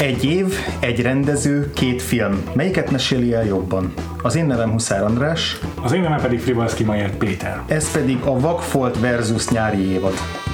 Egy év, egy rendező, 2 film. Melyiket meséli el jobban? Az én nevem Huszár András. Az én nevem pedig Frivalszky Mayer Péter. Ez pedig a Vakfolt versus nyári évad.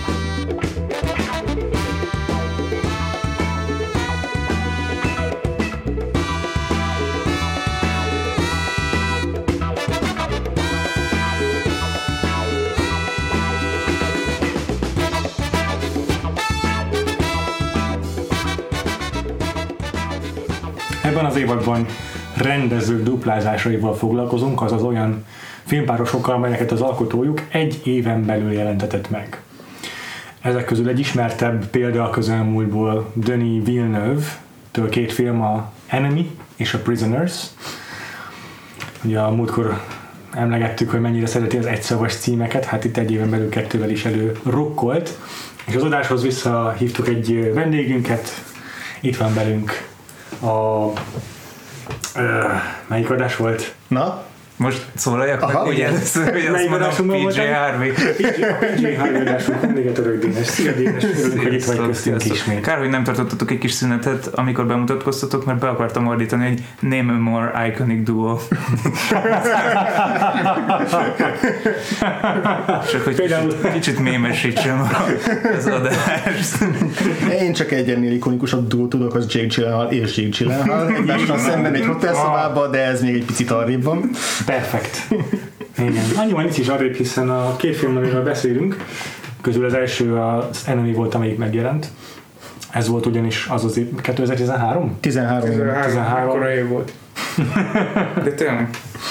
Ebben az évadban rendezők duplázásaival foglalkozunk, azaz olyan filmpárosokkal, amelyeket az alkotójuk egy éven belül jelentetett meg. Ezek közül egy ismertebb példa a közelmúltból Denis Villeneuve-től 2 film, a Enemy és a Prisoners. Ugye a múltkor emlegettük, hogy mennyire szereti az egyszavas címeket, hát itt egy éven belül 2-vel is előrukkolt, és az adáshoz visszahívtuk egy vendégünket, itt van velünk melyik adás volt? Na? Most szólaljak meg, ugye először, hogy azt mondom, PJ Harvey. PJ Harvey adásunk, mindig örök Dénes. Szia Dénes, örülünk, hogy itt vagy köztünk ismét. Kár, hogy nem tartottatok egy kis szünetet, amikor bemutatkoztatok, mert be akartam ordítani, hogy name a more iconic duo. Csak hogy kicsit mémesítsem az adást. Én csak egy ennél ikonikusabb duo tudok, az Jake Gyllenhaal és Jake Gyllenhaal. Egymással szemben egy hotelszobában, de ez még egy picit arrébb van. Perfekt. Igen. Annyiban itt is arrébb, hiszen a 2 film, amiről beszélünk, közül az első az Enemy volt, amelyik megjelent. Ez volt ugyanis az 2013? 13. Korai volt. De tényleg.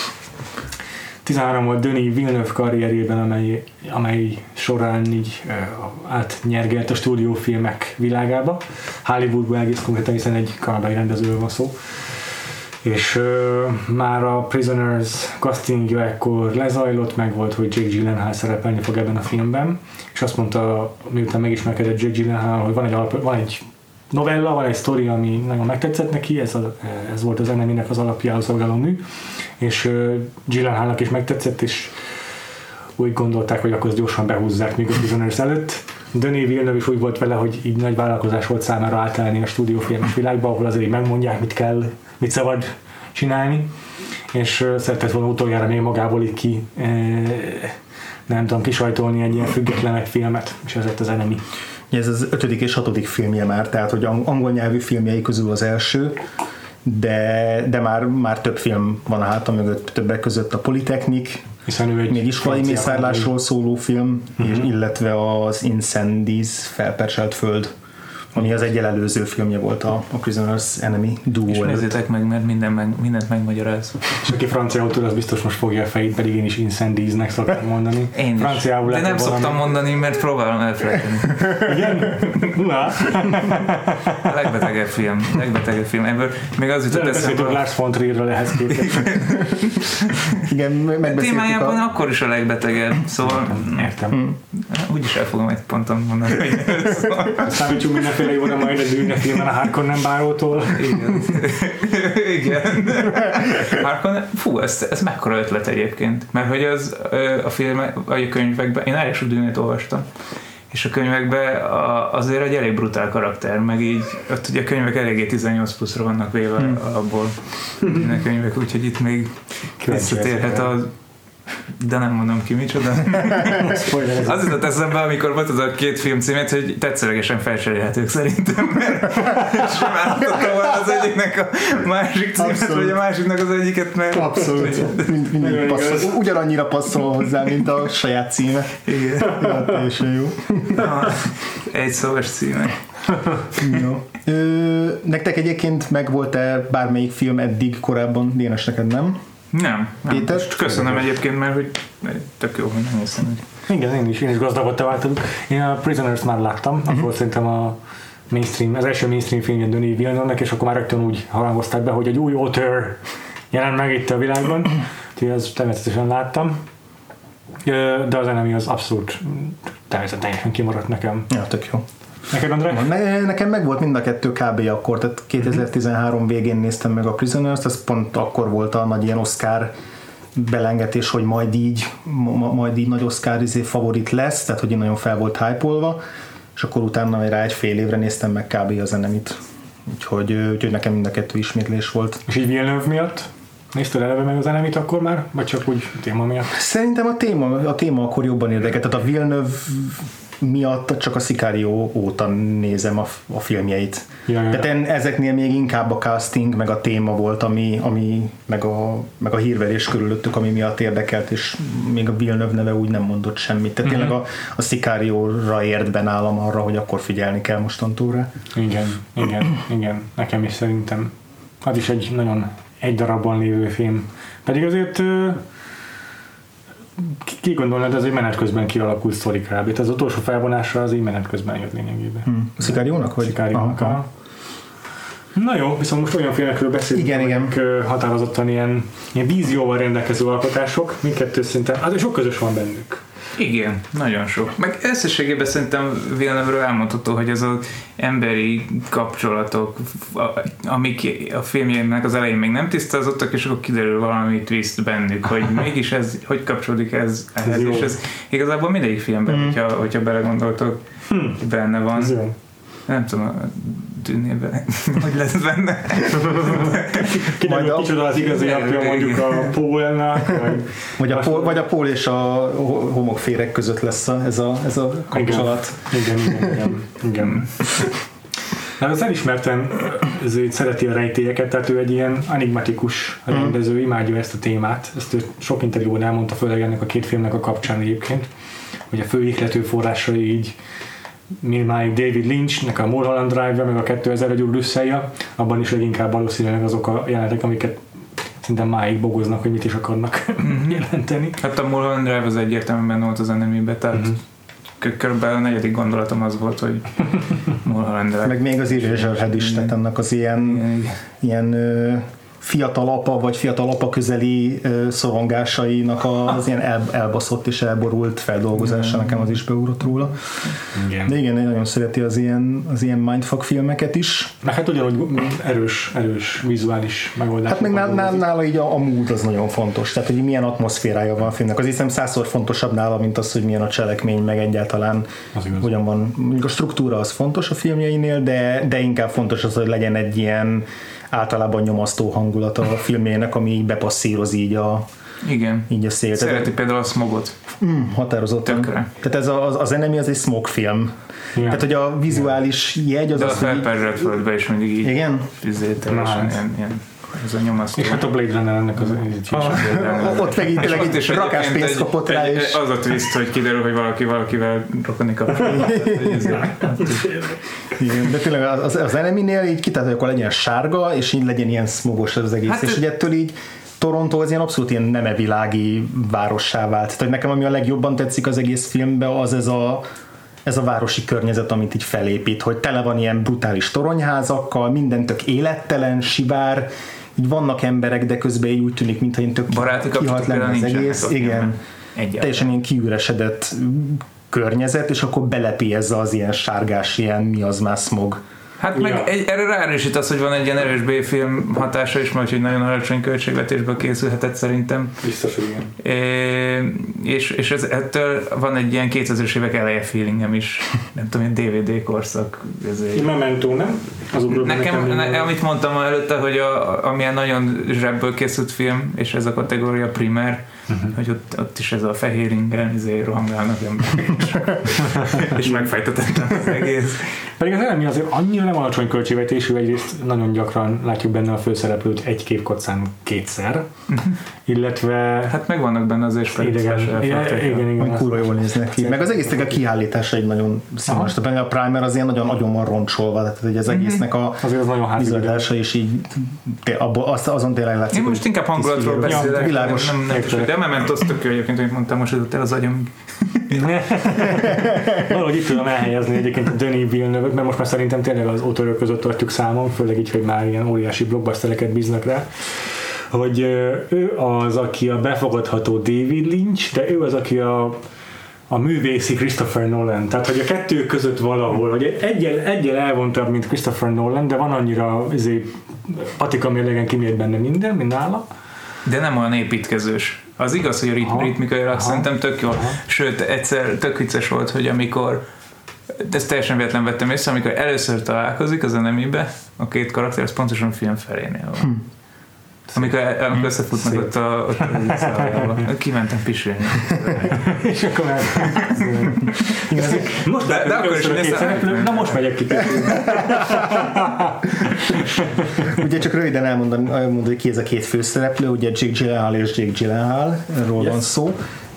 13 volt Denis Villeneuve karrierjében, amely során így átnyergelt a stúdiófilmek világába. Hollywoodból egész konkrétan, hiszen egy kanadai rendezőről van szó. És már a Prisoners castingja ekkor lezajlott, meg volt, hogy Jake Gyllenhaal szerepelni fog ebben a filmben, és azt mondta, miután megismerkedett Jake Gyllenhaal, hogy van egy novella, van egy sztori, ami nagyon megtetszett neki, ez volt az Enemy-nek az alapjául szolgáló mű, és Gyllenhaalnak is megtetszett, és úgy gondolták, hogy akkor gyorsan behúzzák még a Prisoners előtt. Denis Villeneuve is úgy volt vele, hogy így nagy vállalkozás volt számára átállni a stúdiófilmes világba, ahol azért megmondják, mit kell, mit szabad csinálni, és szeretett volna utoljára még magából így nem tudom, kisajtolni egy ilyen függetlenek filmet, és ez lett az Enemy. Ez az 5. és 6. filmje már, tehát hogy angol nyelvű filmjei közül az első, de már több film van a háta mögött, többek között a Polytechnic, hiszen ő egy még iskolai mészárlásról szóló film, illetve az Incendies, felperselt föld, ami az egyel előző filmje volt a Prisoners Enemy duo. És nézzétek meg, mert mindent megmagyaráz. És aki franciául tud, az biztos most fogja a fejét, pedig én is Incendiesnek szoktam mondani. Én franciául is. De nem szoktam mondani, mert próbálom elfelejteni. Igen? Na. A legbetegebb film. Ebből még az jutott eszembe. Lars von Trierről ehhez képest. Igen, megbeszéltük témájában akkor is a legbetegebb, szóval értem. Úgyis el fogom egy ponton mondani. Számítsunk mindenféle jóra majd egy bűnefilmen a Harkonnen bárótól. Igen. Harkonnen, ez mekkora ötlet egyébként. Mert hogy az a film, vagy a könyvekben, én első Dűnét olvastam, és a könyvekben azért egy elég brutál karakter, meg így ott ugye a könyvek eléggé 18 pluszra vannak véve abból a könyvek, úgyhogy itt még visszatérhet a de nem mondom ki micsoda. Az jutott eszembe, amikor volt az a 2 film címét, hogy tetszőlegesen felcserélhetők szerintem, mert simán adhatom volna az egyiknek a másik címet, vagy a másiknak az egyiket, mert... Abszolút. Ugyanannyira passzol hozzá, mint a saját címe. Igen. Ja, teljesen jó. Egy szóval címe. Jó. Nektek egyébként megvolt-e bármelyik film eddig korábban? Dénes, neked nem? Nem. Péter? Köszönöm egyébként, mert hogy tök jó, hogy nem hiszem, hogy... Igen, én is gazdagodtá váltam. Én a Prisoners már láttam, akkor szerintem az első mainstream filmje Denis Villeneuve-nek, és akkor már rögtön úgy harangozták be, hogy egy új author jelent meg itt a világban, úgyhogy ezt természetesen láttam. De az Enemy az abszolút teljesen kimaradt nekem. Ja, tök jó. Neked, André? Nekem meg volt mind a 2 kb. Akkor, tehát 2013 végén néztem meg a Prisoners-t, ez pont akkor volt a nagy ilyen Oscar belengetés, hogy majd így nagy Oscar favorit lesz, tehát hogy nagyon fel volt hype-olva, és akkor utána rá egy fél évre néztem meg kb. Az Enemit. úgyhogy nekem mind a kettő ismétlés volt. És így Villeneuve miatt? Nézted eleve meg az Enemit akkor már? Vagy csak úgy téma miatt? Szerintem a téma akkor jobban érdekelt. Tehát a Villeneuve miatt csak a Sicario óta nézem a filmjeit. Tehát ezeknél még inkább a casting, meg a téma volt, ami meg a hírverés körülöttük, ami miatt érdekelt, és még a Villeneuve neve úgy nem mondott semmit. Tehát tényleg a Sicario-ra ért be nálam arra, hogy akkor figyelni kell mostantól rá. Igen. Nekem is szerintem. Az is egy nagyon egy darabban lévő film. Pedig azért ki gondolnád, ez egy menet közben kialakult sztori kb. Tehát az utolsó felvonásra az így menet közben jött lényegében. A Sicario-nak? Sicario-nak. Na jó, viszont most olyan filmekről beszélünk, igen. Határozottan ilyen vízióval rendelkező alkotások, mindkettő szinten, hát sok közös van bennük. Igen, nagyon sok. Meg összességében szerintem Villeneuve-ről elmondható, hogy ez az emberi kapcsolatok, amik a filmjének az elején még nem tisztázottak, és akkor kiderül valami twist bennük, hogy mégis ez, hogy kapcsolódik ez ehhez, és ez igazából mindegyik filmben, hogyha belegondoltok, benne van. Nem tudom, Dűnében, hogy lesz benne. Kiderül, kicsoda az igazi apja mondjuk a Paulnak. Vagy a Paul és a homokféreg között lesz ez a kapcsolat. Igen. Hát az elismerten szereti a rejtélyeket, tehát ő egy ilyen enigmatikus rendező, imádja ezt a témát. Ezt ő sok interjúban elmondta, főleg ennek a két filmnek a kapcsán egyébként, hogy a fő ihlető forrásai így mindmáig David Lynchnek a Mulholland Drive-ja, meg a 2001 Brüsszelja, abban is leginkább valószínűleg azok a jelenetek, amiket szinte máig bogoznak, hogy mit is akarnak jelenteni. Hát a Mulholland Drive az egyértelműen benne volt az Enemybe, tehát körülbelül a negyedik gondolatom az volt, hogy Mulholland Drive. Meg még az Eraserhead is, tehát annak az ilyen fiatal apa vagy fiatal apa közeli szorongásainak az ilyen elbaszott és elborult feldolgozása, nekem az is beugrott róla. Igen. De igen, nagyon szereti az ilyen mindfuck filmeket is. Meg hát ugyanúgy erős vizuális megoldás. Hát meg nála így a mood az nagyon fontos, tehát hogy milyen atmoszférája van a filmnek. Az hiszem 100-szor fontosabb nála, mint az, hogy milyen a cselekmény, meg egyáltalán hogyan van. Mondjuk a struktúra az fontos a filmjeinél, de inkább fontos az, hogy legyen egy ilyen általában nyomasztó hangulat a filmjének, ami így bepasszíroz így a szél. Szereti például a smogot. Határozottan. Tökre. Tehát ez az Enemy az egy smog film. Igen. Tehát, hogy a vizuális jegy az... De a felperrelt földbe is mindig így... Igen? Ilyen ez a nyomasztó. És hát a Blade Runner ennek az ott meg így tényleg egy rakáspénzt kapott rá, és... Az a twist, hogy kiderül, hogy valakivel rokoni kapcsolat. De tényleg az Enemy-nél így kitállt, hogy akkor legyen sárga, és így legyen ilyen smogos az egész. Hát és így ettől így Toronto az ilyen abszolút ilyen nemevilági várossá vált. Tehát nekem ami a legjobban tetszik az egész filmben, az ez a városi környezet, amit így felépít, hogy tele van ilyen brutális toronyházakkal, minden tök élettelen, sivár, így vannak emberek, de közben így úgy tűnik, mintha én tök kihalt lenne az egész. Igen, teljesen ilyen kiüresedett környezet, és akkor belepi ez az ilyen sárgás, ilyen mi az már smog. Hát meg erre ráerősít az, hogy van egy ilyen erős B-film hatása is, mert hogy nagyon alacsony költségvetésből készülhetett szerintem. Biztos, hogy igen. És ettől van egy ilyen 2000-es évek eleje feelingem is. Nem tudom, ilyen DVD korszak. Memento, nem? Nekem, amit mondtam előtte, hogy amilyen nagyon zsebből készült film, és ez a kategória primer, hogy ott is ez a fehér ingen rohangálnak és megfejtetettem az egész. Pedig az elemi azért annyira nem alacsony költségvetésű, egyrészt nagyon gyakran látjuk benne a főszereplőt egy képkocán kétszer, illetve... Hát meg vannak benne azért igen. Kurva jól néznek ki. Meg az egésznek a kiállítása egy nagyon színes. A Primer az ilyen nagyon van roncsolva, tehát hogy az egésznek a vizualitása is így azon tényleg látszik. Én most inkább hangulatról beszélek. Világos. De Memento az tök jó egyébként, hogy mondtam, most jutott el az agyam. Valahogy itt tudom elhelyezni egyébként a Denis Villeneuve-t, mert most már szerintem tényleg az autorok között tartjuk számon, főleg így, hogy már ilyen óriási blockbustereket bíznak rá, hogy ő az, aki a befogadható David Lynch, de ő az, aki a művészi Christopher Nolan. Tehát, hogy a kettő között valahol, hogy egyel elvontabb, mint Christopher Nolan, de van annyira patika mérlegen kimért benne minden, mint nála. De nem olyan építkezős. Az igaz, hogy a ritmikailag szerintem tök jó. Sőt, egyszer tök vicces volt, hogy amikor de ezt teljesen véletlen vettem észre, amikor először találkozik az enemibe, a két karakter, az pontosan a film felénél van. Amikor összefutnak ott a szállában. Kimentem pisilni. És akkor már... Most de akkor is na most megyek ki. Ugye csak röviden elmondani, hogy ki ez a két főszereplő, ugye Jake Gyllenhaal és Jake Gyllenhaalról van szó.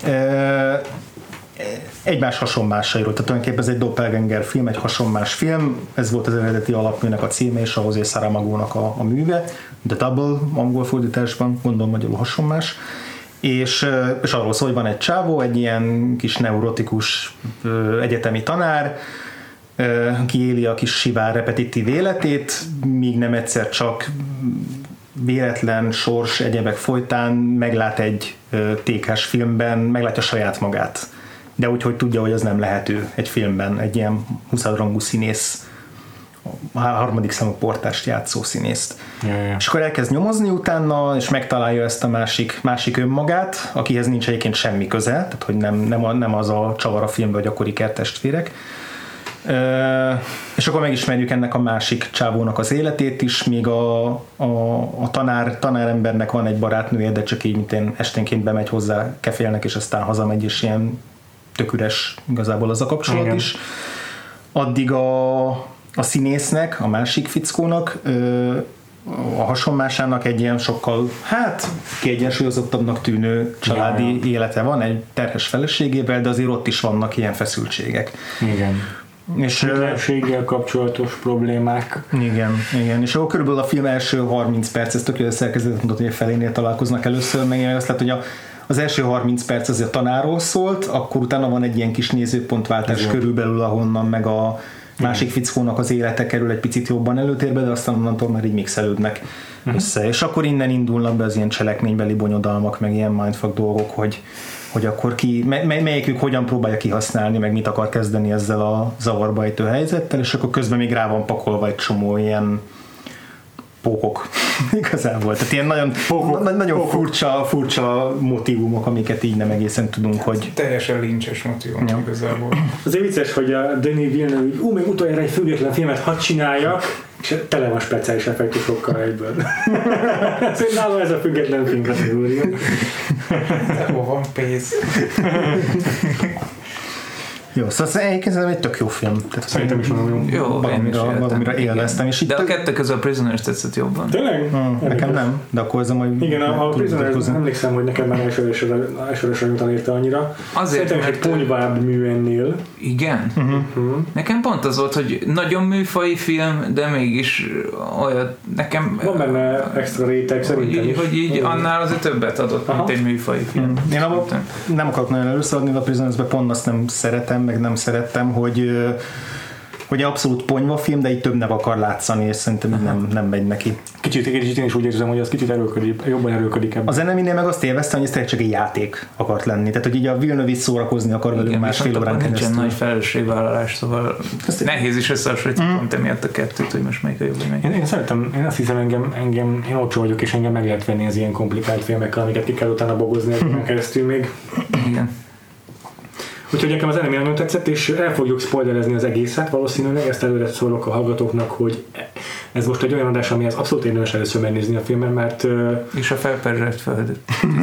Egymás hasonlásairól, tehát tulajdonképpen ez egy doppelganger film, egy hasonlás film, ez volt az eredeti alapműnek a címe, és ahhoz egy Saramago-nak a műve, The Double angol fordításban, gondolom magyarul hasonlás, és arról szól, hogy van egy csávó, egy ilyen kis neurotikus egyetemi tanár, aki éli a kis sivár repetitív életét, míg nem egyszer csak véletlen sors egyebek folytán meglát egy tékás filmben, meglátja saját magát. De úgy, hogy tudja, hogy az nem lehető egy filmben, egy ilyen 20-rangú színész, a harmadik számú portást játszó színészt. Ja. És akkor elkezd nyomozni utána, és megtalálja ezt a másik önmagát, akihez nincs egyébként semmi köze, tehát hogy nem az a csavar a filmben, hogy akkor ikertestvérek. És akkor megismerjük ennek a másik csávónak az életét is, míg a tanárembernek van egy barátnője, de csak így, mint én esténként bemegy hozzá, kefélnek, és aztán hazamegy, és ilyen tök üres igazából az a kapcsolat. Igen. Is. Addig a színésznek, a másik fickónak, a hasonlásának egy ilyen sokkal, kiegyensúlyozottabbnak tűnő családi élete van, egy terhes feleségével, de azért ott is vannak ilyen feszültségek. Igen. És mindenséggel kapcsolatos problémák. Igen. És akkor körülbelül a film első 30 perc, ez tökéletes szerkezetet mutat, hogy a felénél találkoznak először, meg azt lehet, hogy az első 30 perc azért a tanárról szólt, akkor utána van egy ilyen kis nézőpontváltás körülbelül, ahonnan meg a másik fickónak az élete kerül egy picit jobban előtérbe, de aztán onnantól már így mixelődnek össze. És akkor innen indulnak be az ilyen cselekménybeli bonyodalmak, meg ilyen mindfuck dolgok, hogy akkor melyikük hogyan próbálja kihasználni, meg mit akar kezdeni ezzel a zavarba ejtő helyzettel, és akkor közben még rá van pakolva egy csomó ilyen pókok igazából. Tehát ilyen nagyon furcsa motívumok, amiket így nem egészen tudunk, hogy... Teljesen lincses motívum igazából. Azért vicces, hogy a Denis Villeneuve még utoljára egy független filmet hadd csináljak, és tele van speciális effektusokkal egyből. Ezért nálam ez a független film kategória. Hol van pénz? Jó, szóval egyébként egy tök jó film. Tehát szerintem is valamire élveztem. De a kettő közül a Prisoners tetszett jobban. Tényleg? Nekem nem, de akkor ez majd... Igen, a Prisoners emlékszem, hogy nekem már elsőre után érte annyira. Szerintem is egy ponyvább mű ennél. Igen? Nekem pont az volt, hogy nagyon műfaji film, de mégis olyan, nekem... Van benne extra réteg szerintem is. Hogy így annál azért többet adott, mint egy műfaji film. Én nem akarok nagyon először adni a Prisonersbe, pont azt nem szeretem, meg nem szerettem, hogy abszolút ponyva film, de így többnek akar látszani, és szerintem nem megy neki. Kicsit én is úgy érzem, hogy az kicsit jobban erőlködik ebben. Az Eneminél meg azt élveztem, hogy ez tényleg csak egy játék akart lenni. Tehát, hogy így a Villeneuve is szórakozni akar velünk másfél órán keresztül. Nincsen nagy felelősségvállalás, szóval nehéz is összehasonlítani pont emiatt a kettőt, hogy most melyik a jobb, melyik. Én szeretem, én azt hiszem, én olcsó vagyok, és engem meg lehet venni az ilyen komplikált filmekkel, amiket ki kell utána bogozni ezen keresztül még. Igen. Úgyhogy nekem az Enemy nagyon tetszett, és el fogjuk spoilerezni az egészet valószínűleg, ezt előre szólok a hallgatóknak, hogy ez most egy olyan adás, amihez abszolút érdemes először megnézni a filmen, mert... És a felperzselt föld.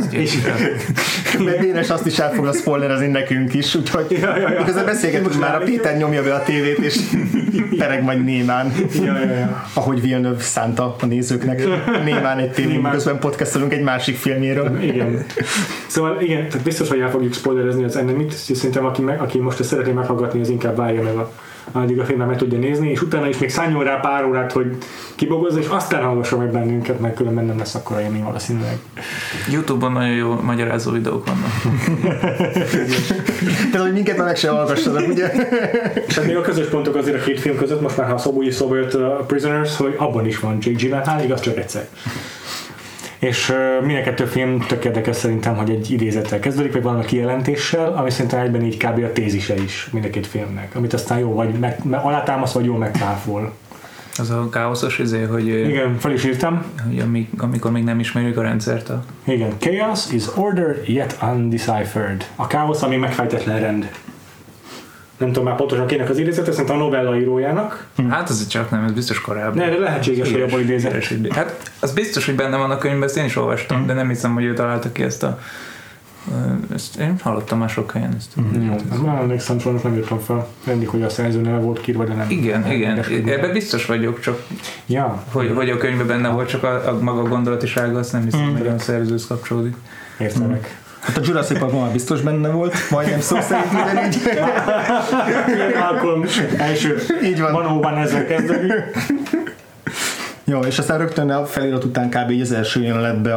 Véres azt is el fogja spoilerezni nekünk is, úgyhogy miközben beszélgetünk már, a Péter nyomja be a tévét, és pereg majd némán, ahogy Villeneuve szánta a nézőknek. Némán egy tévén, miközben podcastelünk egy másik filmjéről. Igen. Szóval igen, tehát biztos, hogy el fogjuk spoilerezni az Enemy-t, és szerintem aki most ezt szeretné meghallgatni, az inkább várja meg addig a filmet meg tudja nézni, és utána is még szálljon rá pár órát, hogy kibogozza, és aztán hallgassa meg bennünket, mert különben nem lesz akkora élmény valószínűleg. YouTube-on nagyon jó magyarázó videók vannak. Tehát, hogy minket meg sem hallgassanak, ugye? És hát még a közös pontok azért a két film között, most már ha szóba jött a Prisoners, hogy abban is van Jake Gyllenhaal, igaz, csak egyszer. És mind a kettő film tök érdekes szerintem, hogy egy idézettel kezdődik, vagy valami kijelentéssel, ami szerintem egyben így kb. A tézise is mind a két filmnek, amit aztán jó vagy alátámasz, vagy jól megcáfol. Az a káoszos hogy... Igen, fel is írtam. Hogy amikor még nem ismerjük a rendszert. Igen, chaos is order yet undeciphered. A káosz, ami megfejtetlen rend. nem tudom már pontosan kinek az idézete, szerintem a novella írójának. Hát ez csak nem, ez biztos korábban. Ne, de lehetséges, hogy abból idézett. Hát az biztos, hogy benne van a könyvben, ezt én is olvastam, de nem hiszem, hogy ő találta ki ezt én hallottam már sok helyen ezt. Már emlékszem, sajnos nem írtam fel. Mindig, hogy a szerző neve volt kírva, de nem. Igen. Ebben biztos vagyok, csak hogy a könyvben benne volt, csak a maga gondolatisága, azt nem hiszem, hogy a szerzőhöz kapcsolódik. Értelek. Hát a Jurassic Parkban már biztos benne volt, majdnem szó szerint minden így. Malcolm első manóban ezzel kezdődik. Jó, és aztán rögtön a felirat után kb. Az első jelenetben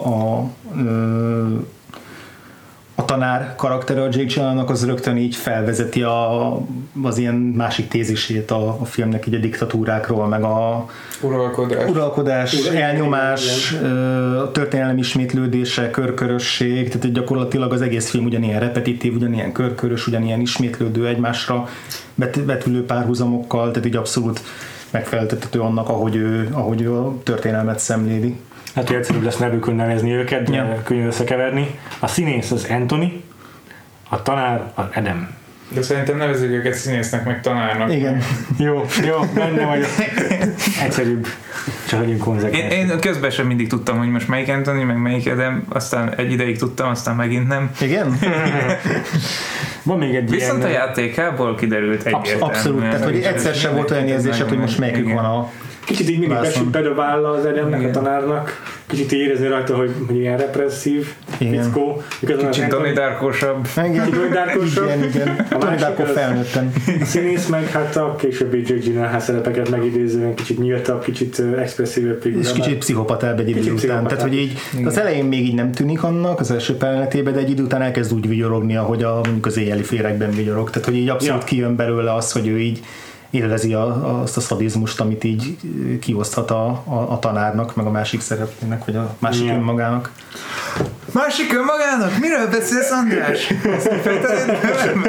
a tanár karaktere a Jake Gyllenhaalnak az rögtön így felvezeti az ilyen másik tézisét a filmnek, így a diktatúrákról, meg a uralkodás, elnyomás, történelem ismétlődése, körkörösség, tehát gyakorlatilag az egész film ugyanilyen repetitív, ugyanilyen körkörös, ugyanilyen ismétlődő, egymásra vetülő párhuzamokkal, tehát így abszolút megfeleltethető annak, ahogy ő a történelmet szemléli. Hát, hogy egyszerűbb lesz nevükön nevezni őket, de könnyű összekeverni. A színész az Anthony, a tanár az Adam. De szerintem nevezzük őket színésznek, meg tanárnak. Igen. Jó, benne vagyok. Egyszerűbb. Csak legyünk konzekvens. Én közben sem mindig tudtam, hogy most melyik Anthony, meg melyik Adam, aztán egy ideig tudtam, aztán megint nem. Igen? Van még egy viszont a játékából kiderült egyértelműen. Abszolút, tehát hogy egyszer sem volt olyan érzésed, hogy most melyikük van a... Kicsit így mindig bedobálva az Adamnek, a tanárnak. Kicsit így érezni rajta, hogy ilyen represszív, fickó. Kicsit Donnie Darko-sabb. Igen. Donnie Darko felnőttem. A színész meg hát a későbbi Jake Gyllenhaal szerepeket megidézően kicsit nyíltabb, kicsit expresszívebb. És kicsit pszichopatább egy idő után. Tehát, hogy így az elején még így nem tűnik annak, az első pillanatében, de egy idő után elkezd úgy vigyorogni, ahogy mondjuk az éjjeli féregben vigyorog. Tehát, hogy így abszolút kijön belőle az, hogy ő így élvezi azt a szadizmust, amit így kioszthat a tanárnak, meg a másik szereplőnek, vagy a másik önmagának. Másik önmagának? Miről beszélsz, András? Ezt kifejteted?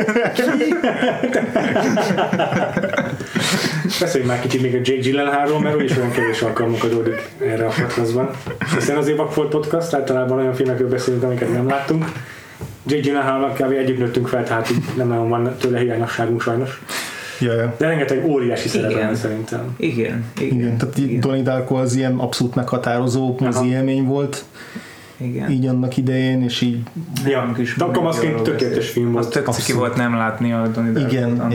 Beszéljünk már kicsit még a Jake Gyllenhaalról, mert úgyis olyan kevés alkalmunk adódik erre a podcastban. Hiszen az Évakfolt podcast, általában olyan filmekről beszélünk, amiket nem láttunk. Jake Gyllenhaalnak kb. Együtt nőttünk fel, tehát így nem nagyon van tőle hiányosságunk sajnos. Ja. De rengeteg óriási szerepben szerintem. Igen. Tehát Donnie Darko az ilyen abszolút meghatározó mozi élmény volt. Igen. Így annak idején, és így... Ja, Dakamaszként tökéletes film volt. Az tök ciki volt nem látni a Donnie Darkot.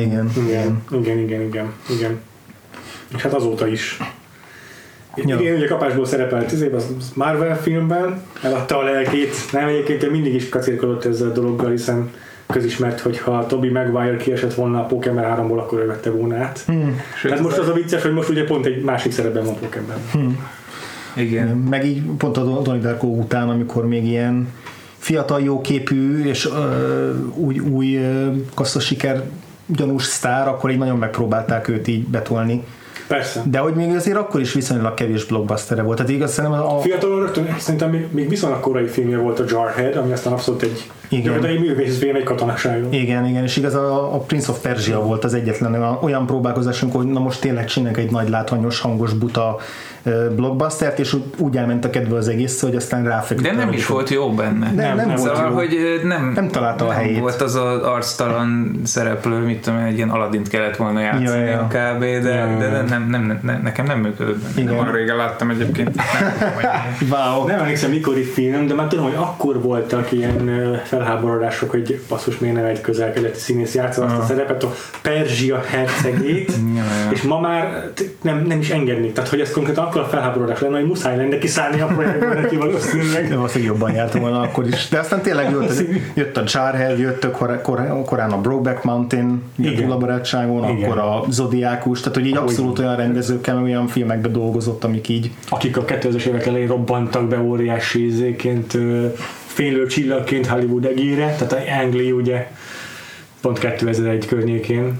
Igen. És hát azóta is. Ja. Igen, ugye kapásból szerepelt az Marvel filmben, eladta a lelkét. Nem, egyébként mindig is kacérkodott ezzel a dologgal, hiszen közismert, hogy ha Tobey Maguire kiesett volna a Pokémon 3-ból, akkor ő vette volna át. Tehát most az a vicces, hogy most ugye pont egy másik szerepben van Pokémon. Igen. Meg így pont a Donnie Darko után, amikor még ilyen fiatal, jóképű és új kasszasiker gyanús sztár, akkor így nagyon megpróbálták őt így betolni. Persze. De hogy még azért akkor is viszonylag kevés blockbuster volt. Tehát igaz, szerintem fiatalon rögtön szerintem még viszonylag korai filmje volt a Jarhead, ami aztán abszolút egy művészfilm, egy katonaságról. Igen, és igaz a Prince of Persia volt az egyetlen olyan próbálkozásunk, hogy na most tényleg csinálják egy nagy látványos, hangos, buta blockbustert, és úgy elment a kedve az egész, hogy aztán ráfeküdt. De nem is volt jó benne. Nem volt szóval, jó. Hogy nem találta a helyét. Volt az az arctalan szereplő, mit tudom, egy ilyen Aladdint kellett volna játszani a kb. De nekem nem működött. Nem olyan régen láttam egyébként. Wow. Nem emlékszem mikori film, de már tudom, hogy akkor voltak ilyen felháborodások, hogy basszus, miért nem egy közel-keleti színész játsza azt a szerepet, a Perzsia hercegét, és ma már nem is engednék. Tehát, hogy ez konkrétan akkor a felháborodás lenne, hogy muszáj lenne kiszállni a projektben neki valószínűleg. De valószínűleg jobban jártam volna akkor is. De aztán tényleg jött a Jarhead, jött korán a Brokeback Mountain, jött a barátságon, akkor a Zodiákus, tehát hogy így abszolút olyan rendezőkkel, olyan filmekben dolgozott, amik így... Akik a 2000-es évek elején robbantak be óriási izéként, fénylő csillagként Hollywood egére, tehát a Ang Lee ugye pont 2001 környékén.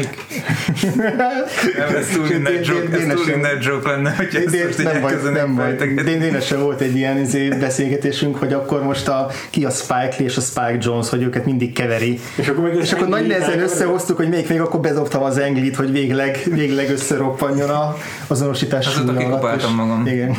Ez túl innen joke lenne, hogy ezt nem baj. Dénesen volt egy ilyen beszélgetésünk, hogy akkor most ki a Spike Lee és a Spike Jonze, hogy őket mindig keveri. És akkor nagy nehezen összehoztuk, hogy még akkor bezobtam az Ang Lee-t, hogy végleg összeroppanjon az azonosítás. Azóta kikopáltam magam. Igen.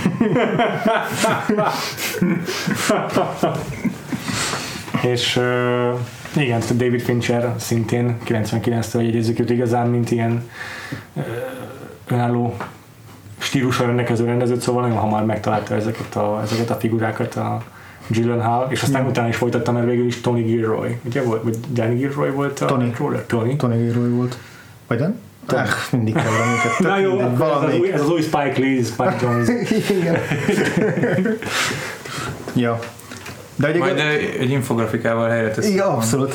És Igen, David Fincher szintén 99-től jegyezzük őt igazán, mint ilyen önálló stílusra rendelkező rendezőt, szóval nagyon hamar megtalálta ezeket a figurákat a Gyllenhaal, és aztán utána is folytattam, mert végül is Tony Gilroy, ugye volt, vagy Danny Gilroy volt a Tony Gilroy volt. Vagy nem? Mindig kell valamiket. Na jó, ez az új Spike Lee, Spike Jonze. Igen. Ja. De majd egy infografikával helyre teszünk. Igen, abszolút.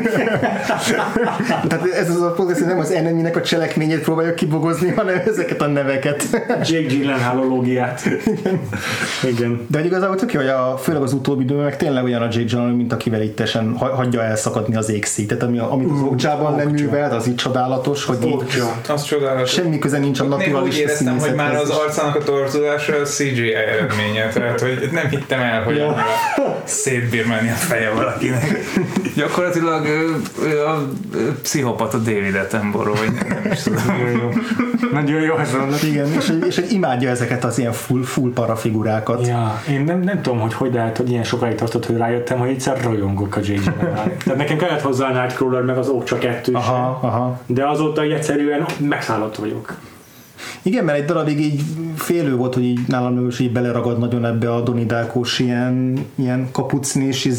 Tehát ez az a podcast, nem az eneminek a cselekményét próbálja kibogozni, hanem ezeket a neveket. Jake Gyllenhaalológiát. Igen. De igazából tök jó, hogy főleg az utóbbi időben meg tényleg olyan a Jake Gyllenhaal, mint akivel itt teljesen hagyja elszakadni az égszíj. Tehát amit az Okjában nem művelt, az így csodálatos, hogy így semmi köze nincs a naturalista színészethez. Úgy éreztem, hogy már az arcának a torzulása a CGI eredménye, tehát hogy nem hittem el, hogy szétbír menni a feje valakinek. Gyakorlatilag a pszichopata David Attenborough, vagy nem is tudom. Nagyon jó hasonlat. Igen, és hogy imádja ezeket az ilyen full para figurákat. Ja, én nem tudom, hogy lehet, hogy ilyen sokáig tartott, hogy rájöttem, hogy egyszer rajongok a Jake Gyllenhaal. Tehát nekem kellett hozzá a Nightcrawler, meg az Okja 2 is. De azóta egyszerűen megszállott vagyok. Igen, mert egy darabig így félő volt, hogy így nálam is így beleragad nagyon ebbe a Donnie Darko-s ilyen kapucnis,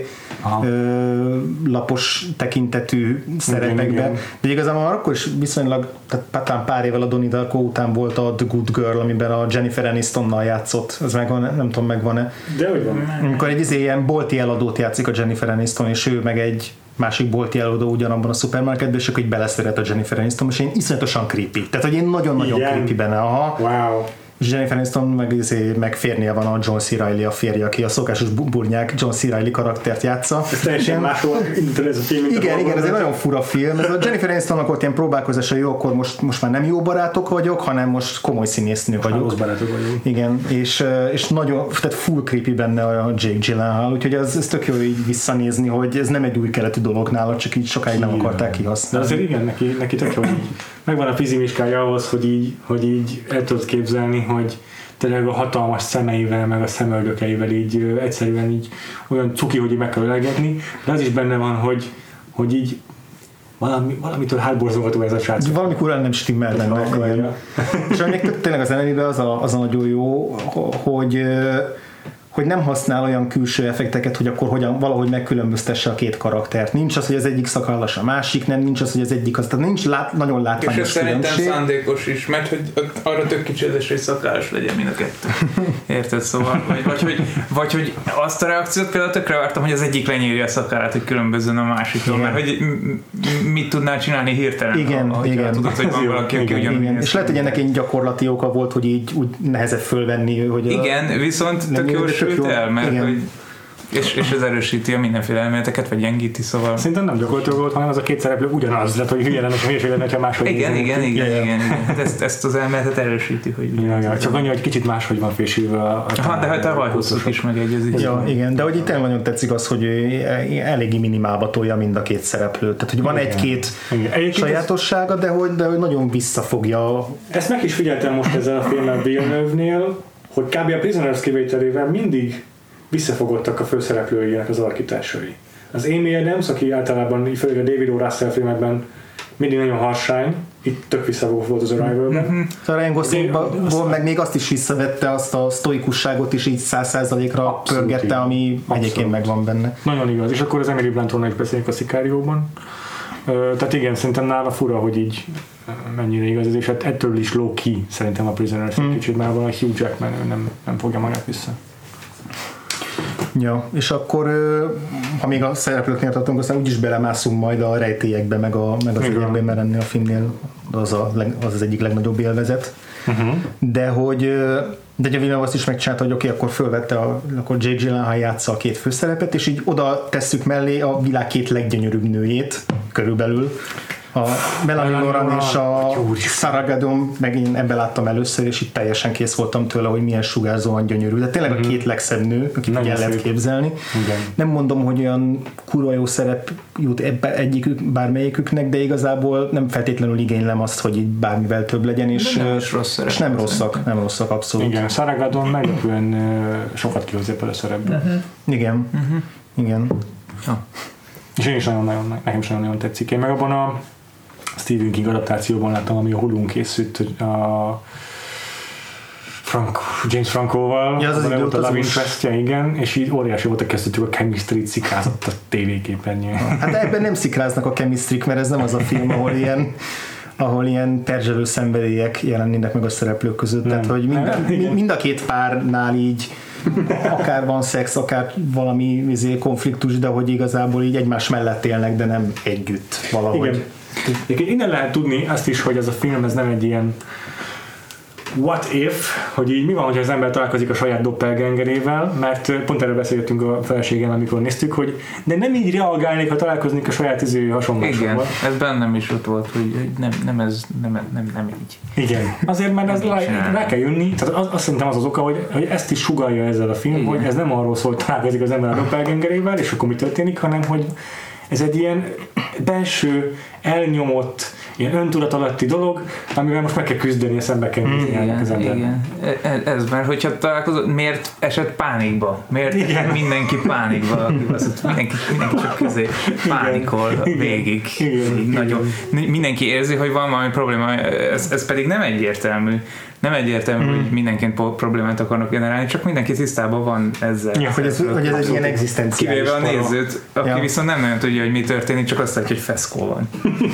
lapos tekintetű szerepekbe. Igen. De igazából akkor is viszonylag, tehát pár évvel a Donnie Darko után volt a The Good Girl, amiben a Jennifer Anistonnal játszott. Ez megvan, nem tudom, megvan-e. De hogy van. Amikor egy ilyen bolti eladót játszik a Jennifer Aniston, és ő meg egy másik bolti eladó ugyanabban a szupermarketben, és akkor így beleszeret a Jennifer Aniston, és én iszonyatosan creepy. Tehát, hogy én nagyon-nagyon creepy benne. Wow. Jennifer Aniston meg férnie van a John C. Reilly, a férje, aki a szokásos burnyák John C. Reilly karaktert játsza. Ez teljesen máshol ez a film. Igen, ez egy nagyon fura film. Ez a Jennifer Anistonnak volt ilyen próbálkozása, jó, akkor most már nem jó barátok vagyok, hanem most komoly színésznő vagyok. Rossz barátok vagyunk. Igen, és nagyon, tehát full creepy benne a Jake Gyllenhaal, úgyhogy ez tök jó így visszanézni, hogy ez nem egy új keletű dolog nála, csak így sokáig nem akarták kihasználni. De azért igen, neki tök jó, megvan a fizimiskája ahhoz, hogy így el tudod képzelni, hogy tényleg a hatalmas szemeivel, meg a szemöldökeivel így egyszerűen így olyan cuki, hogy így meg kell ölegetni, de az is benne van, hogy így valamitől hátborzongató ez a srác. Valami kurán nem stimmel benne. És még tényleg az enemiben az a nagyon jó, hogy nem használ olyan külső effekteket, hogy akkor valahogy megkülönböztesse a két karaktert. Nincs az, hogy az egyik szakállas, a másik nem, nincs az, hogy az egyik az. Tehát nincs nagyon látványos különbség. És ez szerintem szándékos is, mert hogy arra tök kicsi az, hogy szakállas legyen mind a kettő. Érted? Szóval? Vagy hogy azt a reakciót például tökre vártam, hogy az egyik lenyírja a szakállát, hogy különbözön a másiktól, mert hogy mit tudnál csinálni hirtelen, igen. Tudod, hogy van valaki, aki ugyanúgy. És lehet, hogy ennek egy gyakorlati oka volt, hogy így úgy nehezebb fölvenni, hogy igen, viszont tök jó el, mert hogy és ez erősíti a mindenféle elméleteket, vagy gyengíti, szóval... Szerintem nem gyakorlatilag volt, hanem az a két szereplő ugyanaz lett, hogy hülye lenne, és hülyeség lenne, ha máshogy... Igen. Ezt az elméletet erősíti, hogy... Ja, csak annyi, hogy kicsit máshogy van fésülve a de hát a rajhosszuk is megegyezik. Ja, igen, de hogy itt nagyon tetszik az, hogy eléggé minimálba tolja mind a két szereplőt. Tehát, hogy van egy-két sajátossága, de hogy nagyon visszafogja. Ezt meg is figyeltem most ezzel a filmmel Villeneuve-nél, hogy kb. A Prisoners kivételével mindig visszafogottak a főszereplőinek az alakításai. Az Amy Adams, aki általában főleg a David O. Russell filmekben mindig nagyon harsány, itt tök visszafogott volt az Arrival-ben. A Ryan Goslingból meg még azt is visszavette, azt a sztoikusságot is így 100%-ra pörgette, ami egyébként megvan benne. Nagyon igaz, és akkor az Emily Bluntról is beszélünk a Sicarióban. Tehát igen, szerintem nála fura, hogy így mennyire igaz ez, és hát ettől is low-key szerintem a Prisoners kicsit, mert van a Hugh Jackman, ő nem fogja magát vissza. Ja, és akkor ha még a szereplőknél tartunk, aztán úgyis belemászunk majd a rejtélyekbe, meg az egyekbe, mert ennél a filmnél az egyik legnagyobb élvezet. De hogy a Villeneuve azt is megcsinálta, hogy oké, akkor fölvette, akkor Jake Gyllenhaal játsza a két főszerepet, és így oda tesszük mellé a világ két leggyönyörűbb nőjét körülbelül. A Melanie Laurent és a Sarah Gadon, meg én ebben láttam először, és itt teljesen kész voltam tőle, hogy milyen sugárzóan gyönyörű. De tényleg a két legszebb nő, akit el lehet képzelni. Igen. Nem mondom, hogy olyan kurva jó szerep jut bármelyiküknek, de igazából nem feltétlenül igénylem azt, hogy így bármivel több legyen, és nem rosszak abszolút. Igen, Sarah Gadon meglepően sokat kihozzá a szerepben. Igen. Igen. Ja. És én is nekem is nagyon tetszik. Én meg abban a Stephen King adaptációban láttam, ami a Hulun készült, a James Franco-val, ja, az volt a Love Interest-je, igen, és így óriási volt, kezdtük a chemistry cikrázott a tévéképernyőn. Hát ebben nem szikráznak a chemistry, mert ez nem az a film, ahol ilyen perzselő szenvedélyek jelennének meg a szereplők között. Nem. Tehát, hogy mind a két párnál így akár van szex, akár valami konfliktus, de hogy igazából így egymás mellett élnek, de nem együtt valahogy. Igen. Innen lehet tudni azt is, hogy ez a film ez nem egy ilyen what if, hogy így mi van, hogyha az ember találkozik a saját doppelgangerével, mert pont erről beszéltünk a feleséggel, amikor néztük, hogy de nem így reagálnék, ha találkoznék a saját hasonlósával. Igen, ez bennem is ott volt, hogy nem így. Igen, azért mert ez rá kell jönni, tehát azt szerintem az oka, hogy ezt is sugallja ezzel a film, igen, hogy ez nem arról szól, hogy találkozik az ember a doppelgangerével, és akkor mi történik, hanem hogy ez egy ilyen belső, elnyomott, ilyen öntudat alatti dolog, amivel most meg kell küzdeni, szembe kell nézni az ember. Igen. Ez mert hogyha találkozott, miért esett pánikba? Miért igen, mindenki pánikba? Mindenki csak pánikol végig. Igen. Nagyon. Mindenki érzi, hogy van valami probléma. Ez pedig nem egyértelmű. Nem egyértelmű, hogy mindenként problémát akarnak generálni, csak mindenki tisztában van ezzel. Ja, hogy ez egy ilyen egzisztenciális. Kivéve a nézőt, aki viszont nem nagyon tudja, hogy mi történik, csak azt látja, hogy feszkó van.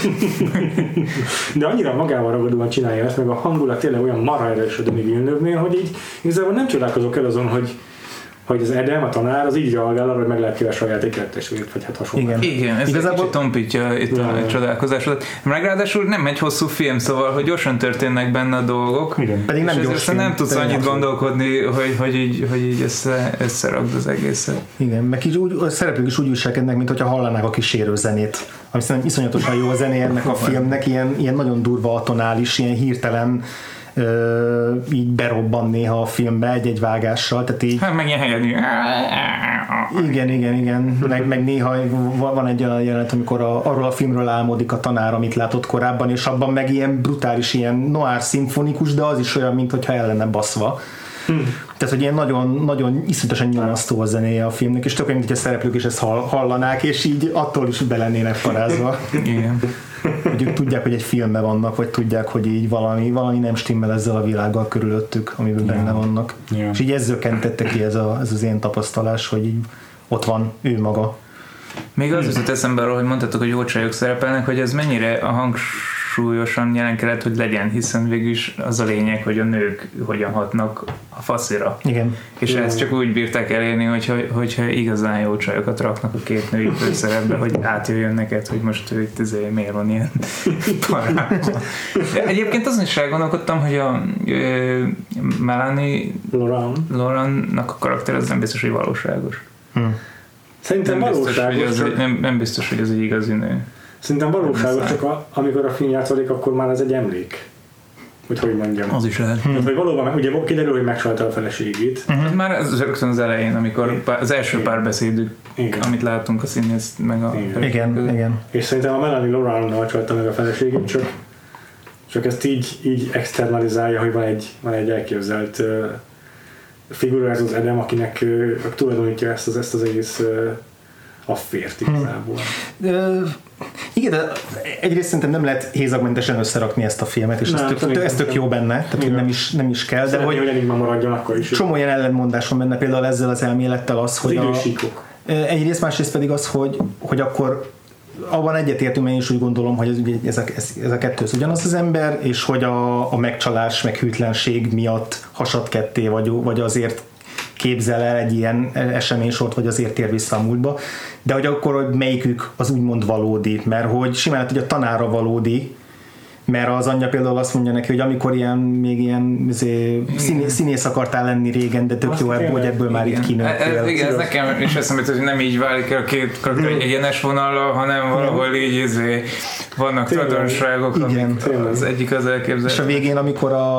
De annyira magával ragadóan csinálja ezt, meg a hangulat tényleg olyan marha erős a Denis Villeneuve-nél, hogy így igazából nem csodálkozok el azon, hogy az Adam, a tanár, az így reagál arra, hogy meglepje a saját ikertestvérét, vagy hát hasonló. Igen, ez igazából kicsit tompítja itt a csodálkozásot. Meg ráadásul nem egy hosszú film, szóval, hogy gyorsan történnek benne a dolgok. Igen. Pedig nem gyors film. Nem tudsz annyit gondolkodni, hogy így összerakd az egészet. Igen, meg így a szereplők is úgy viselkednek, mintha hallanák a kísérő zenét. Ami szerintem iszonyatosan jó a zené ennek a filmnek, ilyen nagyon durva atonális, ilyen hirtelen így berobban néha a filmbe egy-egy vágással, tehát így... Hát meg ilyen hegedű. Igen. Meg néha van egy olyan jelenet, amikor arról a filmről álmodik a tanár, amit látott korábban, és abban meg ilyen brutális, ilyen noir szimfonikus, de az is olyan, mintha el lenne baszva. Tehát, hogy ilyen nagyon, nagyon iszonyatosan nyomasztó a zenéje a filmnek, és tök olyan, hogy a szereplők is ezt hallanák, és így attól is be lennének parázva. Igen. Hogy ők tudják, hogy egy filmben vannak, vagy tudják, hogy így valami nem stimmel ezzel a világgal körülöttük, amiben benne vannak. Yeah. És így ez zökkentette ki ez az én tapasztalás, hogy így ott van ő maga. Még az jutott eszembe arról, hogy mondtátok, hogy jó csajok szerepelnek, hogy ez mennyire a hangsúlyosan jelen kellett, hogy legyen, hiszen végülis az a lényeg, hogy a nők hogyan hatnak a faszira. Igen. És ezt csak úgy bírták elérni, hogyha igazán jó csajokat raknak a két női főszerepbe, hogy átjöjjön neked, hogy most ő itt miért van ilyen parában. Egyébként azon is elgondolkodtam, hogy a Melanie Laurent-nak a karakter az nem biztos, hogy valóságos. Szerintem valóságos. Nem biztos, hogy ez egy igazi nő. Szerintem valóságos, csak amikor a film játszódik, akkor már ez egy emlék. Hogy mondjam. Az is lehet. Hogy valóban, ugye kiderül, hogy megcsalta a feleségét. Már ez rögtön az elején, amikor az első párbeszédük, amit láttunk a színész meg a... Igen. És szerintem a Melanie Laurent-nal csalta meg a feleségét, csak ezt így externalizálja, hogy van egy elképzelt figura, ez az Adam, akinek tulajdonítja ezt az egész affért igazából. Igen, de egyrészt szerintem nem lehet hézagmentesen összerakni ezt a filmet, és ez tök jó benne, tehát nem is kell. Szeretném, de hogy enigma maradjon akkor is. Csomó ilyen ellenmondás van benne, például ezzel az elmélettel az hogy egyrészt, másrészt pedig az, hogy akkor abban egyetértünk, én is úgy gondolom, hogy ez a kettő ugyanaz az ember, és hogy a megcsalás, meg hűtlenség miatt hasad ketté, vagy azért képzel el egy ilyen eseménysort, vagy azért tér vissza a múltba, de hogy akkor hogy melyikük az úgymond valódi, mert hogy simán lehet, hogy a tanára valódi, mert az anyja például azt mondja neki, hogy amikor még ilyen színész akartál lenni régen, de tök jó ebből, hogy ebből már itt kinőttél. Igen, ez nekem is eszembe, hogy nem így válik el a két karakter egy egyenes vonallal, hanem valahol így vannak tulajdonságok, az egyik az elképzelhető. És a végén,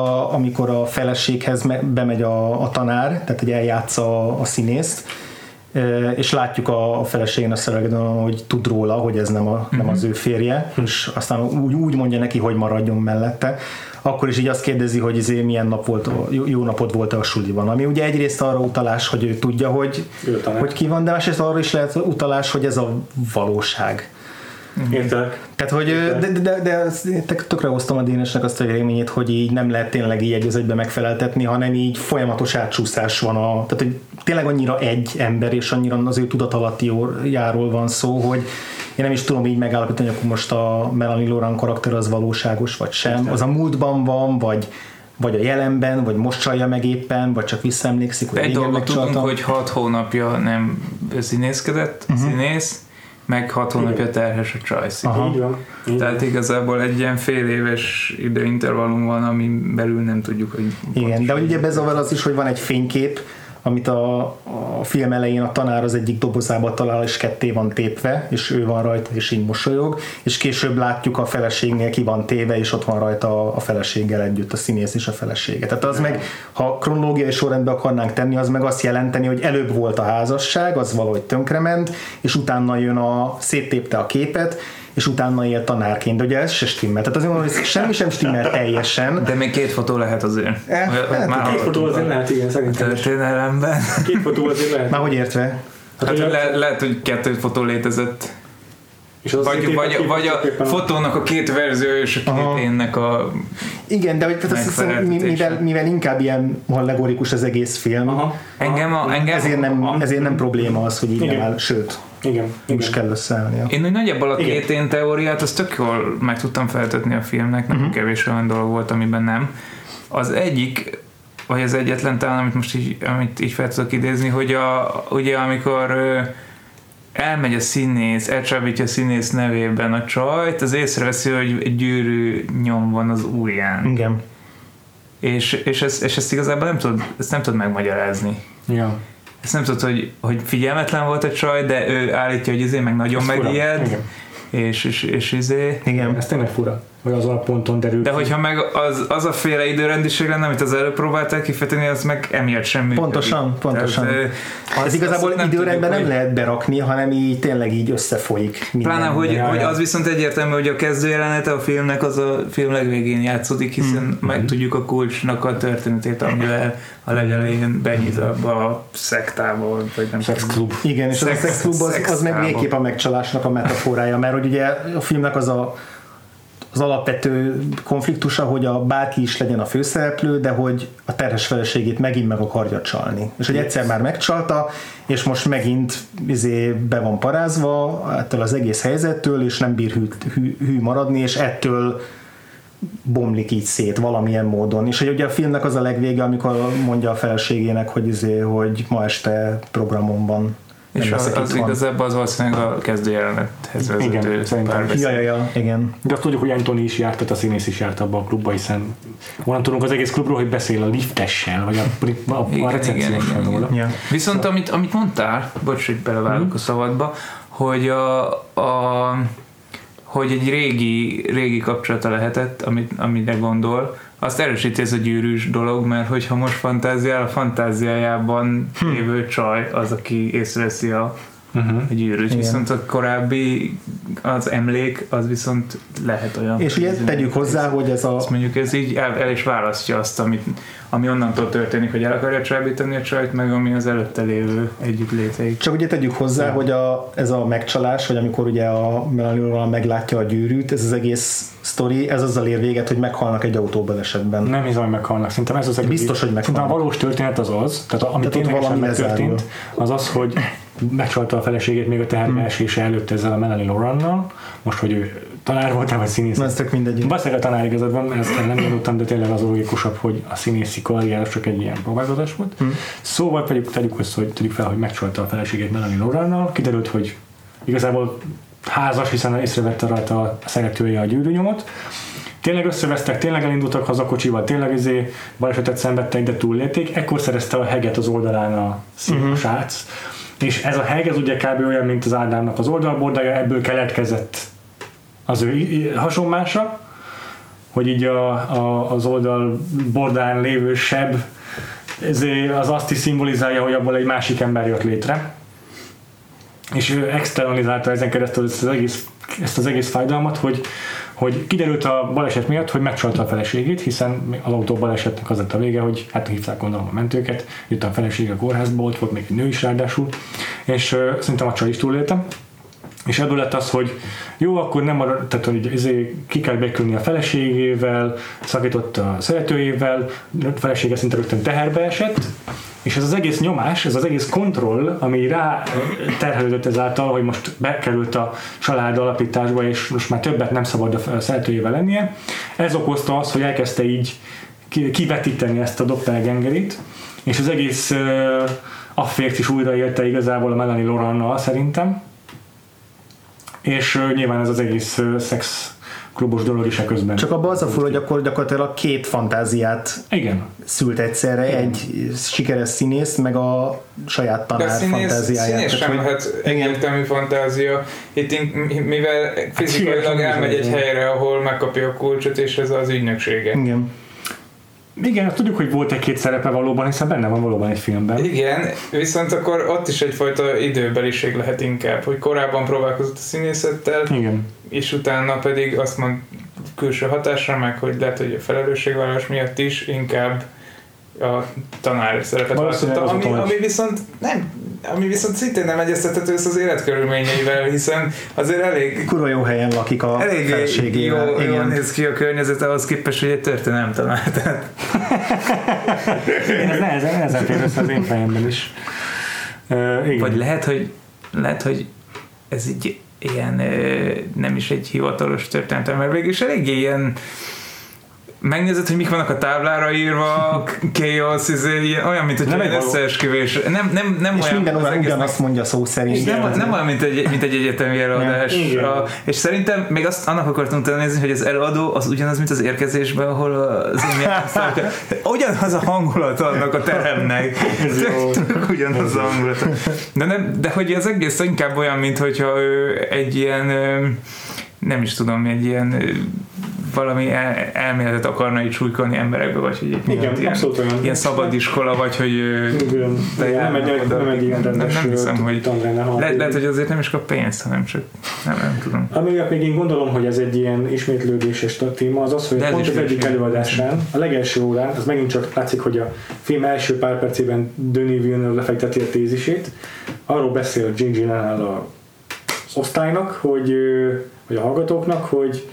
amikor a feleséghez bemegy a tanár, tehát hogy eljátsza a színészt, és látjuk a feleségén a szövegedön, hogy tud róla, hogy ez nem az ő férje, és aztán úgy mondja neki, hogy maradjon mellette. Akkor is így azt kérdezi, hogy milyen nap volt, jó napod volt a suliban. Ami ugye egyrészt arra utalás, hogy ő tudja, hogy ki van, de másrészt arra is lehet utalás, hogy ez a valóság. Értelek. Tehát, hogy de tökre hoztam a Dénesnek azt a véleményét, hogy így nem lehet tényleg így egy az egybe megfeleltetni, hanem így folyamatos átcsúszás van tehát, hogy tényleg annyira egy ember, és annyira az ő tudatalattijáról van szó, hogy én nem is tudom így megállapítani, hogy most a Melanie Laurent karakter az valóságos, vagy sem. Az a múltban van, vagy a jelenben, vagy most csalja meg éppen, vagy csak visszaemlékszik, hogy egy dolgot tudunk, hogy 6 hónapja nem színészkedett, színész, meg 6 hónapja terhes a csajszik. Tehát igazából egy ilyen fél éves időintervallum van, ami belül nem tudjuk, hogy... Igen, de ugye bezavar az is, hogy van egy fénykép, amit a film elején a tanár az egyik dobozába talál, és ketté van tépve, és ő van rajta, és így mosolyog, és később látjuk a feleségnél ki van téve, és ott van rajta a feleséggel együtt, a színész és a felesége. Tehát az meg, ha kronológiai sorrendbe akarnánk tenni, az meg azt jelenteni, hogy előbb volt a házasság, az valahogy tönkrement, és utána jön széttépte a képet, és utána él tanárként, de ugye ez se stimmel. Tehát azért mondom, hogy semmi sem stimmel teljesen. De még 2 fotó lehet azért. Már 2 fotó azért lehet, igen, szerintem. Történelemben. 2 fotó azért lehet. Már hogy értve? Hát lehet, hogy 2 fotó létezett. És vagy a fotónak a 2 verzió és a 2 énnek a igen, de mivel inkább ilyen allegorikus az egész film, ezért nem probléma az, hogy így nem áll, sőt. Igen. is kell összeállnia. Én úgy nagyjából a 2 én teóriát azt tök jól meg tudtam feltetni a filmnek, nem kevés olyan dolog volt, amiben nem. Az egyik, vagy az egyetlen talán, amit így fel tudok idézni, hogy ugye amikor elmegy a színész, elcsábítja a színész nevében a csajt, az észreveszi, hogy egy gyűrű nyom van az ujján. Igen. És ezt igazából nem tud megmagyarázni. Ja. Ezt nem tudod, hogy figyelmetlen volt a csaj, de ő állítja, hogy meg nagyon megijed, és igen, ez tényleg fura, hogy az alapponton derül. De hogyha meg az a féle időrendiség lenne, amit az előbb próbálták kifejteni, az meg emiatt sem működik. Pontosan. Ez igazából időrendben nem lehet berakni, hanem így tényleg így összefolyik. Pláne, hogy az viszont egyértelmű, hogy a kezdőjelenete a filmnek az a film legvégén játszódik, hiszen megtudjuk a kulcsnak a történetét, amivel a legelején benyit a szektába, vagy nem szexklub. Igen, és a szexklub az meg végképp a megcsalásnak a metaforája, mert hogy ugye a filmnek az alapvető konfliktusa, hogy bárki is legyen a főszereplő, de hogy a terhes feleségét megint meg akarja csalni. És hogy egyszer már megcsalta, és most megint be van parázva ettől az egész helyzettől, és nem bír hű maradni, és ettől bomlik így szét valamilyen módon. És hogy ugye a filmnek az a legvége, amikor mondja a feleségének, hogy ma este programom van. És az igazából az valószínűleg a kezdőjelenethez vezető párbeszéd. Igen. De azt tudjuk, hogy Anthony is járt, tehát a színész is járt abban a klubban, hiszen onnan tudunk az egész klubról, hogy beszél a liftessel, vagy a recepcióssal róla. Ja. Viszont amit mondtál, bocs, hogy belevágok a szabadba, hogy hogy egy régi kapcsolata lehetett, amire gondol, azt erősíti ez a gyűrűs dolog, mert hogyha most fantáziál, a fantáziájában lévő csaj az, aki észreveszi a gyűrűt. Igen. Viszont a korábbi az emlék, az viszont lehet olyan. És ugye tegyük hozzá, hogy ez azt mondjuk, ez így el is választja azt, ami onnantól történik, hogy el akarja csábítani a csajt, meg ami az előtte lévő együttléteik. Csak ugye tegyük hozzá, hogy ez a megcsalás, vagy amikor ugye a Melanie meglátja a gyűrűt, ez az egész sztori, ez azzal ér véget, hogy meghalnak egy autóbalesetben. Nem hiszem, hogy meghalnak. Szerintem ez az egész. Biztos, hogy meghalnak. Szerintem a valós történet az, tehát ami ténylegesen megtörtént, az, hogy megcsalta a feleségét még a teherbeesése előtt ezzel a Melanie Laurent-nal. Most, hogy ő tanár voltál, vagy színész. Ez tök mindegy. Valószínűleg a tanár igazad van, ezt nem gondoltam, de tényleg az logikusabb, hogy a színészi karrier csak egy ilyen próbálkozás volt. Szóval tegyük fel, hogy megcsalta a feleségét Melanie Laurent-nal. Kiderült, hogy igazából házas, hiszen észrevette rajta a szeretője a gyűrűnyomot. Tényleg összevesztek, tényleg elindultak haza kocsival, tényleg balesetet szenvedtek, de túllélték. Ekkor szerezte a heget az oldalán a srác. És ez a heg, ez ugye kb. Olyan, mint az Ádámnak az oldalbordája, ebből keletkezett az ő hasonmása, hogy így az oldalbordán lévő seb az azt is szimbolizálja, hogy abból egy másik ember jött létre. és externalizálta ezen keresztül ezt az egész fájdalmat, hogy kiderült a baleset miatt, hogy megcsalta a feleségét, hiszen az autó balesetnek az lett a vége, hogy hát hívták gondolom a mentőket, jött a felesége a kórházba, ott volt még egy nő is ráadásul, és szerintem a csaj is túlélte. És ebből lett az, hogy jó, akkor nem marad, tehát hogy ki kell bekülni a feleségével, szakított a szeretőjével, a felesége szinte rögtön teherbe esett, és ez az egész nyomás, ez az egész kontroll, ami rá terhelődött ezáltal, hogy most bekerült a család alapításba, és most már többet nem szabad a szeretőjével lennie, ez okozta azt, hogy elkezdte így kivetíteni ezt a doppelgangerét, és az egész affért is újraélte igazából a Melanie Laurent-nal szerintem, és nyilván ez az egész szexklubos dolog is közben. Csak abban az a fura, hogy akkor gyakorlatilag két fantáziát szült egyszerre, egy sikeres színész, meg a saját tanár fantáziáját. Színész sem lehet egyértelmű fantázia. Itt mivel fizikailag elmegy egy helyre, ahol megkapja a kulcsot, és ez az ügynöksége. Igen, azt tudjuk, hogy volt egy-két szerepe valóban, hiszen benne van valóban egy filmben. Igen, viszont akkor ott is egyfajta időbeliség lehet inkább, hogy korábban próbálkozott a színészettel, igen, és utána pedig azt mond külső hatásra meg, hogy lehet, hogy a felelősségvállalás miatt is inkább a tanár szerepet választotta, ami viszont szintén nem egyeztethető össze az életkörülményeivel, hiszen azért elég kurva jó helyen lakik a feleségével. Jól néz ki a környezet ahhoz képest, hogy egy történelem tanár. Ez nehezen fér össze az én fejemben is. Igen. Vagy lehet, hogy ez így ilyen nem is egy hivatalos történet, mert végül is eléggé ilyen megnézed, hogy mik vannak a táblára írva, chaos, olyan, mint hogy egy összeesküvés. Nem és olyan, minden ugyanazt mondja szó szerint. Nem olyan, mint egy egyetemi előadás. És szerintem még annak akartam utána nézni, hogy az előadó az ugyanaz, mint az érkezésben, ahol az ugyanaz a hangulat annak a teremnek. Ugyanaz a hangulat. De hogy az egész inkább olyan, mint hogyha ő egy ilyen nem is tudom, egy ilyen valami elméletet akarna így súlykolni emberekbe, vagy hogy ilyen szabadiskola, vagy hogy nem egy ilyen rendes nem hiszem, hogy lehet, hogy azért nem is kap pénzt, hanem csak nem tudom. Amivel még én gondolom, hogy ez egy ilyen ismétlődéses téma, az, hogy pont az egyik előadásán, a legelső órán, az megint csak látszik, hogy a film első pár percében Denis Villeneuve lefekteti a tézisét, arról beszél Gene Gyllenhaal az osztálynak, hogy a hallgatóknak, hogy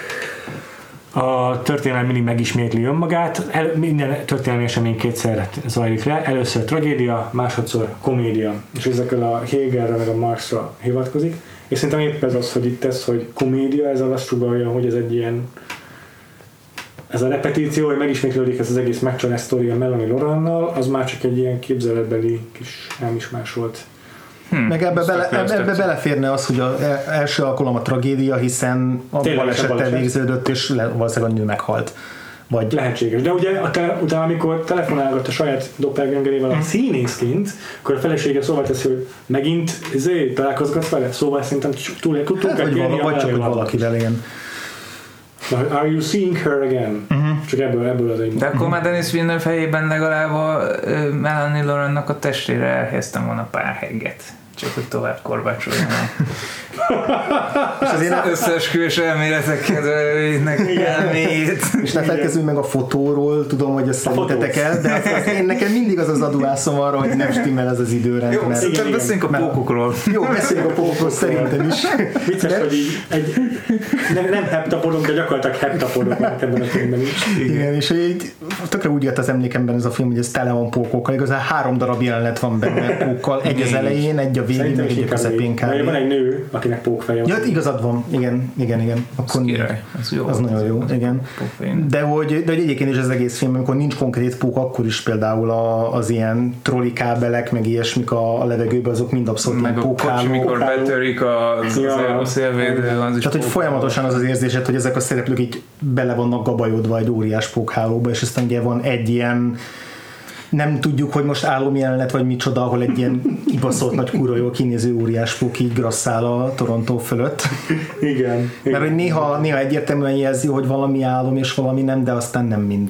a történelem mindig megismétli önmagát, minden történelmi esemény kétszer zajlik le, először tragédia, másodszor komédia, és ezekkel a Hegelre meg a Marxra hivatkozik, és szerintem épp ez az, hogy itt ez, hogy komédia, ez azt sugalja, hogy ez egy ilyen ez a repetíció, hogy megismétlődik ez az egész megcsalás sztori a Melanie Laurent-nal, az már csak egy ilyen képzeletbeli kis elmismásolt. Meg ebbe beleférne az, hogy az első alkalom a tragédia, hiszen a balesettel végződött, és valószínűleg a nő meghalt. Vagy lehetséges. De ugye utána, amikor telefonálgat a saját doppelgangerével a színészként, akkor a felesége szóval teszi, hogy megint találkozgatsz vele? Szóval szerintem tudtunk vagy csak, hogy valakivel ilyen. Are you seeing her again? Csak ebből az egy. De akkor már Denis Villeneuve fejében legalább a Melanie Laurent-nak a testére elhelyeztem volna pár hegget. Csak hogy tovább korbácsoljon az összeesküvés elméletek kedvelőinek elmét. És ne felkezdünk meg a fotóról, tudom, hogy ezt szerintetek el, de én nekem mindig az adulászom arra, hogy nem stimmel ez az időrend. Jó, szerintem beszéljünk a pókokról. Jó, beszéljünk a pókokról szerintem is. Vicces, hogy így nem heptapodunk, de gyakorlatilag heptapodok ebben a filmben is. Igen, és így tökre úgy jött az emlékemben ez a film, hogy ez tele van pókokkal, igazán 3 darab jelenet van benne pókkal, egy az elején, egy a végén, meg egy a közepén kb. Van egy nő, akinek pókfeje van. Ja, igazad van, igen. Akkor az nagyon jó, igen. De hogy egyébként is az egész film, amikor nincs konkrét pók, akkor is például az ilyen trolli kábelek, meg ilyesmik a levegőben, azok mind abszolút meg pókháló. Meg a mikor betörik a szélvédő, az is. Tehát, hogy folyamatosan az érzésed, hogy ezek a szereplők így bele vannak gabajodva egy óriás pókhálóba, és aztán ugye van egy ilyen nem tudjuk, hogy most álom jelenet vagy micsoda, ahol egy ilyen ibaszolt nagy kurva jól kinéző óriás pók így grasszál a Toronto fölött. Igen. Mert hogy néha egyértelműen jelzi, hogy valami álom és valami nem, de aztán nem mindig.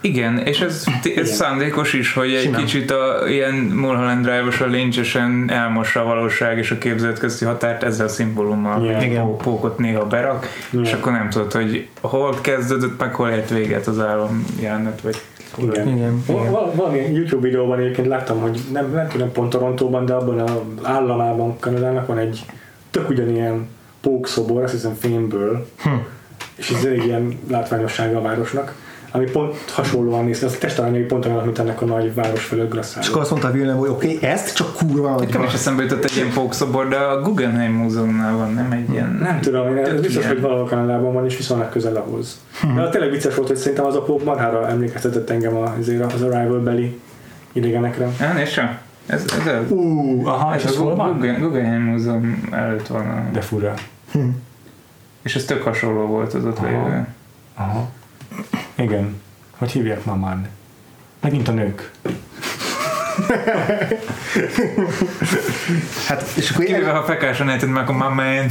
Igen, és ez szándékos is, hogy egy kicsit ilyen Mulholland Drive-os, a Lynch-esen elmossa a valóság és a képzelet közti határt ezzel a szimbólummal, hogy pókot néha berak, és akkor nem tudod, hogy hol kezdődött, meg hol ért véget az állam jelenet, vagy igen. Valami YouTube videóban egyébként láttam, hogy nem tudom pont Torontóban, de abban az államában Kanadának van egy tök ugyanilyen pókszobor, azt hiszem fémből, és ez elég ilyen látványossága a városnak, ami pont hasonlóan néz, az testalányai pont olyan, mint ennek a nagy város fölött grasszáló. És akkor azt mondta a Villeneuve, hogy oké, ezt csak kurva nagy. Nekem is eszembe jutott egy ilyen pókszobor, de a Guggenheim Múzeumnál van, nem egy ilyen... Nem tudom, ez biztos, hogy valahol Kanadában van, és viszonylag közel ahhoz. De tényleg vicces volt, hogy szerintem az a pók marhára emlékeztetett engem az Arrival-beli idegenekre. És sem? Ez ez hol van? Guggenheim Múzeum előtt van. De fura. És ez tök hasonló volt az ott lévő. Aha. Igen. Hogy hívják mamán? Megint a nők. Hát, és akkor kivéve, ha fekásan ejted meg a mamán.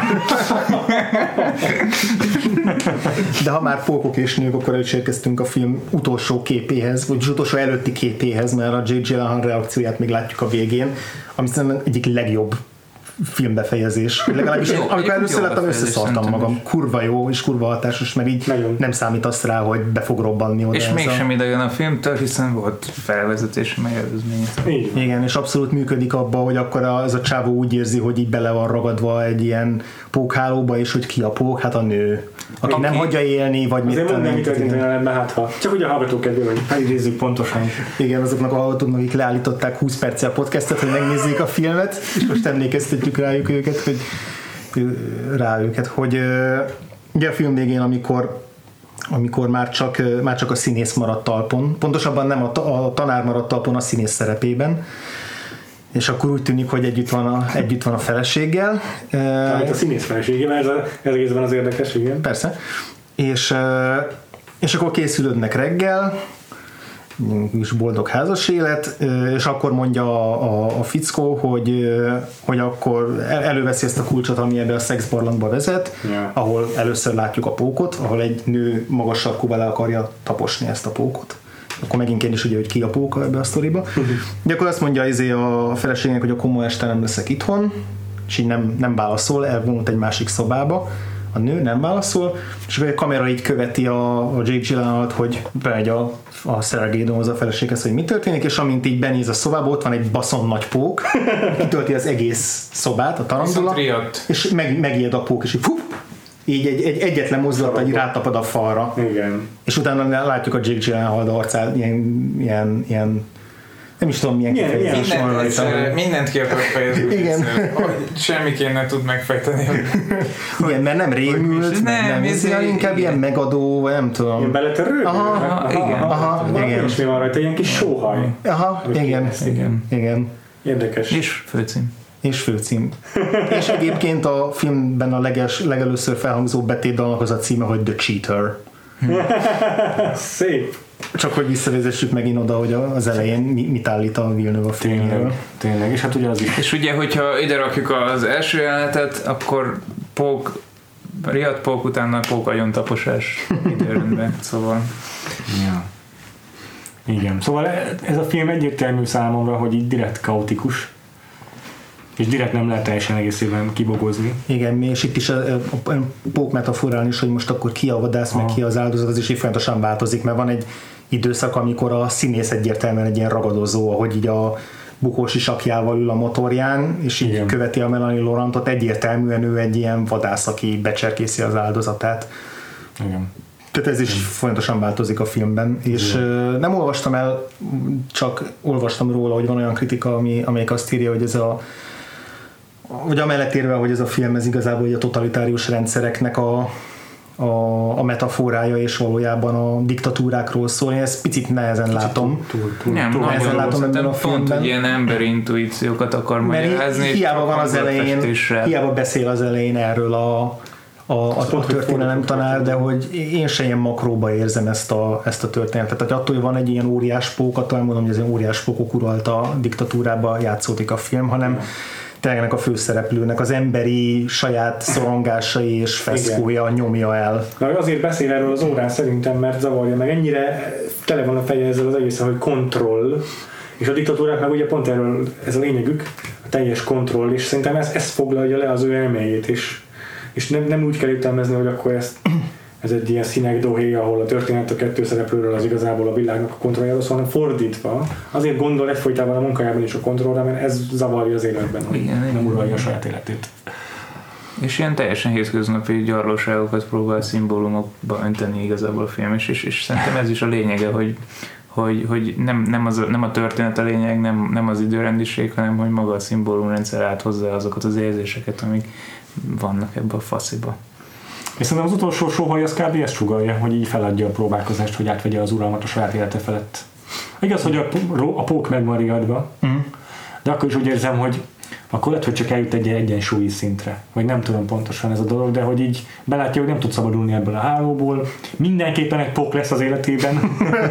De ha már pókok és nők, akkor el is érkeztünk a film utolsó képéhez, vagy utolsó előtti képéhez, mert a Jake Gyllenhaal reakcióját még látjuk a végén, ami szerintem egyik legjobb filmbefejezés. Legalábbis amikor először láttam, összeszartam magam. Kurva jó és kurva hatásos, mert így nem számítasz rá, hogy be fog robbanni oda. És mégsem ide jön a filmtől, hiszen volt felvezetés, meg előzmény. Igen, és abszolút működik abba, hogy akkor ez a csávó úgy érzi, hogy így bele van ragadva egy ilyen pókhálóba, és hogy ki a pók? Hát a nő. Aki nem hagyja élni, vagy mit tenni. Azért mondom, hogy hát ha. Csak ugye a hallgatók kedvével, hogy felidézzük pontosan. Igen, azoknak a hallgatóknak, akik leállították 20 perccel a podcastet, hogy megnézzék a filmet, és most emlékeztetjük rájuk őket, hogy ugye a film végén, amikor már csak a színész maradt talpon, pontosabban nem a tanár maradt talpon a színész szerepében, és akkor úgy tűnik, hogy együtt van a feleséggel. A színész feleségével, ez egészben az érdekes, igen. Persze. És akkor készülődnek reggel, és boldog házas élet, és akkor mondja a fickó, hogy akkor előveszi ezt a kulcsot, ami ebbe a szexbarlangba vezet, ahol először látjuk a pókot, ahol egy nő magas sarkúval el akarja taposni ezt a pókot. Akkor megint kérdés, ugye, hogy ki a póka ebbe a sztoriba. De akkor azt mondja a feleségnek, hogy akkor ma este nem leszek itthon, és így nem válaszol, elvonult egy másik szobába. A nő nem válaszol, és akkor a kamera így követi a Jake Gyllenhaalt, hogy bemegy a Sergei-hoz a feleséghez, hogy mi történik, és amint így benéz a szobába, ott van egy baszon nagy pók, kitölti az egész szobát, a tarandula, és megijed a pók, és így egy egyetlen mozdulat, hogy rátapad a falra. Igen. És utána látjuk a Jake Gyllenhaal arcát, ilyen nem is tudom milyen kifejezés van rajta. Mindent ki akar fejezni. Igen. Semmiként nem tud megfejteni. Igen, mert nem rémült, nem inkább ilyen megadó, vagy nem tudom. Ilyen beletörő? Igen. És mi van rajta? Ilyen kis sóhaj. Igen. Érdekes. És főcím. És egyébként a filmben a legelőször felhangzó betétdalnak az a címe, hogy The Cheater. Szép. Csak hogy visszavezessük megint oda, hogy az elején mit állít a Villeneuve a filmről. Tényleg, és hát ugye az is. És ugye, hogyha ide rakjuk az első jelenetet, akkor riadt pók, utána pók agyontaposás időrendben, szóval. Ja. Igen, szóval ez a film egyértelmű számomra, hogy így direkt kaotikus, és direkt nem lehet teljesen egészében kibogozni. Igen, és itt is a pók metaforán is, hogy most akkor ki a vadász, meg ki az áldozat, az is így folyamatosan változik, mert van egy időszak, amikor a színész egyértelműen egy ilyen ragadozó, ahogy így a bukós isakjával ül a motorján, és így követi a Melanie Laurentot, egyértelműen ő egy ilyen vadász, aki becserkészi az áldozatát. Igen. Tehát ez is folyamatosan változik a filmben, és nem olvastam el, csak olvastam róla, hogy van olyan kritika, amelyik azt írja, hogy hogy amellett érve, hogy ez a film ez igazából a totalitárius rendszereknek a metaforája, és valójában a diktatúrákról szól. Én ezt picit nehezen látom. Nehezen látom ebben a filmben. Pont, hogy ilyen emberi intuíciókat akar magyarázni. Hiába van az elején, hiába beszél az elején erről a történelem tanár, de hogy én se ilyen makróba érzem ezt a történetet. Tehát attól, hogy van egy ilyen óriás pók, attól mondom, hogy ez egy óriás pókok uralta diktatúrába játszódik a film, hanem tényleg a főszereplőnek az emberi saját szorongásai és feszkója nyomja el. Na, azért beszél erről az órán szerintem, mert zavarja meg. Ennyire tele van a feje ezzel az egészen, hogy kontroll, és a diktatúrák meg ugye pont erről ez a lényegük, a teljes kontroll, és szerintem ez foglalja le az ő elméjét, és nem úgy kell értelmezni, hogy akkor ez egy ilyen színek dohé, ahol a történet a kettő szereplőről az igazából a világnak a kontrolljáról, hanem fordítva. Azért gondol egyfolytában a munkájában is a kontrollra, mert ez zavarja az életben, hogy nem uralja a saját életét. És ilyen teljesen hétköznapi gyarlóságokat próbál szimbólumokba önteni igazából a film, és szerintem ez is a lényege, hogy nem a történet a lényeg, nem az időrendiség, hanem hogy maga a szimbólumrendszer áthozza azokat az érzéseket, amik vannak ebbe a fasziba. És szerintem az utolsó sóhaj az kb. Ezt sugallja, hogy így feladja a próbálkozást, hogy átvegye az uralmat a saját élete felett. Igaz, hogy a pók meg van riadva, de akkor is úgy érzem, hogy akkor lehet, hogy csak eljut egy egyensúlyi szintre, vagy nem tudom pontosan ez a dolog, de hogy így belátja, hogy nem tud szabadulni ebből a hálóból, mindenképpen egy pók lesz az életében.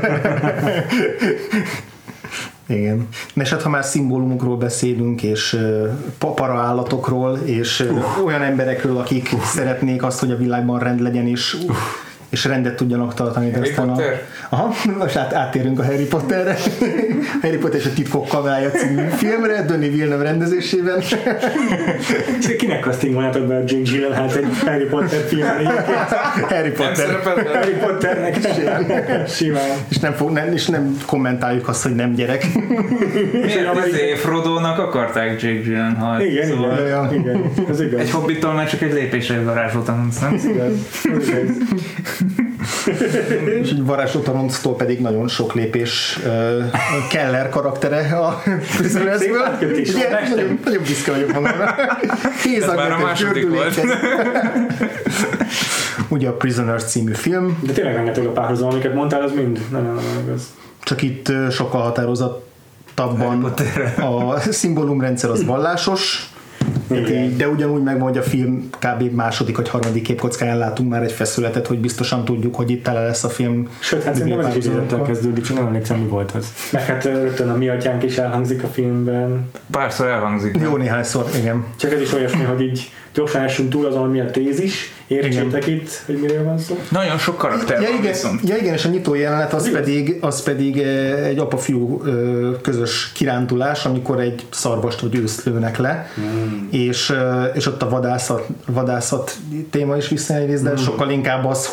Igen. És hát ha már szimbólumokról beszélünk, és paraállatokról, és olyan emberekről, akik szeretnék azt, hogy a világban rend legyen, és rendet tudjanak tartani. Harry Potter? Aha, most áttérünk a Harry Potterre. Harry Potter és a Titkok Kamerája című filmre, Denis Villeneuve rendezésében. Kinek castingolnátok be a Jake Gyllenhaal egy Harry Potter filmre? Harry Potternek simán. És nem kommentáljuk azt, hogy nem gyerek. Miért Frodónak akarták Jake Gyllenhaal? Igen, szóval igen. Ez igaz. Egy Hobbittól már csak egy lépésre varázsoltam, nem? És egy varázslótanonctól pedig nagyon sok lépés Keller karaktere a Prisonersből. Nagyon büszke vagyok magamra. Ez már a második volt. Ugye a Prisoners című film. De tényleg rengeteg a párhuzam, amiket mondtál, az mind nem igaz. Csak itt sokkal határozottabban a szimbólumrendszer az vallásos, de ugyanúgy megvan, hogy a film kb. Második vagy harmadik képkockáján látunk már egy feszületet, hogy biztosan tudjuk, hogy itt tele lesz a film. Sőt, hát szerintem ez is idézettel kezdődik, csak nem emlékszem, mi volt az. Meg hát rögtön a mi atyánk is elhangzik a filmben. Párszor elhangzik. Jó néhányszor, igen. Csak ez is olyasmi, hogy így gyorsan essünk túl azon, mi a tézis, értsétek itt, hogy miről van szó. Nagyon sok karakter van viszont. Ja igen, és a nyitó jelenet az pedig egy apa-fiú közös kirándulás, amikor egy szarvast vagy őszt lőnek le, és ott a vadászat téma is visszanéz, de sokkal inkább az,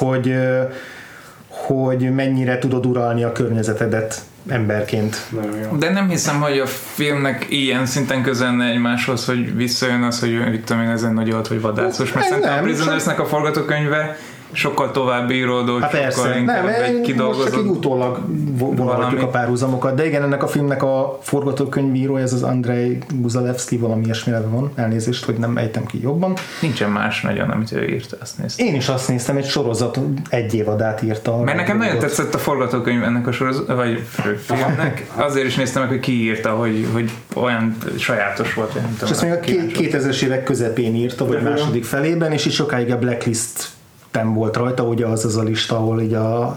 hogy mennyire tudod uralni a környezetedet emberként. De nem hiszem, hogy a filmnek ilyen szinten közelne egymáshoz, hogy visszajön az, hogy mit tudom én, ezen nagy alt, vagy vadászos, mert szerintem a Prisonersnek a forgatókönyve sokkal tovább íródó, sokkal inkább egy kidolgozott. Most csak így utólag vonatjuk a párhuzamokat, de igen, ennek a filmnek a forgatókönyvírója, ez az Andrei Guzalevski, valami ilyesmire van, elnézést, hogy nem ejtem ki jobban. Nincsen más nagyon, amit ő írta, azt néztem. Én is azt néztem, egy sorozat egy évadát írta. Mert nekem nagyon tetszett a forgatókönyv ennek a sorozat, vagy filmnek, azért is néztem meg, hogy ki írta, hogy olyan sajátos volt. És ezt még a 2000-es évek közepén írta, vagy második felében, és is sokáig a Blacklist volt rajta, ugye az a lista, ahol így a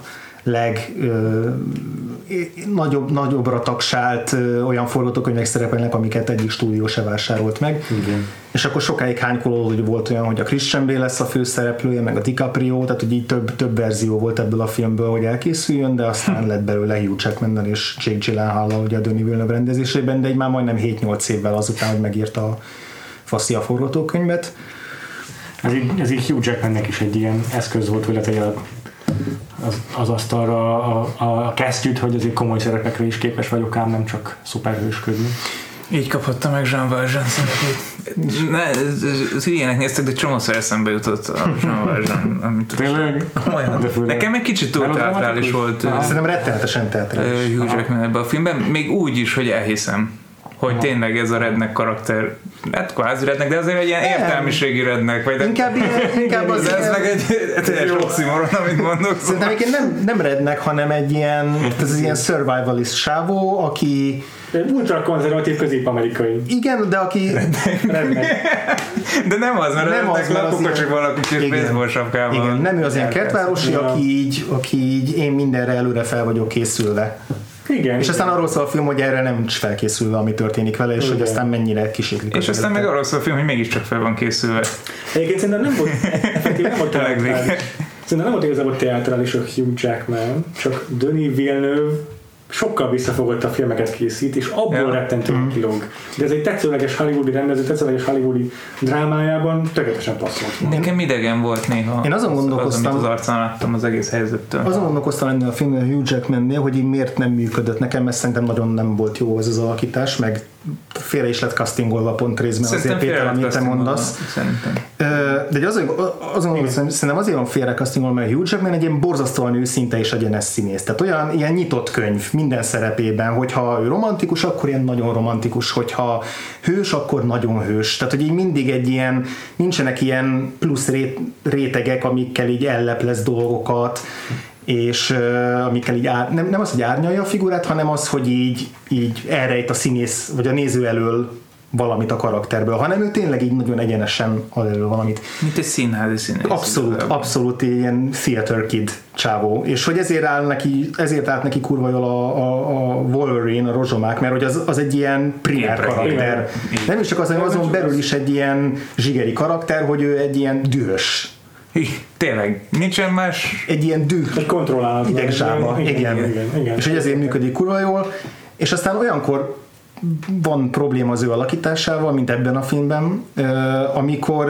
nagyobbra tagsált olyan forgatókönyvek szerepelnek, amiket egyik stúdió se vásárolt meg. Igen. És akkor sokáig hánykolódott, hogy volt olyan, hogy a Christian Bale lesz a főszereplője, meg a DiCaprio, tehát hogy így több verzió volt ebből a filmből, hogy elkészüljön, de aztán lett belőle Hugh Jackman és Jake Gyllenhaal ugye a Denis Villeneuve rendezésében, de így már majdnem 7-8 évvel azután, hogy megírta a faszi a forgatókönyvet. Ez így Hugh Jackmannek is egy ilyen eszköz volt, hogy letegye az asztalra a kesztyűt, hogy azért komoly szerepekre is képes vagyok, ám nem csak szuperhősködni. Így kaphatta meg Jean Valjean szerepét. Ne, ez ilyenek néztek, de csomószor eszembe jutott a Jean Valjean. Tényleg? Nekem egy kicsit túl teátrális volt. Szerintem rettenetesen teátrális. Hugh Jackman ebben a filmben, még úgy is, hogy elhiszem, hogy tényleg ez a redneck karakter, hát kvázi redneck, de azért egy ilyen értelmiségi redneck, vagy inkább az ez meg egy teljes oxymoron, amit mondok. Szerintem egyébként nem redneck, hanem egy ilyen survivalist sávó, aki ultrakonzervatív közép-amerikai. Igen, de aki de nem az, mert redneck lapokocsival lakik és baseball sapkával. Igen, nem ő az ilyen kertvárosi, aki így én mindenre előre fel vagyok készülve. Igen. És aztán arról szól a film, hogy erre nem felkészülve, ami történik vele, és igen. hogy aztán mennyire kísérlik. És aztán meg arról szól a film, hogy mégiscsak fel van készülve. Egyébként szerintem nem volt, effektív nem volt teátrális. Szerintem nem volt igazából teátrális a Hugh Jackman, csak Denis Villeneuve sokkal visszafogott a filmeket készít, és abból rettentően kilóg. De ez egy tetszőleges hollywoodi rendező, tetszőleges hollywoodi drámájában tökéletesen passzolt. Nekem idegen volt néha. Én azon gondolkoztam, amit az arcán láttam az egész helyzettől. Azon gondolkoztam ennél a filmnél, a Hugh Jackmannél, hogy így miért nem működött nekem, mert szerintem nagyon nem volt jó ez az alakítás, meg félre is lett castingolva pont részben azért, Péter, amit te mondasz. De azon gondolkoztam, szerintem azért van félre castingolva, mert Hugh Jackman egy ilyen borzasztóan őszinte és egyenes színész. Tehát olyan ilyen nyitott könyv minden szerepében, hogyha ő romantikus, akkor ilyen nagyon romantikus, hogyha hős, akkor nagyon hős. Tehát, hogy így mindig egy ilyen, nincsenek ilyen plusz rétegek, amikkel így elleplez dolgokat, és amikkel így nem az, hogy árnyalja a figurát, hanem az, hogy így elrejt a színész, vagy a néző elől valamit a karakterből, hanem ő tényleg így nagyon egyenesen ad elő valamit. Mint egy színházi színész. Abszolút ilyen theater kid csávó. És hogy ezért állt neki kurva jól a Wolverine, a rozsomák, mert hogy az egy ilyen primer karakter. Nem is csak az, hanem azon belül is egy ilyen zsigeri karakter, hogy ő egy ilyen dühös. Tényleg, nincsen más. Egy ilyen idegzsába. Igen. És hogy ezért működik kurva jól. És aztán olyankor van probléma az ő alakításával, mint ebben a filmben, amikor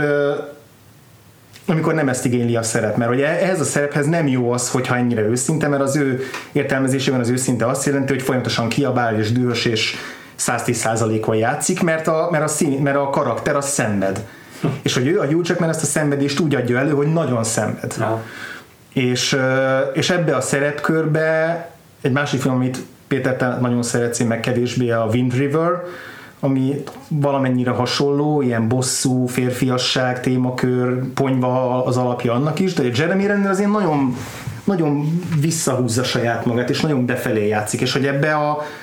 nem ezt igényli a szerep, mert ugye ehhez a szerephez nem jó az, hogyha ennyire őszinte, mert az ő értelmezésében az őszinte azt jelenti, hogy folyamatosan kiabál és dühös és 110%-on játszik, mert a karakter az szenved. És hogy ő, a Hugh Jackman ezt a szenvedést úgy adja elő, hogy nagyon szenved. Ja. És ebbe a szerepkörbe egy másik film, amit Péter, te nagyon szeretsz, én meg kevésbé, a Wind River, ami valamennyire hasonló, ilyen bosszú, férfiasság, témakör, ponyva az alapja annak is, de a Jeremy Renner azért nagyon, nagyon visszahúzza saját magát, és nagyon befelé játszik, és hogy ebbe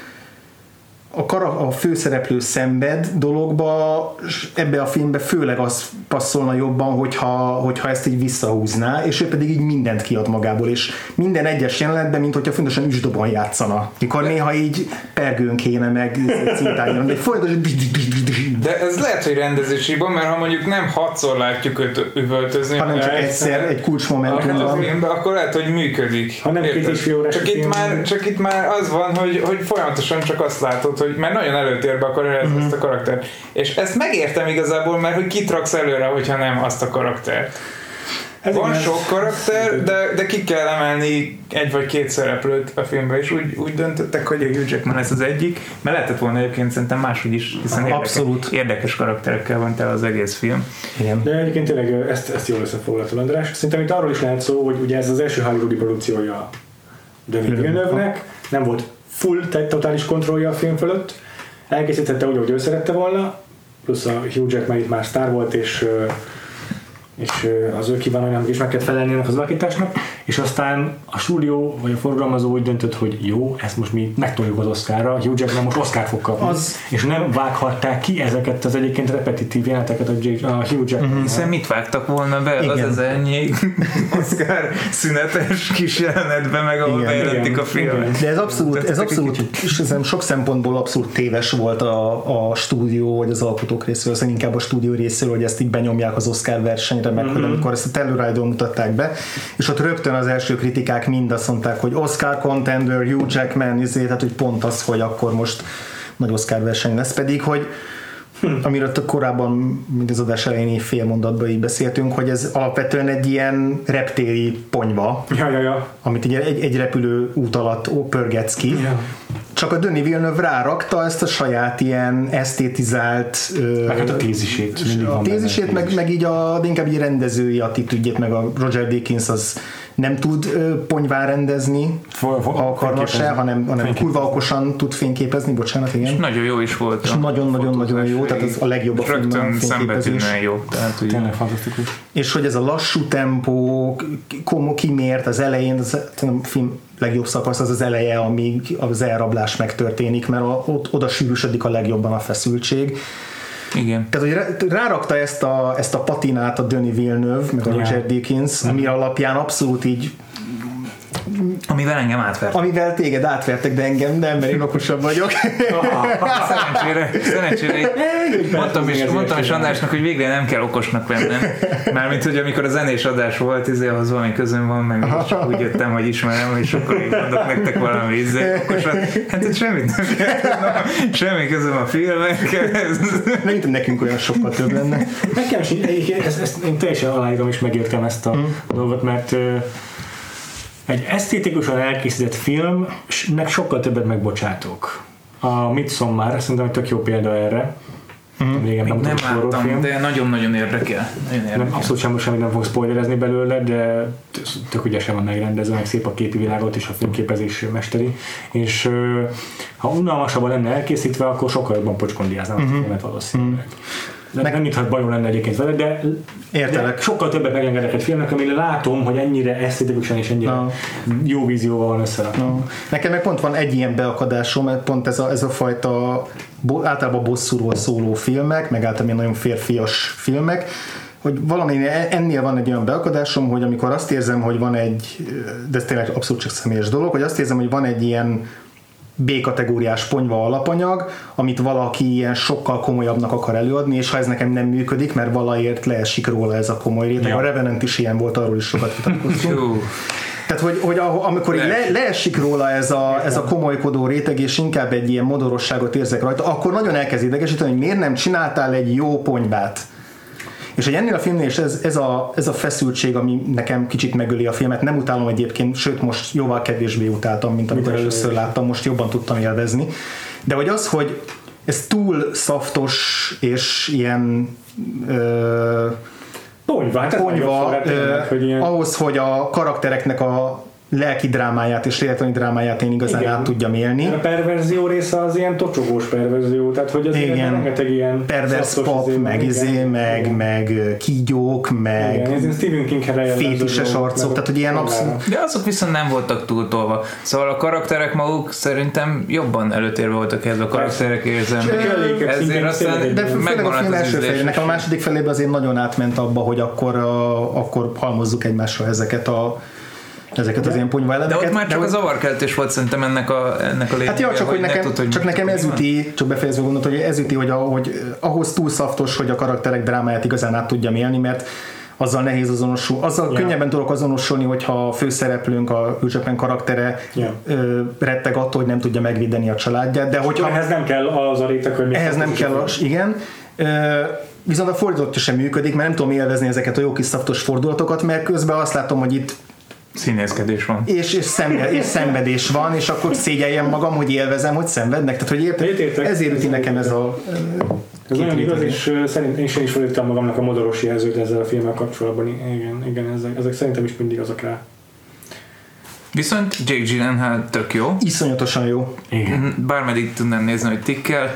a főszereplő szenved dologba, ebbe a filmbe főleg az passzolna jobban, hogyha ezt így visszahúzná, és ő pedig így mindent kiad magából, és minden egyes jelenetben, mint hogyha fontosan üsdobon játszana. Mikor néha így pergőn kéne meg cintáljon, de folyamatosan. De ez lehet, hogy rendezésiban, mert ha mondjuk nem 6-szor látjuk őt üvöltözni, hanem csak egyszer, egy kulcsmomentumban, akkor lehet, hogy működik. Ha nem 2,5 órás csak itt már az van, hogy folyamatosan csak azt látod, hogy mert nagyon előtérbe akar helyezni ezt a karaktert. És ezt megértem igazából, mert hogy kit raksz előre, hogyha nem azt a karaktert. Van sok karakter, de ki kell emelni egy vagy két szereplőt a filmben, és úgy döntöttek, hogy a Hugh Jackman lesz az egyik, mert lehetett volna egyébként szerintem máshogy is, hiszen érdekes karakterekkel van tele az egész film. Igen. De egyébként tényleg ezt jól összefoglaltad, András. Szerintem itt arról is lehet szó, hogy ugye ez az első hollywoodi produkciója Denis Villeneuve-nek, nem volt full, totális kontrollja a film fölött, elkészítette úgy, ahogy ő szerette volna, plusz a Hugh Jackman itt már sztár volt, és az ő kívánalmának is meg kellett felelni az alakításnak, és aztán a stúdió vagy a forgalmazó úgy döntött, hogy jó, ezt most mi megtoljuk az Oscarra, Hugh Jackman most Oscar fog kapni. És nem vághatták ki ezeket az egyébként repetitív jeleneteket a Hugh Jackman. Hiszen mit vágtak volna be? Igen. Az ennyi Oscar szünetes kis jelenetbe, meg ahol bejelentik a filmet. De ez abszolút és sok szempontból abszolút téves volt a stúdió, vagy az alkotók részéről, az inkább a stúdió részéről, hogy ezt így benyomják az Oscar versenyre, meg hogy amikor ezt a Telluride-on mutatták be, és ott rögtön az első kritikák mind azt mondták, hogy Oscar contender, Hugh Jackman, tehát hogy pont az, hogy akkor most nagy Oscar verseny lesz, pedig, hogy amiről korábban, mint az adás elején fél mondatban így beszéltünk, hogy ez alapvetően egy ilyen reptéri ponyva, amit egy repülő út alatt pörgetsz ki. Ja. Csak a Denis Villeneuve rárakta ezt a saját ilyen esztétizált meg hát a tézisét. A tézisét, meg így inkább így rendezői attitűdjét, meg a Roger Deakins az nem tud ponyván rendezni, ha akarna se, hanem kurva okosan tud fényképezni, bocsánat, igen. És nagyon jó is volt. És nagyon-nagyon jó, tehát az a legjobb a filmben fényképezés. Jó. Tényleg fantasztikus. És hogy ez a lassú tempó, kimért az elején, a film legjobb szakasz az eleje, amíg az elrablás megtörténik, mert oda sűrűsödik a legjobban a feszültség. Igen. Tehát, hogy rárakta ezt a patinát a Denis Villeneuve, meg a Roger Deakins, ami alapján abszolút így Amivel engem átvert. Amivel téged átvertek, de engem nem, mert én okosabb vagyok. Szerencsére mondtam is Andrásnak, hogy végre nem kell okosnak lennem. Mármint, hogy amikor a zenés adás volt, ahhoz valami közön van, meg csak úgy jöttem, hogy ismerem, és akkor én mondok nektek valami okosan. Hát itt semmit nem kell. Semmi közöm a filmekhez. Nem nekünk olyan sokkal több lenne. Nekem is, ezt én teljesen aláírom és megértem ezt a dolgot, mert egy esztétikusan elkészített filmnek sokkal többet megbocsátok. A Midsommar szerintem egy tök jó példa erre. Régen nem láttam, de nagyon-nagyon érdekel. Abszolút semmit nem fog spoilerezni belőle, de tök ügyesen van megrendezve, meg szép a képi világot és a filmképezés mesteri, és ha unalmasabban lenne elkészítve, akkor sokkal jobban pocskondiáznak a filmet valószínűleg. Nem mintha bajom lenne egyébként vele, de sokkal többet megengedek egy filmnek, amire látom, hogy ennyire esztétikusan és ennyire jó vízióval van összerakva. Nekem meg pont van egy ilyen beakadásom, mert pont ez a fajta általában bosszúról szóló filmek, meg általában nagyon férfias filmek, hogy valami ennél van egy olyan beakadásom, hogy amikor azt érzem, hogy van egy, de ez tényleg abszolút csak személyes dolog, hogy azt érzem, hogy van egy ilyen B-kategóriás ponyva alapanyag, amit valaki ilyen sokkal komolyabbnak akar előadni, és ha ez nekem nem működik, mert valaért leesik róla ez a komoly réteg. Ja. A Revenant is ilyen volt, arról is sokat vitatkoztunk. Tehát, hogy amikor leesik róla ez a komolykodó réteg, és inkább egy ilyen modorosságot érzek rajta, akkor nagyon elkezd idegesíteni, hogy miért nem csináltál egy jó ponyvát. És hogy ennél a filmnél is ez a feszültség, ami nekem kicsit megöli a filmet, nem utálom egyébként, sőt most jóval kevésbé utáltam, mint amikor először láttam, most jobban tudtam élvezni. De hogy az, hogy ez túl szaftos és ilyen ponyva, ahhoz, hogy a karaktereknek a lelki drámáját és lélektani drámáját én igazán át tudjam élni. A perverzió része az ilyen tocsogós perverzió, tehát hogy az rengeteg ilyen pervers pop, meg kígyók, meg fétises arcok, tehát hogy ilyen abszolút... De azok viszont nem voltak túltolva. Szóval a karakterek maguk szerintem jobban előtérve voltak ez a karakterek érzelmek. Ezért aztán de főleg a film első felé, nekem a második felében azért nagyon átment abba, hogy akkor halmozzuk egymásra ezeket az ilyen ponyva elemeket. De ott már csak a zavarkeltés volt szerintem ennek a lényege. Hát jó, csak nekem ez üti, csak befejezve gondolt, hogy ez üti, hogy ahhoz túl szaftos, hogy a karakterek drámáját igazán át tudjam élni, mert azzal nehéz azonosulni. Azzal könnyebben tudok azonosulni, hogyha a főszereplőnk, a Hugh karaktere retteg attól, hogy nem tudja megvédeni a családját. De hogyha ehhez nem kell az a réteg, hogy ehhez nem kell, igen. Viszont a fordulat sem működik, mert nem tudom élvezni ezeket a jó kis szaftos fordulatokat, mert közben azt látom, hogy itt színészkedés van. És szenvedés van, és akkor szégyeljem magam, hogy élvezem, hogy szenvednek. Tehát, hogy értek, ezért üti nekem ez a... Ez nagyon igaz, és én is fordítottam magamnak a modoros jelzőt ezzel a filmmel kapcsolatban. Igen, ezek szerintem is mindig azok rá. Viszont Jake Gyllenhaal tök jó. Iszonyatosan jó. Igen. Bármeddig tudnám nézni, hogy tikkel.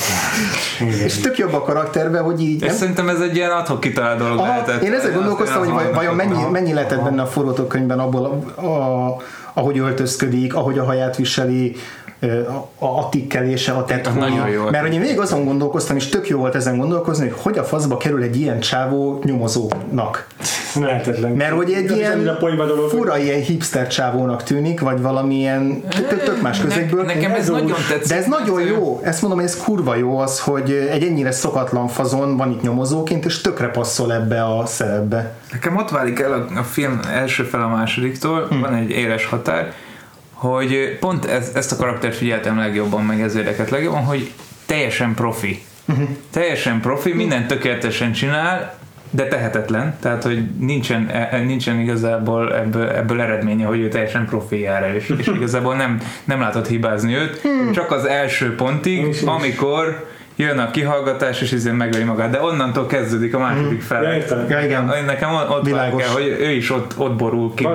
És tök jobb a karakterben, hogy így... És szerintem ez egy ilyen adhok kitalált dolog lehetett. Én ezzel gondolkoztam, hogy vajon mennyi lehetett benne a forgatókönyvben abból, ahogy öltözködik, ahogy a haját viseli, a tikkelése, a tetkója. Mert hogy én még azon gondolkoztam, és tök jó volt ezen gondolkozni, hogy a faszba kerül egy ilyen csávó nyomozónak. Lehetetlen. Mert hogy egy ilyen fura, ilyen hipster csávónak tűnik, vagy valamilyen tök más közegből. Nekem ez nagyon tetszik. De ez nagyon jó. Ezt mondom, ez kurva jó az, hogy egy ennyire szokatlan fazon van itt nyomozóként, és tökre passzol ebbe a szerepbe. Nekem ott válik el a film első fel a másodiktól, van egy éles határ, hogy pont ezt a karaktert figyeltem legjobban, meg ez érdekelt legjobban, hogy teljesen profi. Teljesen profi, mindent tökéletesen csinál, de tehetetlen, tehát hogy nincsen igazából ebből eredménye, hogy ő teljesen profi jár el, és igazából nem látod hibázni őt, csak az első pontig, amikor jön a kihallgatás, és izén megöli magát, de onnantól kezdődik a második fel. Nekem ott válik el, hogy ő is ott borul ki.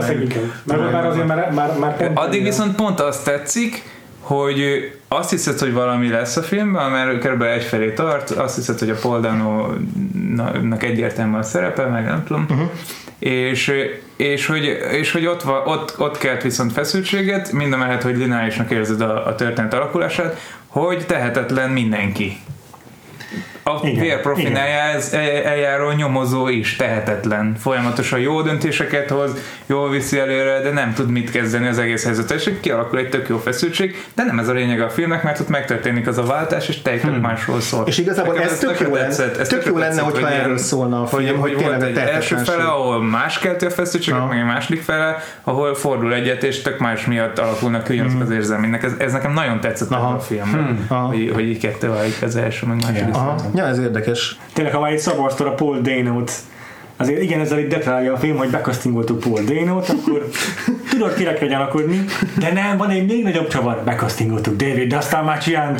Addig viszont pont azt tetszik, hogy azt hiszed, hogy valami lesz a filmben, mert körülbelül egyfelé tart, azt hiszed, hogy a Paul Dano-nak egyértelmű a szerepe, meg nem tudom, és hogy ott kelt viszont feszültséget, mindamellett, hogy lineárisnak érzed a történet alakulását, hogy tehetetlen mindenki. a vérprofinája eljáró nyomozó is tehetetlen. Folyamatosan jó döntéseket hoz, jól viszi előre, de nem tud mit kezdeni az egész helyzetet, és kialakul egy tök jó feszültség, de nem ez a lényeg a filmnek, mert ott megtörténik az a váltás, és teljesen másról szól. És igazából ez tök jó lenne, hogyha erről szólna a film, hogy volt egy első fele, ahol más kelti a feszültséget, meg egy második fele, ahol fordul egyet, és tök más miatt alakulnak ki az érzelmének. Ez nekem nagyon tetszett a film, hogy így kettő válik az első, meg második. Ja, ez érdekes. Tényleg, ha már itt szabasztod a Paul Dano-t, azért igen, ezzel itt deprálja a film, hogy bekasztingoltuk Paul Dano-t, akkor tudod, kire kell gyanakodni, de nem, van egy még nagyobb csavar, bekasztingoltuk David Dastmalchiant.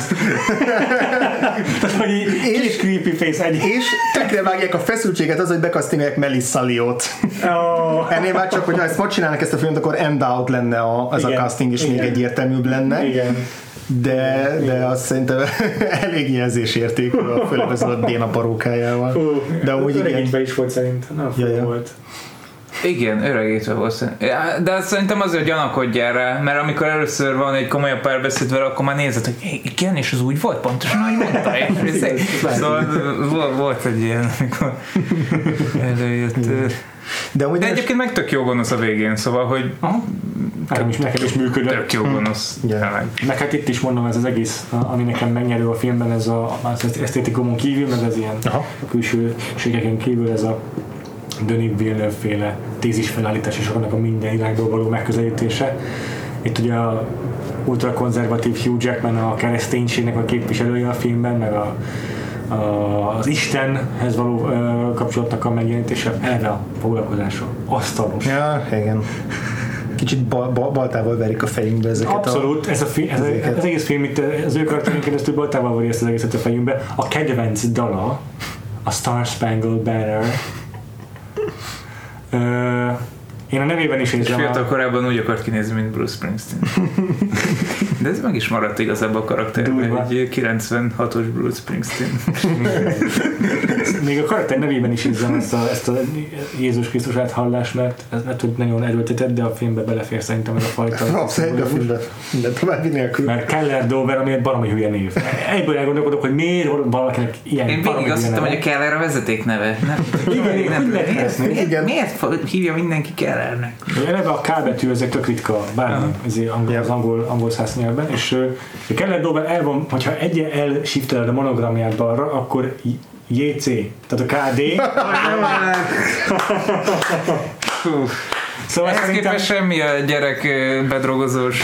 Tehát, hogy két creepy face egy. És tökre vágják a feszültséget az, hogy bekasztingolják Melissa Leo-t. Ennél már csak, hogyha ezt csinálnak ezt a filmet, akkor end out lenne az a casting, és még egyértelműbb lenne. Igen. De azt szerintem elég jelzésértékű, főleg az a béna parókájával. De amúgy öregítve is volt szerintem. Volt. Igen, öregítve volt. De azt szerintem azért gyanakodjál rá, mert amikor először van egy komolyabb párbeszéd vele, akkor már nézed, hogy igen, és az úgy volt, pontosan ahogy mondta. Szóval volt egy ilyen, amikor előjött. De egyébként meg tök jó gonosz a végén, szóval, hogy nekem is működött. Tök jó gonosz. Meg hát itt is mondom, ez az egész, ami nekem megnyerő a filmben, ez az esztétikumon kívül, meg az ilyen a külsőségeken kívül, ez a Denis Villeneuve-féle tézisfelállítás és annak a minden irányból való megközelítése. Itt ugye a ultrakonzervatív Hugh Jackman a kereszténységnek a képviselője a filmben, meg az Istenhez való kapcsolatnak a megjelenítése, eleve a foglalkozása asztalos. Ja, igen. Kicsit baltával verik a fejünkbe ezeket. Abszolút, ez az egész film itt az ő karakterén keresztül baltával varja ezt az egészet a fejünkbe. A kedvenc dala, a Star Spangled Banner. Én a nevében is érzem. És fiatal korában úgy akart kinézni, mint Bruce Springsteen. De ez meg is maradt igazából a karakterben, egy 96-os Bruce Springsteen. Még a karakter nevében is érzem ezt a Jézus Krisztus áthallást, mert ez lehet, hogy nagyon erőltetett, de a filmbe belefér szerintem ez a fajta. Abszolút a filmbe, de további nélkül. Mert Keller Dover, ami egy baromi hülye név. Egyből elgondolkodok, hogy miért valakinek ilyen én végig azt hittem, hogy a Keller a vezetékneve. Miért hívja mindenki Kellernek? Eleve a K betű, ezek tök ritka bármi az angol száz nyelvben, és a Keller Dover el van, hogyha egy el-shifteled a monogramját balra, akkor JC, tehát a KD. Szóval ehhez képest semmi a gyerek bedrogozós.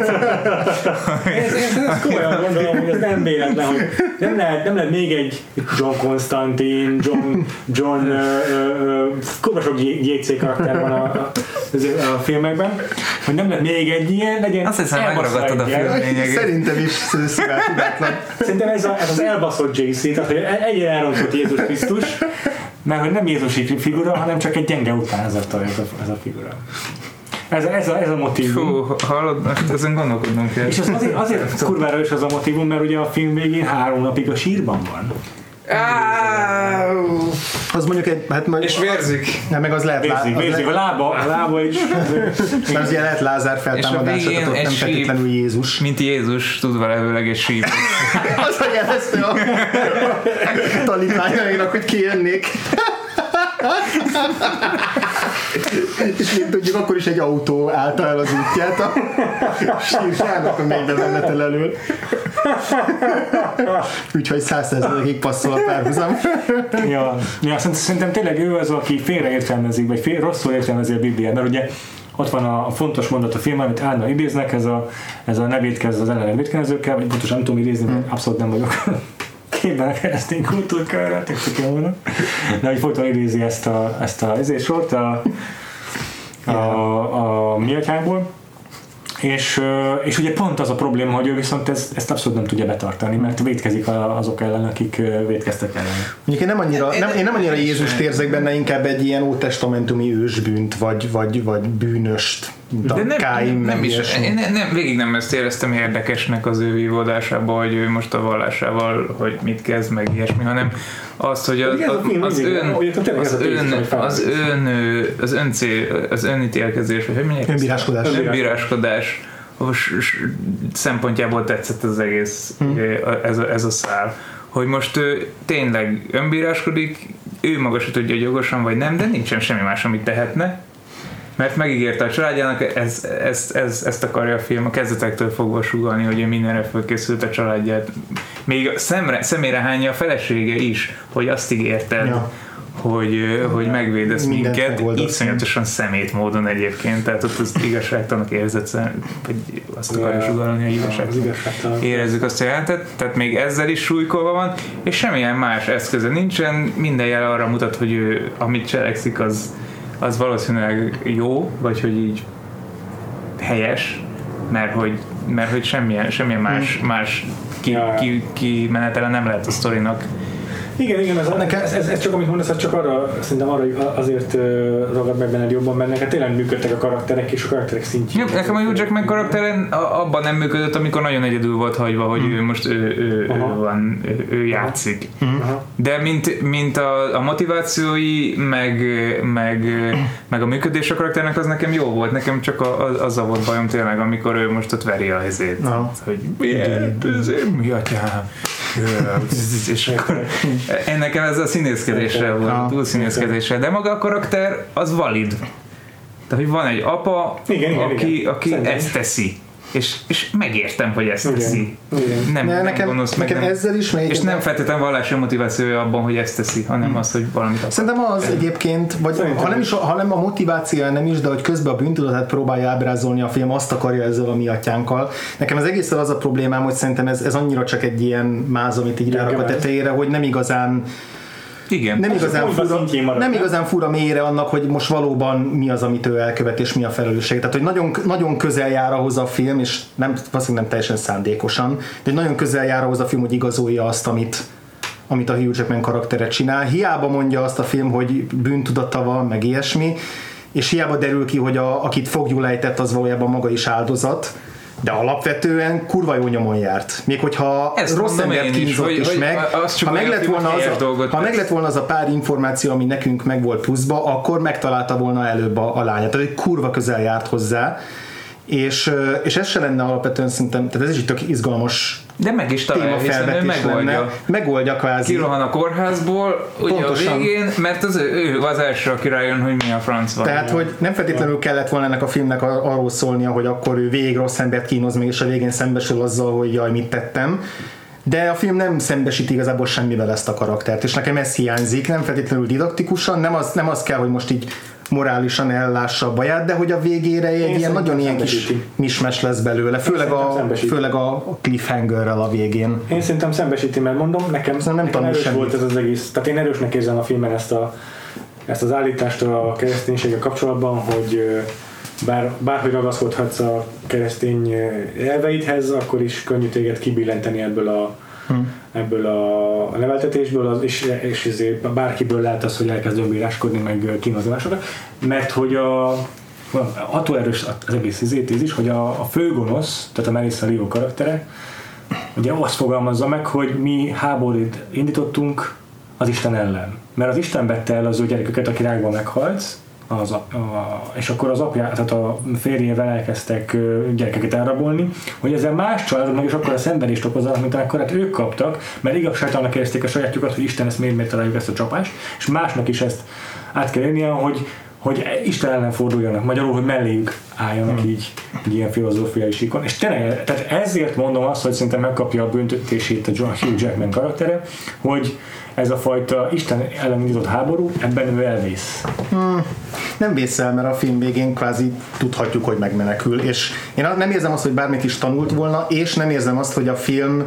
Ez komolyan gondolom, hogy ez nem véletlen, hogy nem lehet még egy John Constantine, John kurva sok JC karakter van a filmekben, hogy nem lehet még egy ilyen, legyen. Azt hiszem, megragadtad a film lényegét. Szerintem is szívátudátlan. Szerintem ez az elbaszott JC, tehát hogy egy elrontott Jézus Krisztus, mert hogy nem Jézusi figura, hanem csak egy gyenge utánzattal ez a figura. Ez a motívum. Fú, hallod, ezen gondolkodnom kell. És azért kurvára is az a motívum, mert ugye a film végén 3 napig a sírban van. Az mondjuk egy... Hát és vérzik. Nem, meg az lehet... Vérzik. A lába is. Mert az ugye lehet Lázár feltámadása, tehát ott nem feltétlenül Jézus. Mint Jézus, tud velevőleg és síp. Az a jelezte a tanítványainak, hogy kijönnék. És mint tudjuk, akkor is egy autó állta el az útját a sírjának a mennybemenetel elől. Úgyhogy 100%-ig passzol a párhuzam. Ja, szerintem tényleg ő az, aki félreértelmezik, vagy rosszul értelmezi a Bibliát, mert ugye ott van a fontos mondat a filmben, amit állandóan idéznek, ez a ne vétkezz az ellen vétkezőkkel, vagy pontosan nem tudom idézni, mert abszolút nem vagyok képben a keresztény kultúrkörrel, tök jó mondom. De hogy folyton idézi ezt a sort a mi atyánkból. És ugye pont az a probléma, hogy ő viszont ezt abszolút nem tudja betartani, mert vétkezik azok ellen, akik vétkeztek ellen. Mondjuk én nem annyira Jézust érzek benne, inkább egy ilyen ótestamentumi ősbűnt, vagy bűnöst, mint a Káin, nem is. Én végig nem ezt éreztem érdekesnek az ő vívódásában, hogy ő most a vallásával, hogy mit kezd, meg ilyesmi, hanem azt, hogy az önítélkezés, vagy hogy mondják? Önbíráskodás szempontjából tetszett az egész ez a szál, hogy most ő tényleg önbíráskodik, ő maga se tudja, hogy jogosan vagy nem, de nincsen semmi más, amit tehetne, mert megígérte a családjának, ezt akarja a film a kezdetektől fogva sugallni, hogy ő mindenre fölkészült a családját. Még szemére hányja a felesége is, hogy azt ígérted, hogy megvédesz minket, iszonyatosan szemét módon egyébként, tehát ott az igazságtalanok érzet, vagy azt akarja sugallani, hogy igazságtalanok érezzük azt a jelentet, tehát még ezzel is súlykolva van, és semmilyen más eszköze nincsen, minden jel arra mutat, hogy ő, amit cselekszik, az valószínűleg jó, vagy hogy így helyes, mert hogy semmilyen más kimenetele nem lehet a sztorinak. Igen, ez csak amit mondasz, csak szerintem arra azért ragad meg benned jobban, mert neked tényleg működtek a karakterek és a karakterek szintjén. Nekem a Hugh Jackman karakteren abban nem működött, amikor nagyon egyedül volt hagyva, hogy ő most ő játszik. De mint a motivációi, meg a működés a karakternek, az nekem jó volt. Nekem csak azzal volt bajom tényleg, amikor ő most ott veri a helyzét. Hogy mi atyám? És akkor nekem ez a színészkedésre volt, túl színészkedésre, de maga a karakter az valid. Tehát, hogy van egy apa, aki ezt teszi. És megértem, hogy ezt teszi. Nem gonosz meg. Nekem ezzel is és nem feltétlenül vallási motivációja abban, hogy ezt teszi, hanem az, hogy valamit akar. Szerintem az egyébként, vagy ha nem a motivációja nem is, de hogy közben a bűntudatát próbálja ábrázolni a film, azt akarja ezzel a mi atyánkkal. Nekem az egészen az a problémám, hogy szerintem ez annyira csak egy ilyen máz, amit így rárak a tetejére, hogy nem igazán igen. Nem igazán fura mélyre annak, hogy most valóban mi az, amit ő elkövet, és mi a felelősség. Tehát, hogy nagyon, nagyon közel jár ahhoz a film, és valószínűleg nem teljesen szándékosan, de nagyon közel jár ahhoz a film, hogy igazolja azt, amit a Hugh Jackman karaktere csinál. Hiába mondja azt a film, hogy bűntudata van, meg ilyesmi, és hiába derül ki, hogy akit foglyul ejtett, az valójában maga is áldozat, de alapvetően kurva jó nyomon járt. Még hogyha rossz embert kínzott is meg, ha meg lett volna az a pár információ, ami nekünk meg volt pluszba, akkor megtalálta volna előbb a lányát. Tehát egy kurva közel járt hozzá, és ez se lenne alapvetően szerintem, tehát ez is egy tök izgalmas de meg is találja, hiszen ő megoldja kvázi. Kirohan a kórházból ugye a végén, mert ő az első, aki rájön, hogy mi a franc van. Tehát, hogy nem feltétlenül kellett volna ennek a filmnek arról szólnia, hogy akkor ő végig rossz embert kínoz meg, és a végén szembesül azzal, hogy jaj, mit tettem. De a film nem szembesít igazából semmivel ezt a karaktert, és nekem ez hiányzik, nem feltétlenül didaktikusan, nem az kell, hogy most így morálisan ellássa a baját, de hogy a végére egy ilyen nagyon ilyen kis mismes lesz belőle, főleg a cliffhangerrel a végén. Én szerintem szembesíti, mert mondom, nekem erős semmit. Volt ez az egész, tehát én erősnek érzem a filmen ezt az állítást a kereszténységgel kapcsolatban, hogy bárhogy ragaszkodhatsz a keresztény elveidhez, akkor is könnyű téged kibillenteni ebből a neveltetésből, és ezért bárkiből lehet az, hogy elkezd önbíráskodni, meg kínozni másokat, mert hogy attól erős az egész tézis, hogy a főgonosz, tehát a Melissa Leo karaktere, ugye azt fogalmazza meg, hogy mi háborút indítottunk az Isten ellen. Mert az Isten vette el az ő gyerekeket, aki rákban meghalt, és akkor az apja, tehát a férjével elkezdtek gyerekeket elrabolni, hogy ezzel más családoknak is akkor a szenvedést okozzanak, mint amekkorát ők kaptak, mert igazságtalannak érezték a sajátjukat, hogy Isten ezt miért találjuk ezt a csapást, és másnak is ezt át kell érnie, hogy Isten ellen forduljanak, magyarul, hogy melléjük álljanak így ilyen filozófiai síkon. És tényleg, tehát ezért mondom azt, hogy szerintem megkapja a büntetését a Hugh Jackman karaktere, hogy ez a fajta Isten ellen indított háború, ebben ő elvész. Nem vész el, mert a film végén kvázi tudhatjuk, hogy megmenekül, és én nem érzem azt, hogy bármit is tanult volna, és nem érzem azt, hogy a film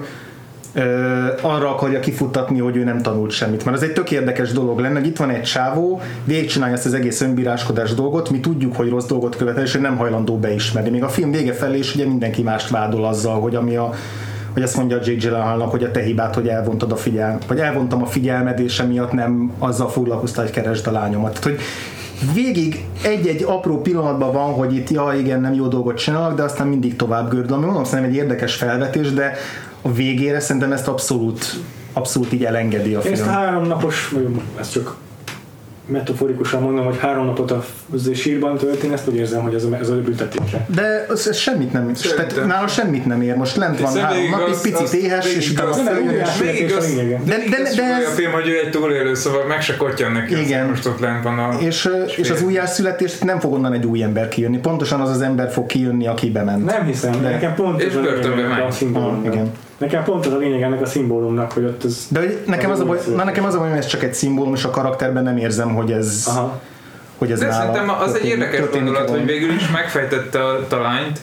arra akarja kifuttatni, hogy ő nem tanult semmit. Mert az egy tök érdekes dolog lenne, hogy itt van egy csávó, végigcsinálja ezt az egész önbíráskodás dolgot, mi tudjuk, hogy rossz dolgot követel, és ő nem hajlandó beismerni. Még a film vége felé is ugye mindenki mást vádol azzal, hogy hogy azt mondja Jake Gyllenhaalnak, hogy a te hibád, hogy elvontad a figyelmet, vagy elvontam a figyelmed, és emiatt nem azzal foglalkoztál, hogy keresd a lányomat. Tehát, hogy végig egy-egy apró pillanatban van, hogy itt igen, nem jó dolgot csinálnak, de aztán mindig tovább gördül. Ami mondom, szerintem egy érdekes felvetés, de a végére szerintem ezt abszolút így elengedi a film. Ezt 3 napos, ez csak metaforikusan mondom, hogy 3 napot a sírban töltén, ezt úgy érzem, hogy ez a büntetése. De ez semmit nem, nála semmit nem ér. Most lent van 3 napig, picit éhes, és utána följön. De a film, hogy ő egy túlélő, szóval meg se kottyan neki. Igen. Most ott lent van a... És az újjászületést nem fog onnan egy új ember kijönni. Pontosan az ember fog kijönni, aki bement. Nem hiszem, de nekem pont és börtönbe megy. Nekem pont az a lényeg ennek a szimbólumnak, hogy ott ez... De nekem az a baj, hogy ez csak egy szimbólum, és a karakterben nem érzem, hogy ez... Aha. Hogy ez de szerintem az egy érdekes gondolat, hogy végül is megfejtette a talányt,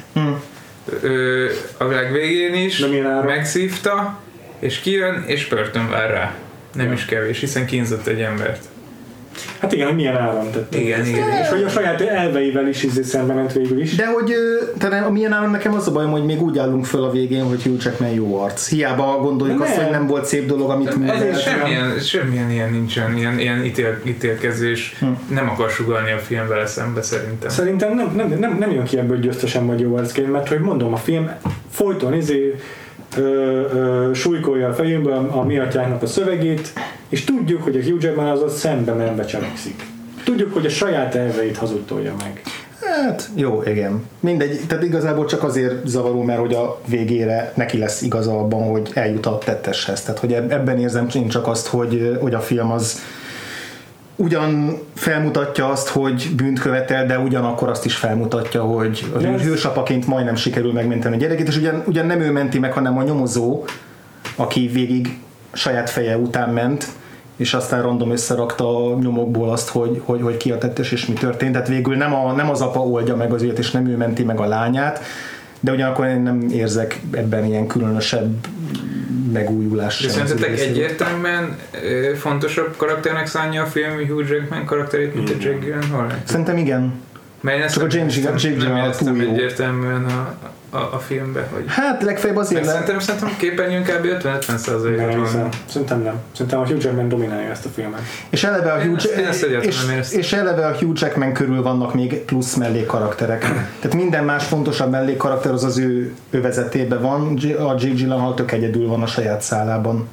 a világ végén is, megszívta, és kijön, és börtön vár rá. Nem is kevés, hiszen kínzott egy embert. Hát igen, hogy milyen áram tett. Igen. És hogy a saját elveivel is szembe ment végül is. De hogy a milyen áram, nekem az a bajom, hogy még úgy állunk föl a végén, hogy Hugh Jackman jó arc. Hiába gondoljuk azt, hogy nem volt szép dolog, amit művelt. Semmilyen ilyen nincsen, ilyen ítélkezés. Nem akar sugallni a film vele szembe szerintem. Szerintem nem jön ki ebből győztesen vagy jó arcként, mert hogy mondom, a film folyton súlykolja a fejünkbe a mi atyánknak a szövegét, és tudjuk, hogy a Hugh Jackman az ott szembe menve cselekszik. Tudjuk, hogy a saját elveit hazudtolja meg. Hát jó, igen. Mindegy, tehát igazából csak azért zavaró, mert hogy a végére neki lesz igaza abban, hogy eljut a tetteshez. Tehát hogy ebben érzem én csak azt, hogy a film az ugyan felmutatja azt, hogy bűnt követel, de ugyanakkor azt is felmutatja, hogy a hősapaként majdnem sikerül megmenteni a gyerekét, és ugyan nem ő menti meg, hanem a nyomozó, aki végig saját feje után ment, és aztán random összerakta a nyomokból azt, hogy ki a tettes és mi történt. Tehát végül nem az apa oldja meg az ügyet, és nem ő menti meg a lányát, de ugyanakkor én nem érzek ebben ilyen különösebb megújulás. De szerintetek egyértelműen fontosabb karakternek szánja a film Hugh Jackman karakterét, mint a Jake Gyllenhaal? Szerintem igen. Mert csak a Jake Gyllenhaal túl jó. Egyértelműen a filmbe, hogy... Hát legfeljebb azért... Szerintem képernyőn kb. 50-50%-ot van. Szerintem nem. Szerintem a Hugh Jackman dominálja ezt a filmet. És eleve a Hugh Jackman körül vannak még plusz mellékkarakterek. Tehát minden más fontosabb mellékkarakter az ő övezetében van, a Jake Gyllenhaal tök egyedül van a saját szálában.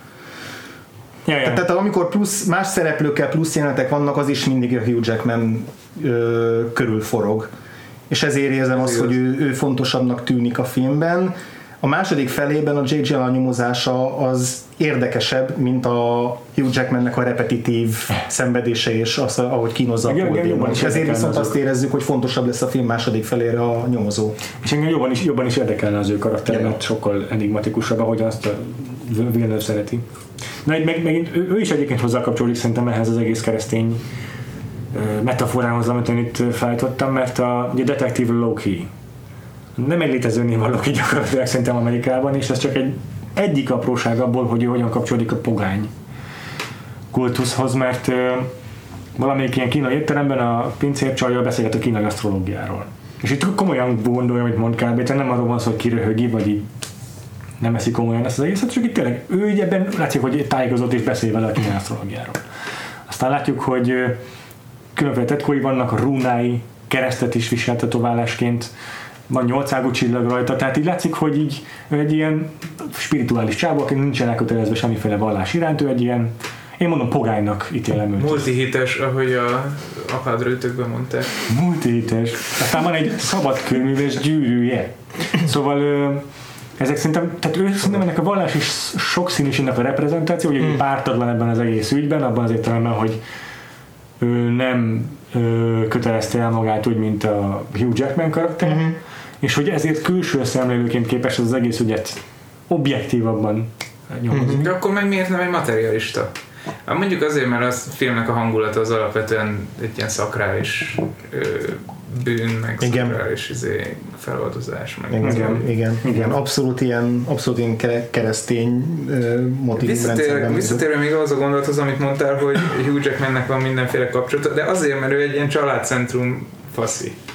Ja. Tehát amikor más szereplőkkel plusz jelenetek vannak, az is mindig a Hugh Jackman körül forog. És ezért érzem azt, hogy ő fontosabbnak tűnik a filmben. A második felében a Jake Gyllenhaal nyomozása az érdekesebb, mint a Hugh Jackmannek a repetitív szenvedése és az, ahogy kínozza a Paul. És ezért viszont azt érezzük, hogy fontosabb lesz a film második felére a nyomozó. És engem jobban is érdekelne az ő karakter, mert sokkal enigmatikusabb, ahogy azt a Villeneuve szereti. Na, megint ő is egyébként hozzákapcsolódik szerintem ehhez az egész keresztény metaforához, amit én itt felejtottam, mert a detektív Loki nem egy létező név a Loki gyakorlatilag szerintem Amerikában, és ez csak egyik apróság abból, hogy ő hogyan kapcsolódik a pogány kultuszhoz, mert valamelyik ilyen kínai étteremben a pincércsajjal beszélget a kínai asztrológiáról. És itt komolyan gondolja, amit mond kb. Tehát nem arról van szó, hogy kiröhögi, vagy így nem eszi komolyan ezt az egészet, csak itt tényleg ő így ebben látszik, hogy tájékozott és beszél vele a kínai asztrológiáról. Aztán látjuk, hogy különféle tetkói vannak, a rúnái, keresztet is viselt a toválásként, van 8 ágú csillag rajta, tehát így látszik, hogy így ő egy ilyen spirituális csávó, aki nincsen elkötelezve semmiféle vallás iránt, ő egy ilyen, én mondom, pogánynak ítélem őt. Multihites, ahogy a apádra ütőkben mondták. Multihites. Aztán van egy szabadkőműves gyűrűje. Szóval ezek szerintem, tehát ő szerintem ennek a vallás is sokszínűségnek a reprezentáció, hogy egy pártatlan ebben az egész ügyben, abban az értelemben, hogy ő nem kötelezte el magát úgy, mint a Hugh Jackman karakter, és hogy ezért külső szemlélőként képes az egész ügyet objektívabban nyomozni. De akkor meg miért nem egy materialista? Mondjuk azért, mert a filmnek a hangulata az alapvetően egy ilyen szakrális bűn, meg szakrális feloldozás. Igen. Abszolút ilyen keresztény motivumrendszerben. Visszatérve még az a gondolathoz, amit mondtál, hogy Hugh Jackmannek van mindenféle kapcsolata, de azért, mert ő egy ilyen családcentrum faszi.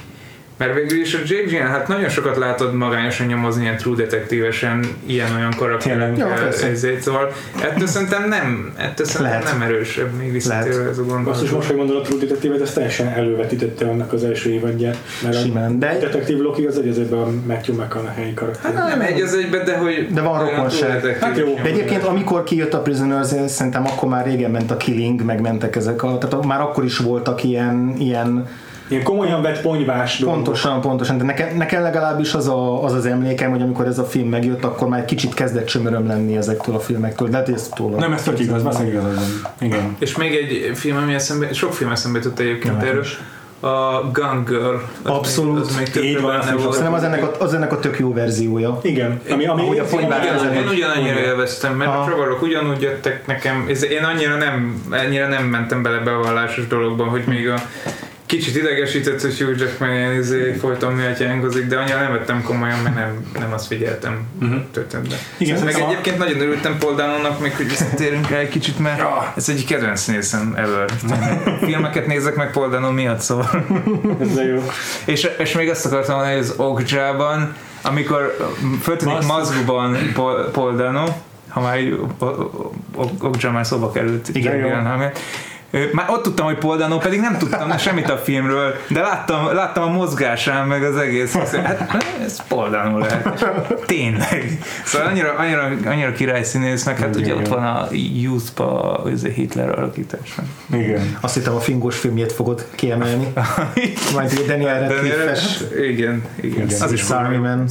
Mert végül is a Jake Gyllenhaal, hát nagyon sokat látod magányosan nyomozni ilyen True Detective-esen ilyen-olyan karakterekkel, szóval ettől szerintem nem erősebb még visszatérve ez a gondolat. Azt is most, hogy mondod a True Detective-et, ezt teljesen elővetítette annak az első évadját, mert simán, de a Detective Loki az egyezőben a Matthew McConaughey karakter. Hát nem egyezőben, de van rokonság. Hát jó. De egyébként amikor kijött a Prisoners, szerintem akkor már régen ment a Killing, meg mentek ezek tehát már akkor is voltak ilyen komolyan vett ponyvás dolgok. Pontosan, de nekem legalábbis az emlékem, hogy amikor ez a film megjött, akkor már egy kicsit kezdett csömöröm lenni ezektől a filmektől, de hát ez tól. Nem, ez tök igaz, valószínűleg igaz. Igen. És még egy film, ami sok film eszembe jutott egyébként erről, a Gun Girl. Abszolút. Az még több szerintem az ennek a tök jó verziója. Igen. Ami a én ugyanannyira élveztem, mert a csavarok ugyanúgy jöttek nekem, én annyira nem mentem bele bevallásos dologban, hogy még a kicsit idegesített, hogy Hugh Jackman ilyen folyton miatt jángozik, de annyira nem vettem komolyan, mert nem azt figyeltem történetben. Igen, meg egyébként nagyon örültem Paul Dano-nak, még hogy visszatérünk rá egy kicsit, mert ez egyik kedvenc színészem ever. Filmeket nézek meg Paul Dano miatt, szóval. Ez jó. És még azt akartam mondani, hogy az Okja-ban, amikor föltűnik maszkban Paul Dano, ha már Okja már szóba került. Igen, már ott tudtam, hogy Paul Dano, pedig nem tudtam semmit a filmről, de láttam a mozgásán, meg az egész. Hát ez Paul Dano lehet. Tényleg. Szóval annyira király színész, meg hát ugye ott van a Youth-ba az a Hitler alakítás. Igen. Azt hittem a fingós filmjét fogod kiemelni. Majd egy Daniel Radcliffe-es. Igen. Az is Army Man.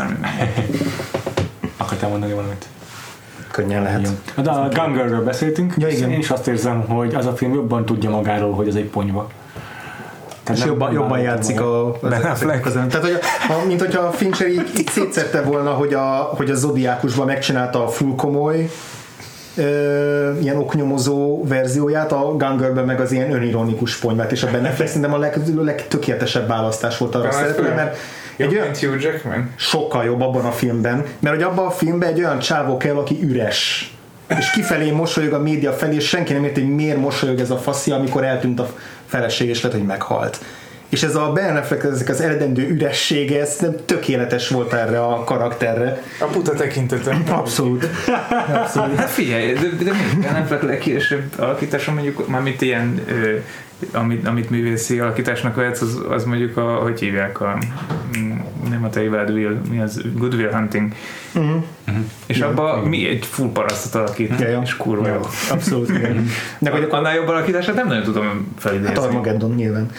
Akartál mondani valamit? Könnyen lehet. De a Gun Girl-ről beszéltünk, ja, igen. Én is azt érzem, hogy az a film jobban tudja magáról, hogy ez egy ponyva. És jobban játszik a tehát, hogy mint hogyha a Fincher így szétszette volna, hogy a Zodiákusban megcsinálta a full komoly ilyen oknyomozó verzióját, a Gun Girl-ben meg az ilyen önironikus ponyvát, és a Ben Affleck szerintem a legtökéletesebb választás volt arra szerepre, mert egy olyan, Hugh Jackman? Sokkal jobb abban a filmben, mert hogy abban a filmben egy olyan csávó kell, aki üres, és kifelé mosolyog a média felé, és senki nem érti, hogy miért mosolyog ez a faszi, amikor eltűnt a feleség, és lehet, hogy meghalt. És ez a Ben Affleck, ezek az eredendő üressége, ez nem tökéletes volt erre a karakterre. A puta tekintete. Abszolút. Hát figyelj, de Ben Affleck legkésőbb alakítása mondjuk, mármint ilyen amit művészi alakításnak vehetsz, az mondjuk hogy hívják nem a Bad Will, mi az? Good Will Hunting. És abban mi egy full parasztot alakít, és kurva jó. Abszolút. De hogy annál jobb alakítását nem nagyon tudom felidézni. Hát Armageddon nyilván.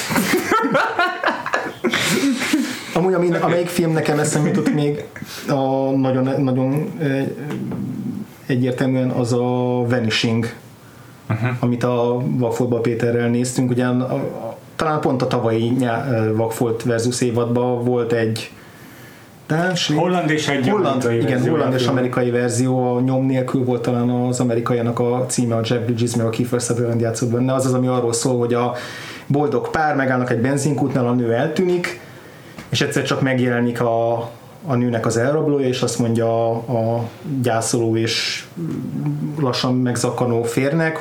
Amúgy amelyik film nekem eszembe jutott még nagyon egyértelműen az a Vanishing, amit a Vakfoltban Péterrel néztünk, ugyan talán pont a tavalyi Vakfolt versus évadban volt egy holland és amerikai verzió, a nyom nélkül volt talán az amerikaiának a címe, a Jeff Bridges, meg a Kiefer Sutherland játszott benne, az ami arról szól, hogy a boldog pár megállnak egy benzinkútnál, a nő eltűnik, és egyszer csak megjelenik a nőnek az elrablója, és azt mondja a gyászoló és lassan megzakkanó férnek,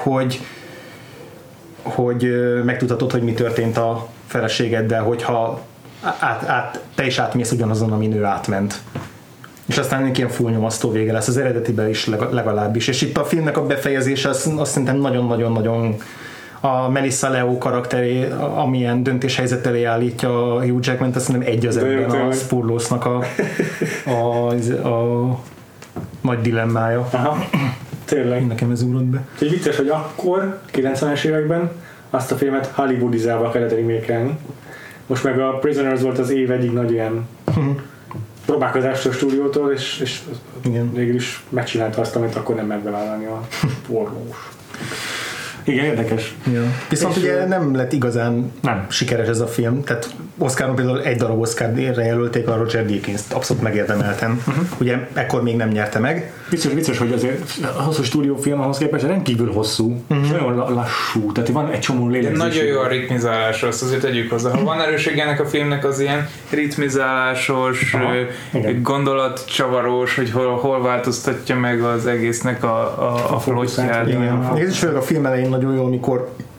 hogy megtudhatod, hogy mi történt a feleségeddel, hogyha te is átmész ugyanazon, ami nő átment. És aztán ilyen full nyomasztó vége lesz, az eredetiben is legalábbis. És itt a filmnek a befejezése azt szerintem nagyon-nagyon-nagyon a Melissa Leo karakteré, amilyen döntéshelyzet elé állítja a Hugh Jackman-t, azt szerintem egy az ebben a Spurlosnak a nagy dilemmája. Aha, tényleg. Nekem ez ugrott be. Úgyhogy vicces, hogy akkor, 90-es években azt a filmet hollywoodizálva kellett remékelni. Most meg a Prisoners volt az év egyik nagy ilyen próbálkozástól a stúdiótól, és végül is megcsinálta azt, amit akkor nem mert bevállalni a pornós. Igen, érdekes. Ja. Viszont ugye nem lett igazán sikeres ez a film, tehát Oscaron például egy darab Oscar-re jelölték a Roger Deakins-t, abszolút megérdemelten. Ugye ekkor még nem nyerte meg. Vicces, hogy azért a hosszú stúdiófilm ahhoz képest rendkívül hosszú, és nagyon lassú, tehát van egy csomó lélegzés. Nagyon jó a ritmizálása, azt azért tegyük hozzá. Ha van erőssége ennek a filmnek, az ilyen ritmizálásos, gondolatcsavarós, hogy hol változtatja meg az egésznek a flótját. Ez is főleg a film elején nagyon jó, amikor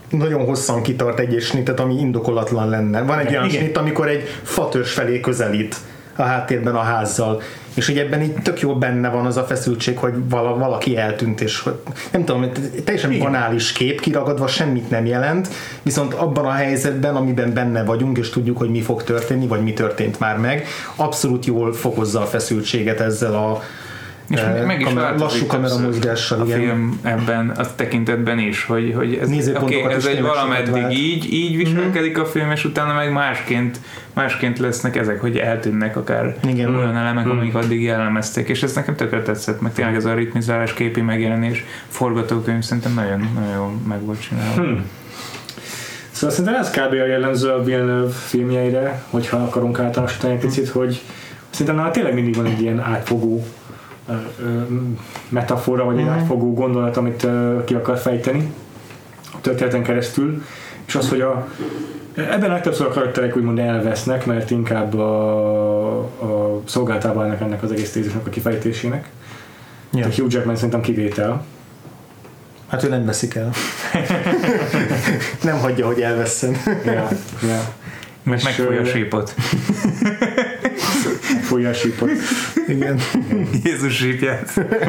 nagyon hosszan kitart egy snittet, ami indokolatlan lenne. Van egy olyan snitt, amikor egy fatörzs felé közelít a háttérben a házzal, és hogy ebben így tök jó benne van az a feszültség, hogy valaki eltűnt, és hogy, nem tudom, teljesen banális kép, kiragadva semmit nem jelent, viszont abban a helyzetben, amiben benne vagyunk, és tudjuk, hogy mi fog történni, vagy mi történt már meg, abszolút jól fokozza a feszültséget ezzel a és meg is lassú kameramozgással, a film ebben a tekintetben is, hogy ez egy valameddig így viselkedik a film, és utána meg másként lesznek ezek, hogy eltűnnek akár olyan elemek, amik addig jellemezték, és ez nekem tökre tetszett, meg tényleg ez a ritmizálás, képi megjelenés, forgatókönyv szerintem nagyon, nagyon jól meg volt csinálva. Szóval szerintem ez kb. A jellemző a Villeneuve filmjeire, hogyha akarunk általánosítani egy picit, hogy szerintem nála tényleg mindig van egy ilyen átfogó metafora, vagy egy átfogó gondolat, amit ki akar fejteni a történeten keresztül, és az, hogy ebben legtöbbször a karakterek úgymond elvesznek, mert inkább a szolgáltában állnak ennek az egész tézisnek a kifejtésének. Ja. Hugh Jackman szerintem kivétel. Hát ő nem veszik el. Nem hagyja, hogy elvesszen. Ja. Megfújja a sípot. Fújja a sípot. Igen. Jézus sípját.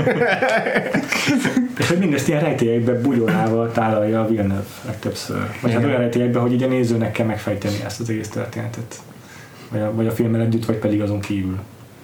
És hogy mindezt ilyen rejtélyekbe bugyolával tálalja a Villeneuve legtöbbször. Vagy hát olyan rejtélyekbe, hogy így a nézőnek kell megfejteni ezt az egész történetet. Vagy a filmmel együtt, vagy pedig azon kívül.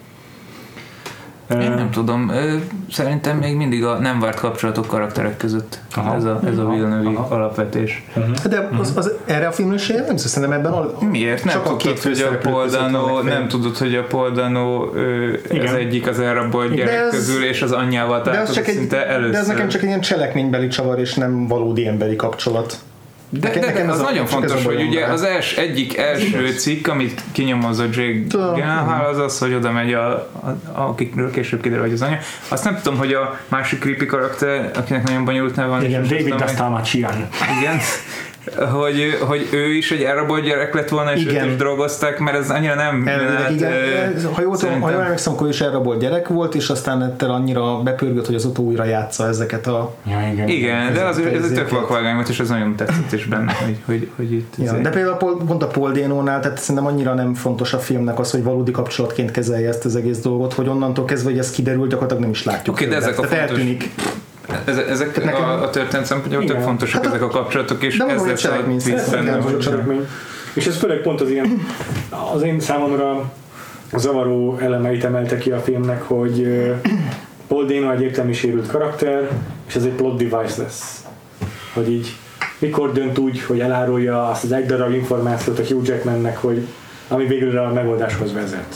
Én nem tudom, szerintem még mindig a nem várt kapcsolatok karakterek között ez a Villeneuve alapvetés. De erre a filmről se nem szerintem ebben miért? Nem tudod, hogy a Paul Dano az egyik az elrabolt gyerek közül, és az anyjával találkozott szinte először. De ez nekem csak egy ilyen cselekménybeli csavar, és nem valódi emberi kapcsolat. De az nagyon fontos, hogy ugye az egyik első cikk, amit kinyomoz a Jake Gyllenhaal, az, hogy oda megy akikről később kiderül, hogy az anya. Azt nem tudom, hogy a másik creepy karakter, akinek nagyon bonyolult neve van. Igen, David Dastmalchian. Igen. Hogy ő is egy elrabolt gyerek lett volna, és őt is drogozták, mert ez annyira nem... Ha jól emlékszem, akkor ő is elrabolt gyerek volt, és aztán ettől annyira bepörgött, hogy az utó újra játsza ezeket a... Igen, de azért ez egy tök vakvágány volt, és ez nagyon tetszett is benne, hogy itt... De például pont a Paul Dano-nál, tehát szerintem annyira nem fontos a filmnek az, hogy valódi kapcsolatként kezelje ezt az egész dolgot, hogy onnantól kezdve, hogy ez kiderült, gyakorlatilag nem is látjuk. Oké, de ezek a fontos... Ezek a történet szempontjából tök fontosak ezek a kapcsolatok, és ez lesz a cselekmény. És ez főleg pont az én számomra zavaró elemeit emelte ki a filmnek, hogy Paul Dano egy értelmi sérült karakter, és ez egy plot device lesz. Hogy így mikor dönt úgy, hogy elárulja azt az egy darab információt a Hugh Jackmannek, hogy ami végül a megoldáshoz vezet.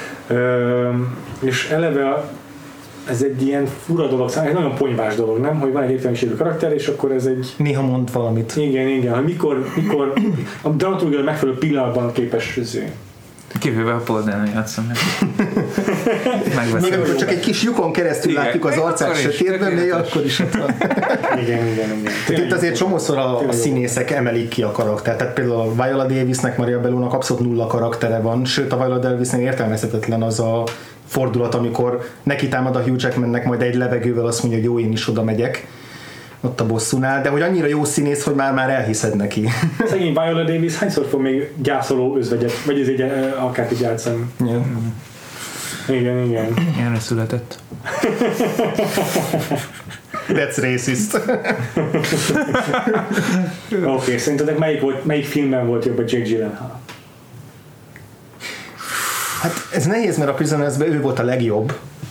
És eleve ez egy ilyen fura dolog, egy nagyon ponyvás dolog, nem? Hogy van egy értelmiségű karakter, és akkor ez egy... Néha mond valamit. Igen, hogy mikor a dramaturgia megfelelő pillanatban képes kivéve a Paul Dano játszom meg. Még amikor csak egy kis lyukon keresztül látjuk az arcát sötétben, még akkor is ott van. Igen. Itt azért csomószor a színészek emelik ki a karaktert. Tehát például a Viola Davisnek, Maria Bellónak abszolút nulla karaktere van, sőt a Viola Davisnek értelmezhetetlen az a fordulat, amikor neki támad a Hugh Jackmannek, majd egy levegővel azt mondja, hogy jó, én is oda megyek ott a bosszúnál, de hogy annyira jó színész, hogy már elhiszed neki. Szegény Viola Davis hányszor fog még gyászoló özvegyet, vagy ez egy akárki játszani? Yeah. Igen. Ilyenre született. That's racist. Oké, szerintetek melyik filmben volt jobb a Jake Gyllenhaal? Hát ez nehéz, mert a Prisoners-ben ő volt a legjobb.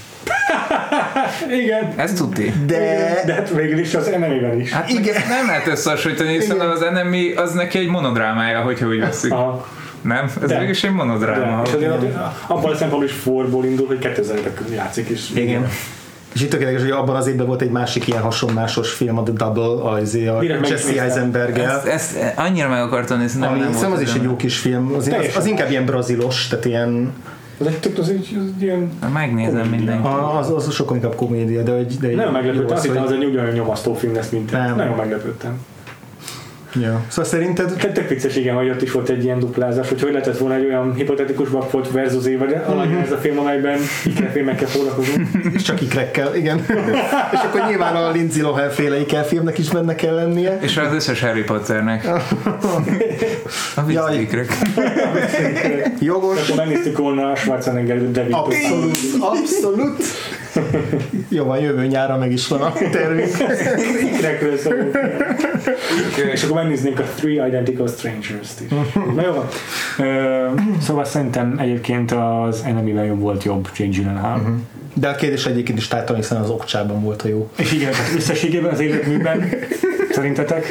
Igen. Ez tudti. De hát végül is az Enemy-ben is. Hát igen. Nem lehet összehasonlítani, hiszen az Enemy az neki egy monodrámája, hogyha úgy veszik. Nem? Ez mégis egy monodráma. És azért abban a szempontból is forból indul, hogy 2000-ben játszik is. Igen. És itt tökéletes, hogy abban az évben volt egy másik ilyen hasonlásos film, a The Double, a Jesse Eisenberg-el. Ezt annyira meg akartam nézni, nem volt. Az is egy jó kis film. Az inkább ilyen brazilos, tehát ilyen... Az egy ilyen... Megnézem mindenki. Az sokkal inkább komédia, de nem meglepődtem, azt hittem, az egy ugyanolyan nyomasztó film lesz, mint nagyon meglepődtem. Ja. Szóval szerinted? Tök vicces, igen, hogy ott is volt egy ilyen duplázás, hogy lehetett volna egy olyan hipotetikus Vakfolt versus Éva, de alapján ez a film, amelyben ikerfilmekkel foglalkozunk. És csak ikrekkel, igen. És akkor nyilván a Lindsay Lohan féle ikerfilmnek is benne kell lennie. És az összes Harry Potternek. A vicc ikrek. Jogos. Akkor megnéztük volna a Schwarzenegger David. Abszolút. Jó, van, jövő nyára meg is van a tervünk. Ikrekről szólunk. És akkor megnéznénk a Three Identical Strangers-t is. Na jó van. Szóval szerintem egyébként az Enemy-vel volt jobb Jake Gyllenhaal. De a kérdés egyébként is tájtan, hiszen az Okcsában volt a jó. És igen, összességében az életműben szerintetek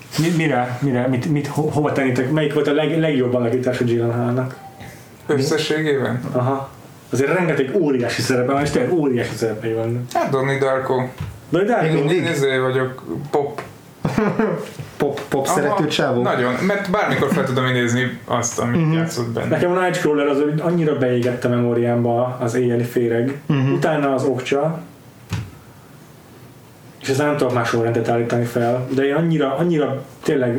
hova tennétek? Melyik volt a legjobb alakítás a Gyllenhaalnak? Összességében? Aha. Azért rengeteg óriási szerepe van, és tényleg óriási szerepei vannak. Hát Donnie Darko. Donnie Darko? Én vagyok Pop szerető csávó? Nagyon, mert bármikor fel tudom idézni azt, amit játszott benne. Nekem a Nightcrawler az annyira beégett a memóriámba az éjjeli féreg. Utána az Okcsa, és ez nem tudok más sorrendet állítani fel, de én annyira tényleg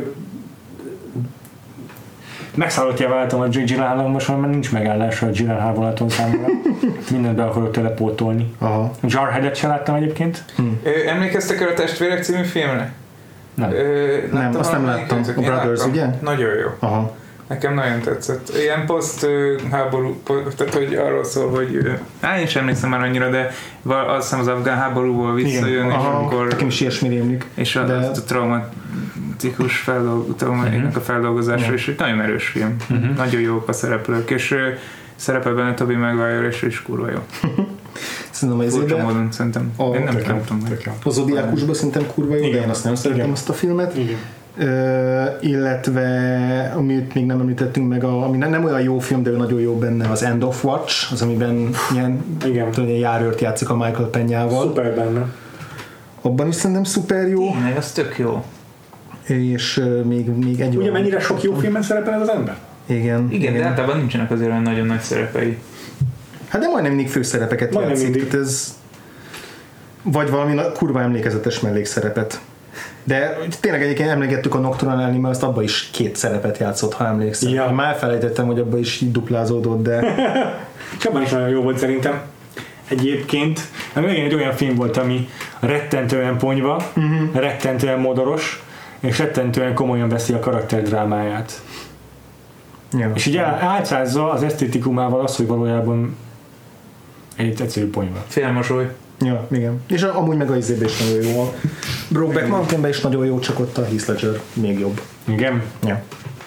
megszállottjá váltam a Jake Gyllenhaal, most már nincs megállása a Gyllenhaal vonaton számomra. Mindent be akarok tőle pótolni. Jarheadet se láttam egyébként. Emlékeztek el a Testvérek című filmre? Nem, azt nem láttam. A Brothers, ugye? Nagyon jó. Aha. Nekem nagyon tetszett. Ilyen post-háború, tehát hogy arról szól, hogy... én sem emlékszem már annyira, de azt hiszem az afgán háborúból visszajön, és amikor... Nekem is ilyesmi rémlik. És a traumatikus a feldolgozása, és egy nagyon erős film. Nagyon jók a szereplők, és szerepel benne Tobey Maguire, és kurva jó. Szerintem az furcsa módon, szerintem. Én nem tudom. A Zodiákusban szerintem kurva jó, de én azt nem szeretem azt a filmet. Illetve amit még nem említettünk meg, ami nem olyan jó film, de nagyon jó benne az End of Watch, az amiben ilyen járőrt játszik a Michael Peñával. Szuper benne. Abban is szerintem szuper jó. Tényleg, az tök jó. És még egy... Ugye mennyire sok jó filmen szerepel ez az ember? Igen, de általában nincsenek azért olyan nagyon nagy szerepei. Hát de majdnem mindig főszerepeket játszik. Ez vagy valami kurva emlékezetes mellékszerepet. De tényleg egyébként emlegettük a Nocturnal Animal, azt abban is 2 szerepet játszott, ha emlékszel. Ja. Már elfelejtettem, hogy abban is duplázódott, de... És abban is nagyon jó volt szerintem. Egyébként, még egy olyan film volt, ami rettentően ponyva, rettentően modoros, és rettentően komolyan veszi a karakterdrámáját. Ja. És így álcázza az esztétikumával azt, hogy valójában egy egyszerű ponyva. Félmosoly. Ja, igen. És amúgy meg a izében is nagyon jó. A Brokeback Mountainben is nagyon jó, csak ott a Heath Ledger még jobb. Igen? Ja.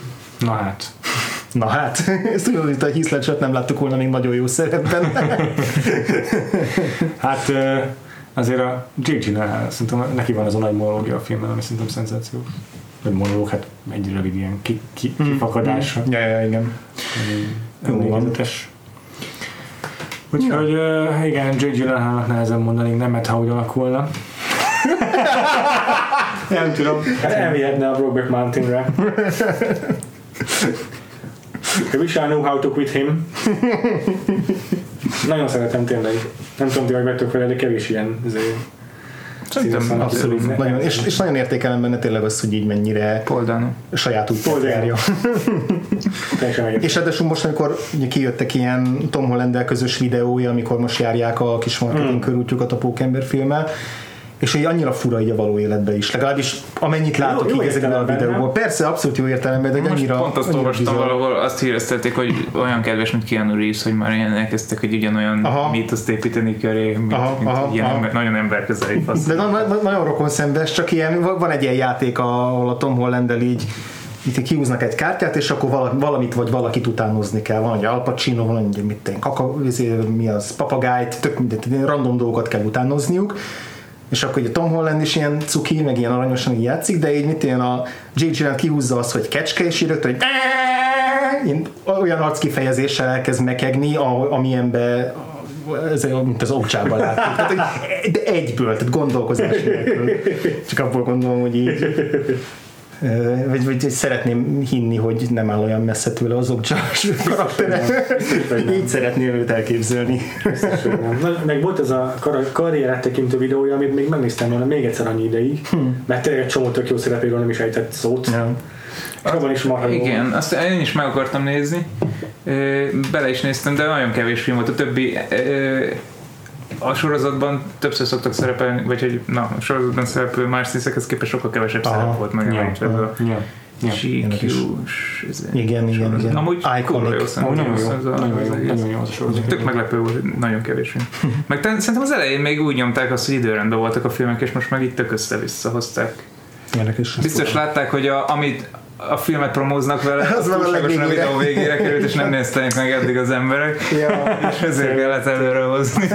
Na hát. Ezt tudod, hogy a Heath Ledgert nem láttuk volna még nagyon jó szerepben. Hát azért a Jake Gyllenhaal, szerintem neki van az a nagy monológia a filmben, ami szerintem szenzáció. Vagy monológ, hát egy rövid ilyen kifakadása. Ja, igen. Emlékezetes. Úgyhogy igen, Jake Gyllenhaalnak nehezen mondani, nem, mert ha úgy alakulna. Nem tudom. Elvihetne a Brokeback Mountainre. I wish I knew how to quit him. Nagyon szeretem tényleg. Nem tudom, ti meg vettek fel, de kevés ilyen szerintem abszolút. Nagyon, és nagyon értékelem benne tényleg az, hogy így mennyire saját útját járja. És ráadásul most, amikor kijöttek ilyen Tom Holland-del közös videója, amikor most járják a kis marketing körútjukat a Pókember filmmel, és hogy annyira fura így a való életben is. Legalábbis amennyit látok így ezekben a videóból. Persze, abszolút jó értelemben, de annyira... Pont azt olvastam valahol, azt híreztették, hogy olyan kedves, mint Keanu Reeves, hogy már ilyen elkezdtek, hogy ugyanolyan mítoszt építeni köré, mint ilyen nagyon emberközeli fasz. De nagyon rokonszenves, csak ilyen, van egy ilyen játék, ahol a Tom Holland-del így kihúznak egy kártyát, és akkor valamit vagy valakit utánozni kell. Van egy Al Pacino, van egy mi az, papagájt, tök mindegy, random dolgokat kell utánozniuk. És akkor ugye Tom Holland is ilyen cuki, meg ilyen aranyosan így játszik, de így a Jake Gyllenhaal kihúzza azt, hogy kecske, és így rögtön, hogy olyan arckifejezéssel elkezd mekegni, amilyenben mint az Okcsában láttuk. Tehát, de egyből, tehát gondolkozás nélkül. Csak abból gondolom, hogy így Vagy szeretném hinni, hogy nem áll olyan messze tőle az Okjas karaktere. Így szeretném őt elképzelni. Meg volt ez a karrierát tekintő videója, amit még megnéztem volna még egyszer annyi ideig, mert tényleg egy csomó tök jó szerepéről nem is ejtett szót. Igen, azt én is meg akartam nézni. Bele is néztem, de nagyon kevés film volt. A többi a sorozatban többször szoktak szerepelni, vagy hogy a sorozatban szereplő más szíszekhez képest sokkal kevesebb szerep volt meg. GQ-s igen. Amúgy kurva jó nagyon jó az a sorozat. Tök meglepő volt, hogy nagyon kevés film. Meg szerintem az elején még úgy nyomták azt, hogy időrendben voltak a filmek, és most meg itt tök össze-vissza hozták. Biztos látták, hogy amit a filmet promóznak vele, az túlságosan a videó végére került, és nem nézték meg eddig az emberek, és ezért kellett előre hozni.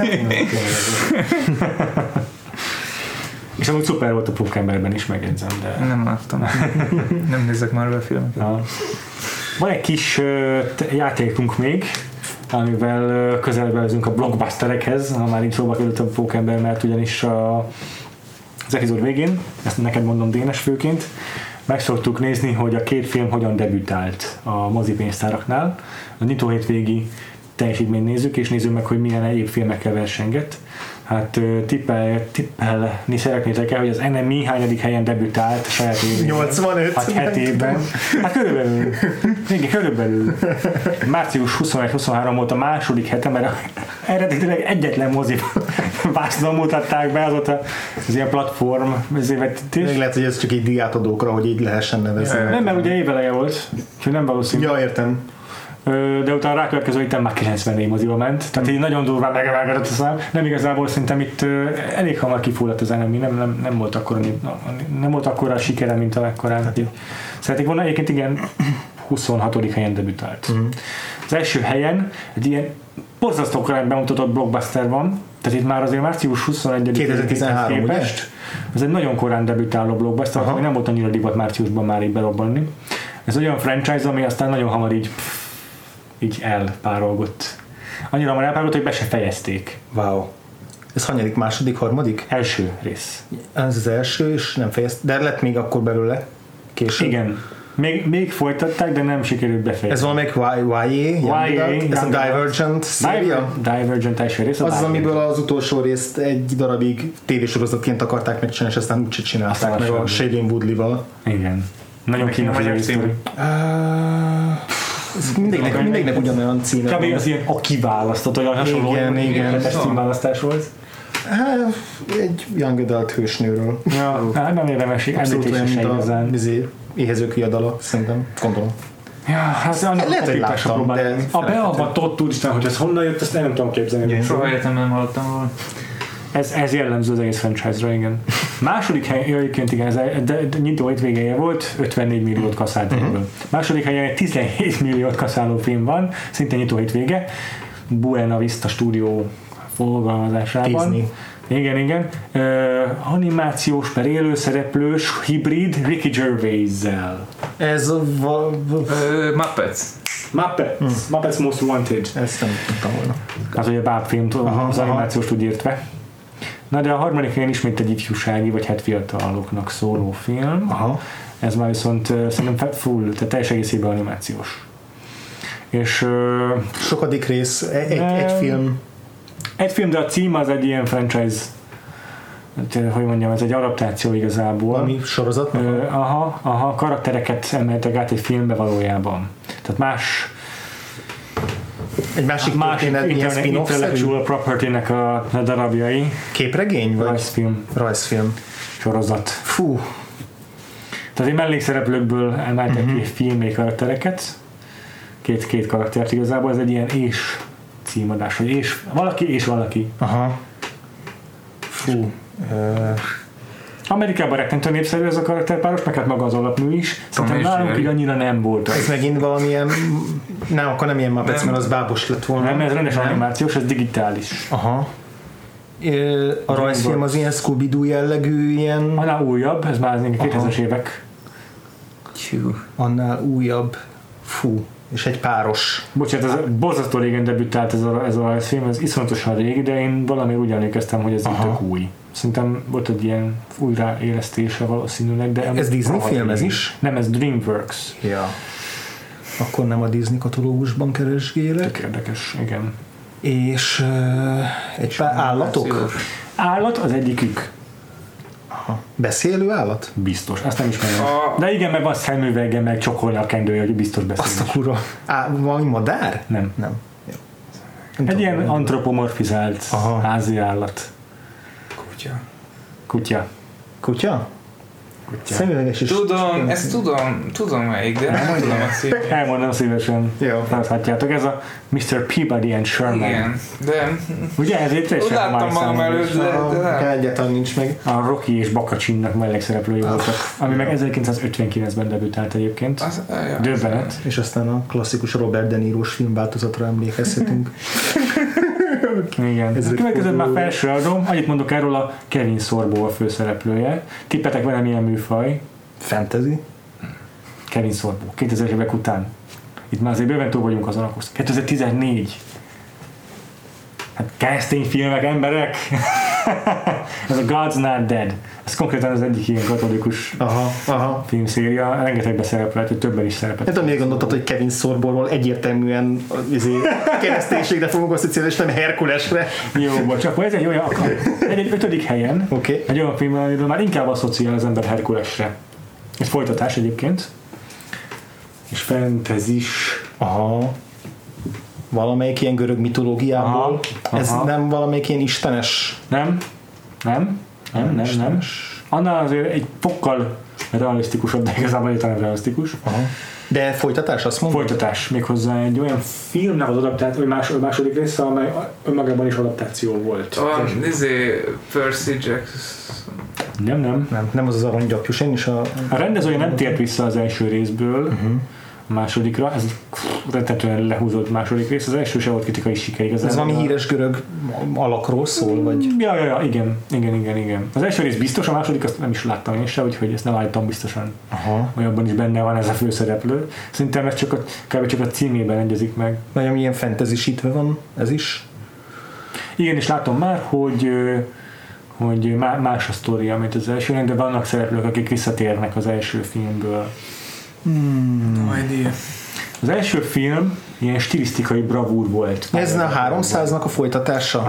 És amúgy szuper volt a Pókemberben is, megjegyzem, de... Nem láttam. Nem nézek már a filmet. Van egy kis játékunk még, amivel közelbe vezünk a blockbusterekhez, ha már így szóba került a Pókember, mert ugyanis az epizód végén, ezt neked mondom Dénes főként, meg szoktuk nézni, hogy a két film hogyan debütált a mozipénztáraknál. A nyitó hétvégi teljesítményt nézzük, és nézzük meg, hogy milyen egyéb filmekkel versengett. Hát tippelni szeretnétek el, hogy az NMI hányadik helyen debütált saját évében. 85. Hát 7 évben. Hát körülbelül. Igen, körülbelül. Március 21-23 volt a második hete, mert eredetileg egyetlen mozi vászlón mutatták be, azóta az ilyen platform. Még lehet, hogy ez csak így diátadókra, hogy így lehessen nevezni. Nem, mert ugye éveleje volt, úgyhogy nem valószínű. Ja, értem. De utána rákövetkező héten már 94 moziba ment, tehát így nagyon durván megemelkedett a szám. Nem igazából szerintem itt elég hamar kifulladt az enemi, nem volt akkora sikere, mint amekkorán. Hát szeretnék volna, egyébként igen, 26. helyen debütált. Az első helyen egy ilyen borzasztó korán bemutatott blockbuster van, tehát itt már azért március 21-2013 képest. Ez egy nagyon korán debütáló blockbuster, ami nem volt annyira divat márciusban már így berobbanni. Ez olyan franchise, ami aztán nagyon hamar így elpárolgott. Annyira hamar elpárolgott, hogy be se fejezték. Wow. Ez hanyadik, második, harmadik? Első rész. Ez az első, és nem fejezték. De lett még akkor belőle később? Igen. Még folytatták, de nem sikerült befejezni. Ez valamelyik YA? Ez a Divergent széria? Divergent első rész. Az, amiből az utolsó részt egy darabig tévésorozatként akarták megcsinálni, és aztán úgyse csinálták meg a Shailene Woodley-val. Igen. Nagyon kínos a sztori. Mindegynek ugyanolyan címe. Kb. Az ilyen a kiválasztott, olyan hasonló. Igen. Címválasztás volt. Egy young adult hősnőről. Ja, nem érdemes, említése se igazán. Éhezők viadala, szerintem, gondolom. Ja, hát lehet, hogy láttam, de... A beavatott úristen, hogy ez honnan jött, ezt nem tudom képzelni. Soha életemben nem hallottam volna. Ez jellemző az egész franchise-ra, igen. Második helyen, egyébként igen, de nyitó hétvégeje volt, 54 milliót kaszált ebből. Második helyen egy 17 milliót kaszáló film van, szintén nyitó hétvége, Buena Vista stúdió forgalmazásában. Disney. Igen. Animációs per élőszereplős hibrid Ricky Gervais-zel. Ez a... Muppets Most Wanted. Ezt nem tudtam volna. Az ugye bábfilm, az animációs úgy írt be. Na de a harmadik helyen ismét egy ifjúsági, vagy hát fiataloknak szóló film. Ez már viszont szerintem tehát teljes egészében animációs. És... sokadik rész, egy film. Egy film, de a cím az egy ilyen franchise, hogy mondjam, ez egy adaptáció igazából. Valami sorozatnak? Karaktereket emeltek át egy filmbe valójában. Tehát egy másik intellectual property-nek a darabjai. Képregény? Vagy? Rajzfilm. Sorozat. Fú. Tehát egy mellékszereplőkből emeltek ki filmé karaktereket. Két karaktert igazából, ez egy ilyen címadás, hogy valaki. Fú. Amerikában rettentő népszerű ez a karakterpáros, meg hát maga az alapnő is. Szerintem nálunk így annyira nem volt. Ez megint valamilyen... Nem, akkor nem ilyen Muppets, mert az bábos lett volna. Nem, ez rendes animációs, ez digitális. A rajzfilm az ilyen Scooby-Doo jellegű, ilyen... Annál újabb, ez már az 2000-es évek. Annál újabb. Fú. és egy páros. Bocsánat, ez borzasztó régen debütált ez a film, ez iszonyatosan régi, de én valami úgy emlékeztem, hogy ez tök új. Szerintem volt egy ilyen újraélesztése valószínűleg, de... Ez Disney film ez is? Nem, ez DreamWorks. Ja. Akkor nem a Disney katalógusban keresgélek. Tök érdekes, igen. És egy pár állatok? Állat az egyikük. Aha. Beszélő állat? Biztos, azt nem ismerem. De igen, mert van szemüvege, meg csokolja a kendője, hogy biztos beszél. Azt a kurva. Valami madár? Nem. Nem. Jó. Egy ilyen antropomorfizált házi állat. Kutya. Szemüveges is. Tudom melyik, de nem tudom a szívét. Elmondom szívesen. Láthatjátok, ez a Mr. Peabody and Sherman. Igen, de... Ugye ezért te is láttam magam előtt, de egyáltalán nincs meg. A Rocky és Bakacsinnak mellékszereplői voltak, ami meg 1959-ben debütált egyébként. Döbbenet. És aztán a klasszikus Robert De Niro-s filmváltozatra emlékezhetünk. Igen. A következőt már felsorolom, annyit mondok erről, a Kevin Sorbo a főszereplője. Tippetek vele milyen műfaj? Fantasy. Kevin Sorbo, 2000 évek után. Itt már azért bőven túl vagyunk azon, akkor 2014. Hát casting filmek, emberek! Ez a God's Not Dead. Ez konkrétan az egyik ilyen katolikus filmszéria. Rengetegben szerepelt, hogy többen is szerepelt. Hát miért gondoltad, hogy Kevin Sorborról egyértelműen kereszténységre fogunk asszociálni, és nem Herkulesre? Jó, bocs, akkor ez egy olyan, egy 5. helyen, egy olyan film, amiről már inkább asszociál az ember Herkulesre. Ez folytatás egyébként. És fantasy-s. Valamelyik ilyen görög mitológiából. Ez nem valamelyik ilyen istenes? Nem. Annál azért egy fokkal realisztikusabb, de igazából egyáltalán realisztikus. De folytatás, azt mondod? Folytatás, méghozzá egy olyan filmnek az adaptáció, vagy második része, amely önmagában is adaptáció volt. Percy Jackson. Nem az aranygyapjus, én is a rendezője nem tért vissza az első részből, a másodikra, ez rettetően lehúzott második rész, az első se volt kritikai siker igazán. Ez valami híres görög alakról szól, vagy? Ja, igen. Az első rész biztos, a második azt nem is láttam én se, úgyhogy ezt nem állítom biztosan. Hogy abban is benne van ez a főszereplő. Szerintem ez kb. Csak a címében egyezik meg. Nagyon ilyen fantasy-sítve van ez is? Igen, és látom már, hogy más a sztoria, mint az első, de vannak szereplők, akik visszatérnek az első filmből. No idea. Az első film ilyen stilisztikai bravúr volt. Ez a 300-nak a folytatása?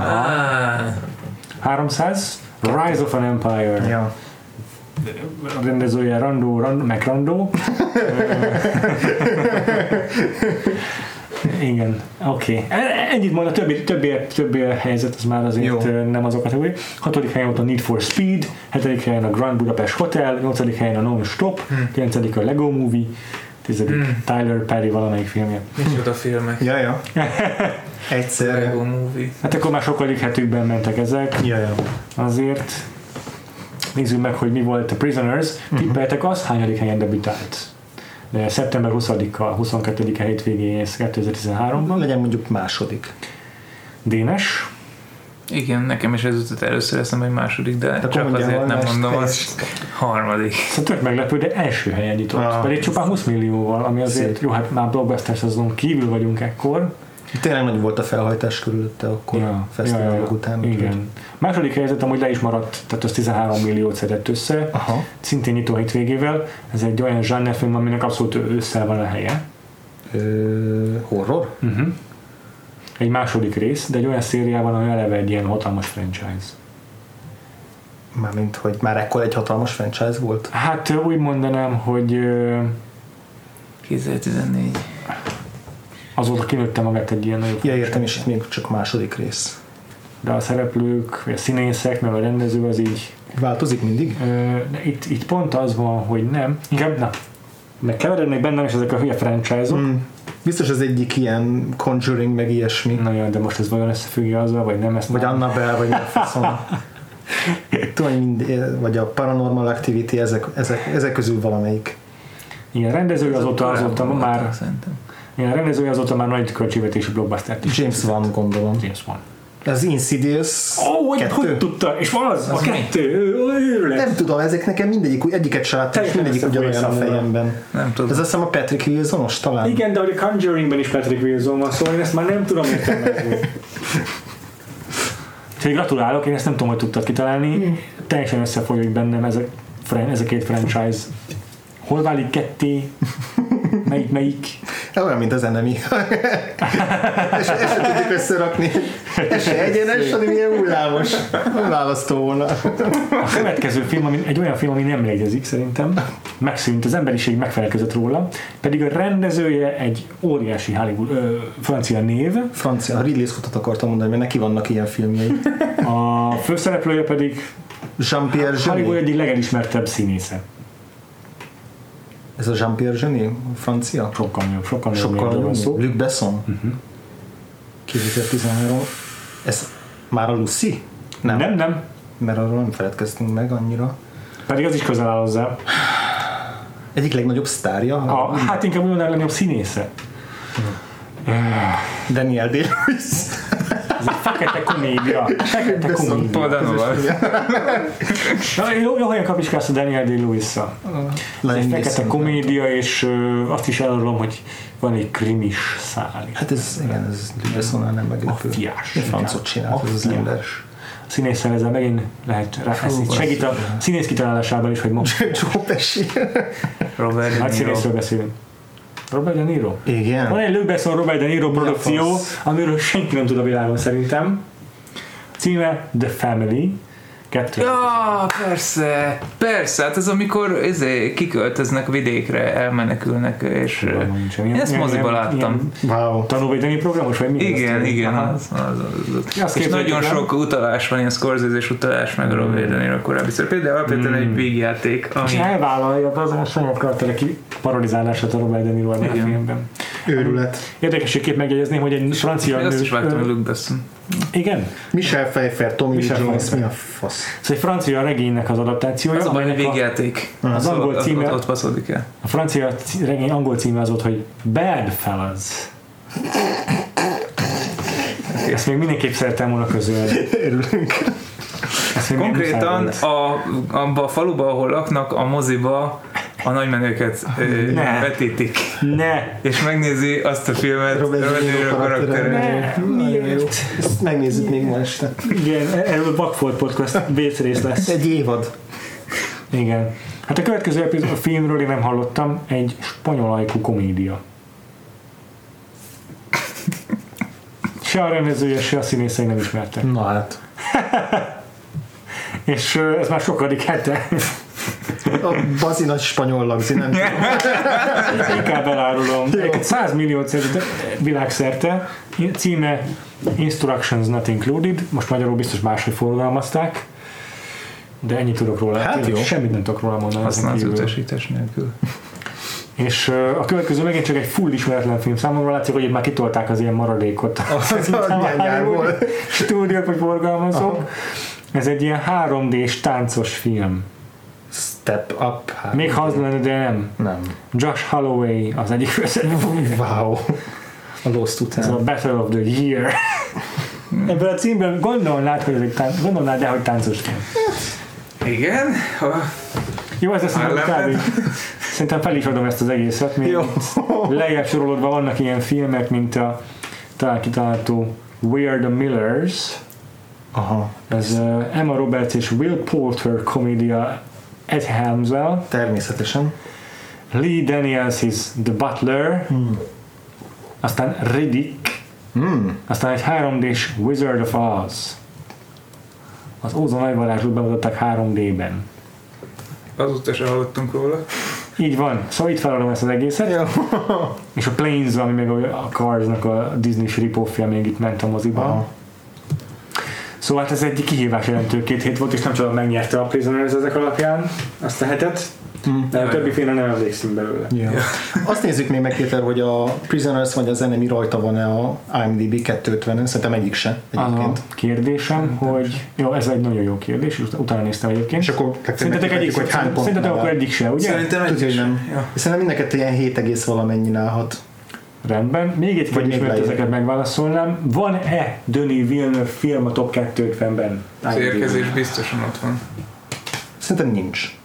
300? Rise of an Empire. Ja. A rendezője Rando. Igen, oké. Ennyit mond, a többi helyzet az már azért nem az a kategória. 6. helyen volt a Need for Speed, 7. helyen a Grand Budapest Hotel, 8. helyen a Non-Stop, 9. a Lego Movie, 10. Tyler Perry valamelyik filmje. Micsoda filmek. Ja. Egyszer. Lego Movie. Hát akkor már sokadik hetükben mentek ezek. Ja. Azért nézzük meg, hogy mi volt a Prisoners. Tippeltek az, hányadik helyen debütált? De szeptember 20-a, 22-e hétvégén 2013-ban. Legyen mondjuk második. Dénes? Igen, nekem is ez jutott először eszembe, hogy második, de csak azért nem mondom azt. Harmadik. Szóval tök meglepő, de első helyen nyitott. Pedig csupán 20 millióval, ami azért jó, hát már blockbuster szezon kívül vagyunk ekkor. Tényleg nagy volt a felhajtás körülötte akkor a fesztiválok után. Igen. Második helyzet amúgy le is maradt, tehát az 13 milliót szedett össze, szintén nyitó hétvégével. Ez egy olyan zsánnerfilm, aminek abszolút ősszel van a helye. Horror? Egy második rész, de egy olyan szériában, ami eleve egy ilyen hatalmas franchise. Mármint, hogy már ekkor egy hatalmas franchise volt? Hát úgy mondanám, hogy 2014. Azóta kinőtte magát egy ilyen nagyobb franchise. Értem, és itt még csak második rész. De a szereplők, a színészek, meg a rendező az így... Változik mindig? Itt pont az van, hogy nem. Inkább, megkeverednek bennem is ezek a hülye franchise-ok. Biztos az egyik ilyen Conjuring, meg ilyesmi. Na jó, de most ez vajon összefüggje azzal, vagy nem? Vagy Annabelle, vagy nem faszom. Vagy a Paranormal Activity, ezek közül valamelyik. Igen, rendezője azóta már... Igen, rendezője azóta már nagy költségvetési blockbustert is. James Wan, gondolom. James Wan. Az Insidious 2. Hogy tudta? És az a 2. Nem tudom, ezek nekem egyiket se láttam, és mindegyik ugyanolyan a fejemben. Nem tudom. Ez azt hiszem a Patrick Wilsonos talán. Igen, de hogy a Conjuringben is Patrick Wilson van, szóval én ezt már nem tudom értelmezni. Úgyhogy gratulálok, én ezt nem tudom, hogy tudtad kitalálni. Teljesen összefolyik bennem ez a két franchise. Hol válik ketté? Melyik? Olyan, mint az Enemy. és ezt tudjuk összerakni. Ez se egyenes, hanem ilyen hullámos. Választó volna. A következő film, egy olyan film, ami nem létezik szerintem, megszűnt, az emberiség megfelelkezett róla, pedig a rendezője egy óriási Hollywood, francia név. Francia, Ridley Scottot akartam mondani, mert neki vannak ilyen filmjei. A főszereplője pedig Jean-Pierre Jeunet. Hollywood egyik legelismertebb színésze. Ez a Jean-Pierre Jeunet, francia? Sokkal jobb. Luc Besson. 2013. Ez már a Lucy? Nem. Mert arról nem feledkeztünk meg annyira. Pedig az is közel áll hozzá. Egyik legnagyobb sztárja? Hát inkább olyan legnagyobb színésze. Daniel Day-Lewis. Ez egy fekete komédia. Jó helyen kapiskálsz a Daniel Day-Lewis-szal. Ez egy fekete komédia, és azt is elárulom, hogy van egy krimis szál. Hát ez Besonnál nem meglepő. Maffiás. Francot csinált ez az ember. A színésszel ezzel megint lehet segít a színész kitalálásában is, hogy Joe Pesci. Nagy színészről beszélünk. Robert De Niro? Igen. Van egy Luc Besson Robert De Niro produkció, amiről senki nem tud a világon szerintem. Címe The Family. 2. Ja, persze, hát ez amikor kiköltöznek vidékre, elmenekülnek, és én ezt moziba láttam. Wow. Tanúvédelmi programos, vagy mi? Igen, az. És nagyon sok utalás van, ilyen Scorsese-s utalás, meg Robert De Niro korábbi szerep. Például alapvetően egy vígjáték, ami... És elvállalja az a saját karakterek parodizálását a Robert De Niro a filmben. Őrület. Érdekességképp megjegyezni, hogy egy francia nő... Azt is vágtam, hogy Luc Besson. Igen? Michel Pfeiffer, Tommy Lee Jones, mi a fasz? Ez egy francia regénynek az adaptációja. Az a baj, hogy végjáték. Az angol címe... Ott passzódik el. A francia regény angol címe az volt, hogy Bad Fellas. Ezt még mindenképp szerettem volna közölni. Örülünk. Konkrétan abban a faluban, ahol laknak, a moziba a nagymenőket vetítik. És megnézi azt a filmet Robert De Niro karakterre. Miért? Ezt megnézzük még ma este. Igen, erről Backfold Podcast vészrész lesz. Egy évad. Igen. Hát a következő a filmről én nem hallottam, egy spanyol ajkú komédia. Se a rendezője, se a színészei nem ismertek. Na hát. És ez már sokadik hete. A bazi nagy spanyol lagzi, nem tudom. Inkább elárulom. 100 millió világszerte, címe Instructions Not Included, most magyarul biztos máshogy forgalmazták, de ennyit tudok róla. Hát jó. Semmit nem tudok róla mondani. Használt utasítás nélkül. És a következő megint csak egy full ismeretlen film számomra, látszik, hogy itt már kitolták az ilyen maradékot. Az nyárból. Stúdiók vagy forgalmazók. Ez egy ilyen 3D-s táncos film. Step Up. Még ha az lenne, de nem. Nem. Josh Holloway az egyik főszereplő. Wow. A Lost után. Ez a Battle of the Year. Ebből a címben gondolnád, hogy ez egy hogy táncos film. Igen. Jó, ez lesz kb. Szerintem fel is adom ezt az egészet, mert lejjebb sorolódva vannak ilyen filmek, mint a talán kitalálható We're the Millers. Aha. Ez Emma Roberts és Will Poulter komédia Ed Helms-vel. Természetesen. Lee Daniels is The Butler. Aztán Riddick. Aztán egy 3D-s Wizard of Oz. Az Ózon nagyvarázslót bemutatták 3D-ben. Azóta sem hallottunk róla. Így van. Szóval itt feladom ezt az egészet. És a Planes, ami meg a Cars-nak a Disney-s rip-offja még itt ment a moziban. Szóval hát ez egy kihívás jelentő 2 hét volt, és nem csak megnyerte a Prisoners ezek alapján azt a hetet, de a többi filmre nem emlékszünk belőle. Azt nézzük még meg, Péter, hogy a Prisoners vagy az Enemy rajta van-e a IMDb 250-en, szerintem egyik se egyébként. A kérdésem, hogy jó, ez egy nagyon jó kérdés, és utána néztem egyébként. És akkor szerintetek egyik, hogy hány pont? Szerintetek akkor egyik se, ugye? Szerintem egyik nem. Szerintem mind a kettő ilyen 7, valamennyi állhat. Rendben. Még egy kérdés, mert ezeket megválaszolnám. Van-e Denis Villeneuve film a top 250-ben? Az érkezés biztosan ott van. Szerintem nincs.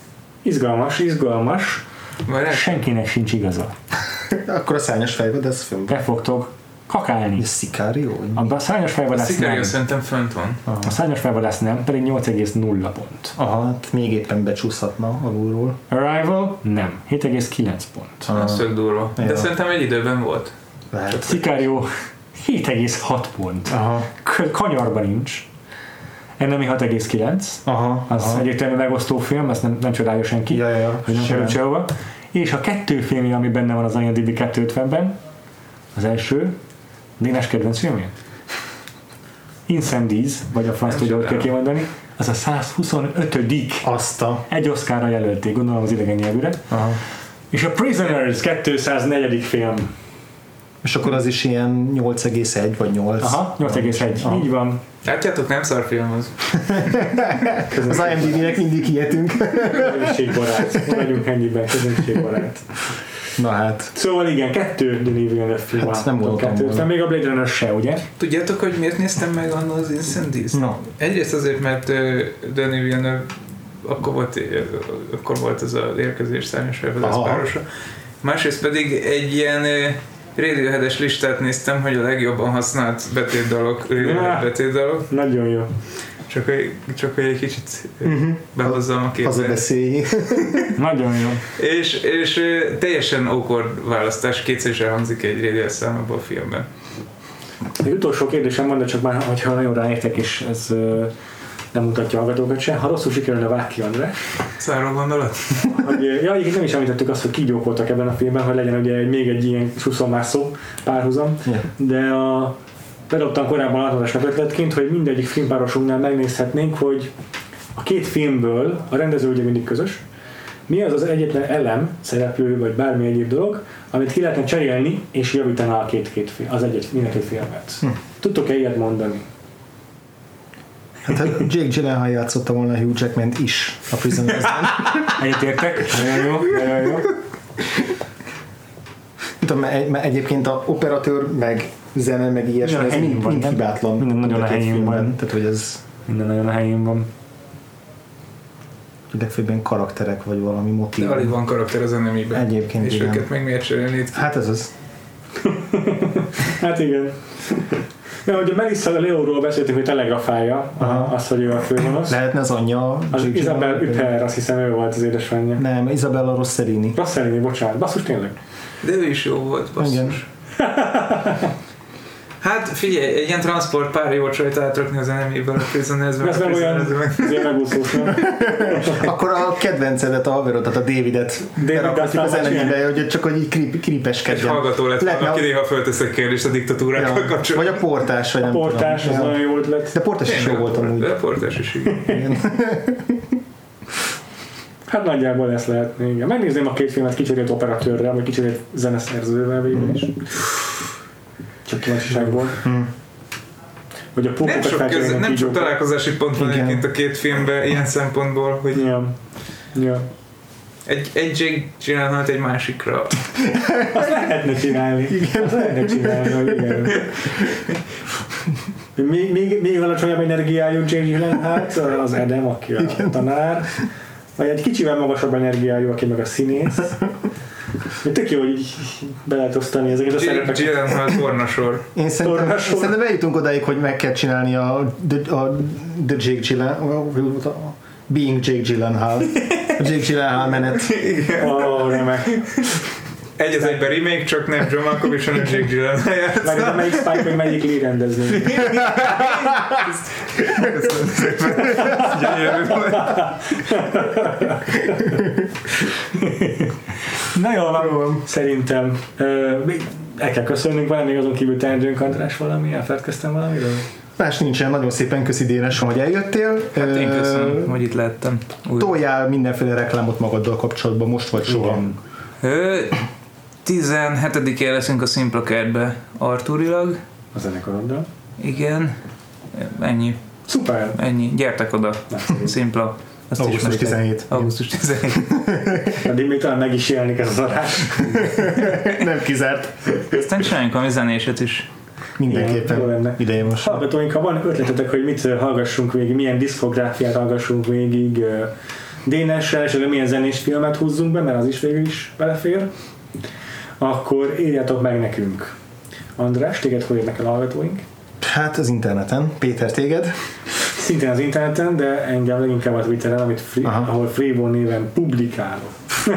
Izgalmas. Senkinek sincs igaza. Akkor a Szárnyas fejvadász fönn. Be fogtok kakálni. A Sicario? A Szárnyas fejvadász nem. A Sicario szerintem fönt van. Aha. A Szárnyas fejvadász nem, pedig 8,0 pont. Aha, hát még éppen becsúszhatna alulról. Arrival? Nem. 7,9 pont. Az tök durva. De szerintem egy időben volt. Lehet. Sicario 7,6 pont. Aha. Kanyarban nincs. Enemy 6,9. Aha. Az egyértelmű megosztó film, ezt nem csodálja senki. Hogy nem került sehova. És a 2 filmje, ami benne van az IMDb 250-ben, az első, Dénes kedvenc filmje? Incendies, vagy a franc tudja, hogy kell kimondani, az a 125. Egy Oscarra jelölték, gondolom az idegen nyelvűre. Aha. És a Prisoners 204. film. És akkor az is ilyen 8,1 vagy 8. Aha, 8,1. Így van. Látjátok, nem szar film az. Az IMDb-nek mindig hihetünk. Közönségbarát. Maradjunk ennyiben, közönségbarát. Na hát. Szóval igen, 2 Denis Villeneuve film. Hát nem voltam volna. Még a Blade Runner se, ugye? Tudjátok, hogy miért néztem meg annól az Incendies? No. Egyrészt azért, mert Denis Villeneuve akkor volt ez az érkezés Szárnyas fejvadász párosa. Másrészt pedig egy ilyen Radiohead-es listát néztem, hogy a legjobban használt betétdalok. Nagyon jó. Csak hogy egy kicsit behozzam a képet. Hazabeszélj. Nagyon jó. És teljesen awkward választás, kétszer is elhangzik egy Radiohead számában a filmben. Egy utolsó kérdésem van, de csak már, hogyha nagyon ráértek, és ez nem mutatja a hallgatókat sem. Ha rosszul sikerülne, vág ki, András. Száró gondolat? Egyébként nem is említettük azt, hogy kígyók voltak ebben a filmben, hogy legyen ugye még egy ilyen suszolmászó párhuzam, de bedobtam korábban általánosnak ötletként, hogy mindegyik filmpárosunknál megnézhetnénk, hogy a 2 filmből, a rendező ugye mindig közös, mi az az egyetlen elem, szereplő vagy bármi egyéb dolog, amit ki lehetne cserélni és javítaná a minden 2 filmet. Tudtok-e ilyet mondani? Hát Jake Gyllenhaal játszotta volna Hugh Jackman is a Prisoners-ben. Egyetértek? Nagyon jó. Tudom, mert egyébként a operatőr, meg zene, meg ilyesmi, ez mind hibátlan. Minden nagyon a helyén van. Tehát, hogy ez... Minden nagyon a helyén van. Legfőbben karakterek, vagy valami motív. De alig van karakter az Enemy-ben. Egyébként és igen. őket meg miért cserélnéd? Hát ez az. Hát igen. Mert ugye Melissa Leóról beszéltünk, hogy telegrafálja azt, hogy ő a főgonosz. Lehetne az anyja. Az Isabel Huppert, azt hiszem ő volt az édesanyja. Nem, Isabella Rossellini. Rossellini, bocsánat. Basszus tényleg. De ő is jó volt, basszus. Igen. Hát figyelj, egy ilyen transport pár jó csajt átrakni az Enemy-ből a Prisoners-ben. Ez nem olyan megúszós, nem? Akkor a kedvencedet, a haverodat, a Davidet berakhatjuk az Enemy-be, hogy csak hogy így creepeskedjen. Egy hallgató lett volna, aki néha fölteszek kérdést a diktatúrákkal kapcsolatban. Vagy a portás, vagy nem tudom. A portás, az nagyon jó ötlet. De portás is jó volt amúgy. De portás is igen. Hát nagyjából ezt lehetne, igen. Megnézném a 2 filmet kicserélt operatőrrel, vagy kicserélt zeneszerzővel végül is. Csak kíváncsiságból. Hogy a nem csak találkozási pont van egyébként a 2 filmben ilyen szempontból, hogy egy Jake Gyllenhaalt egy másikra. Azt lehetne csinálni. Igen. Azt lehetne csinálni, igen. Még alacsonyabb energiájú Jake Gyllenhaalt, az Adam, aki a tanár. Vagy egy kicsivel magasabb energiájú, aki meg a színész. Tök jó, hogy így be lehet osztani ezeket a szerepeket. Gyllenhaal tornasor. Én szerintem eljutunk odáig, hogy meg kell csinálni a Jake Gyllenhaal, Being Jake Gyllenhaal. A Jake Gyllenhaal menet. Remek. Egy az egyben remake, csak nem John Malkovich, hanem Jake Gyllenhaal játszik. Meg nem melyik Spike, vagy melyik Lee rendezni. Köszönöm szépen. Gyönyörű volt. Na jól van, szerintem el kell köszönnünk, van még azon kívül teendőnk, András, valami? Elfeledkeztem valamiről? Más nincsen, nagyon szépen köszi Dénes, hogy eljöttél. Hát én köszönöm, hogy itt lettem. Toljál mindenféle reklámot magaddal kapcsolatban, most vagy soha. 17-én leszünk a Szimpla Kertbe Artúrilag. A zenekaroddal. Igen, ennyi. Szuper. Ennyi, gyertek oda. Szimpla. Azt Augusztus 17. Augusztus 17. Addig még talán meg is jelenik ez az adás. Nem kizárt. Aztán csináljunk valami zenéset is. Mindenképpen ideje most. Hallgatóink, ha van ötletetek, hogy mit hallgassunk végig, milyen diszkográfiát hallgassunk végig, DNS-rel, és milyen zenés filmet húzzunk be, mert az is végül is belefér, akkor írjátok meg nekünk. András, téged hol érnek el hallgatóink? Hát az interneten. Péter, téged? Szintén az interneten, de engem leginkább a Twitteren, ahol Freeborn néven publikálok.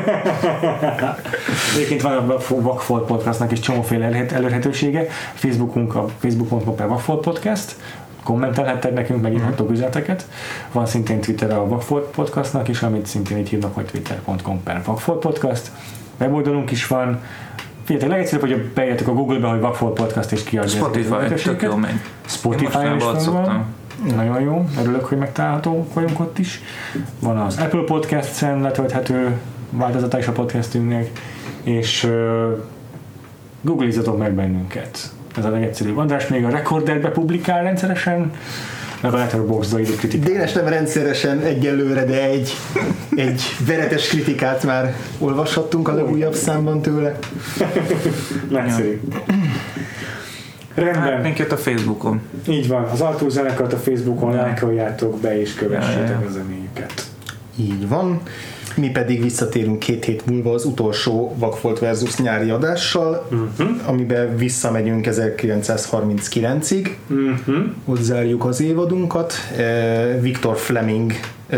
Egyébként van a Vagfolt Podcastnak is csomóféle elérhetősége. Facebookunk a facebook.com/Vagfolt Podcast. Kommentelhettek nekünk, megírhattok üzeneteket. Van szintén Twitter a Vagfolt Podcastnak is, amit szintén így hívnak, hogy twitter.com/Vagfolt Podcast. Weboldalunk is van. Figyeljetek, legegyszerűbb, hogy beírjátok a Google-be, hogy Vagfolt Podcast, és kiadja Spotify, tök jó megy. Spotify-on is van. Nagyon jó, örülök, hogy megtalálhatók vagyunk ott is. Van az Apple Podcast-en letölthető változata is a podcastünknek, és Google-izzatok meg bennünket. Ez a legegyszerűbb. András még a Recorderbe publikál rendszeresen, meg a Letterboxdba írjuk kritikát. Dénes nem rendszeresen egyelőre, de egy veretes kritikát már olvashattunk a legújabb számban tőle. Nagyszerű. Rendben. Hát, minket a Facebookon. Így van, az Artúr zenekart a Facebookon lájkoljátok be és kövessétek a zenéjüket. Így van. Mi pedig visszatérünk 2 hét múlva az utolsó Vagfolt versus nyári adással, amiben visszamegyünk 1939-ig. Ott zárjuk az évadunkat. Viktor Fleming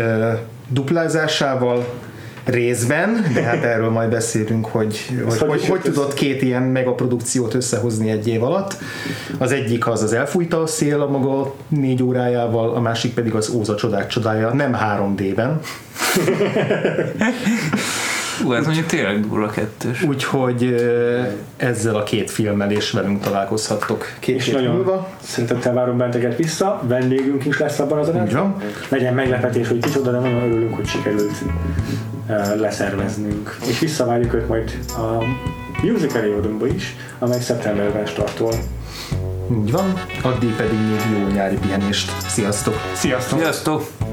duplázásával részben, de hát erről majd beszélünk, hogy tudott 2 ilyen megaprodukciót összehozni egy év alatt. Az egyik az Elfújta a szél a maga 4 órájával, a másik pedig az Óza csodák csodája, nem 3D-ben. Ez mondjuk tényleg durva 2-ös. Úgyhogy ezzel a 2 filmmel és velünk találkozhattok 2 hét múlva. Szeretettel várom benteket vissza, vendégünk is lesz abban az adásban. Legyen meglepetés, hogy kicsoda, de nagyon örülünk, hogy sikerült leszerveznünk. És visszavárjuk őt majd a musical évadunkba is, amely szeptemberben startol. Így van, addig pedig még jó nyári pihenést. Sziasztok! Sziasztok! Sziasztok!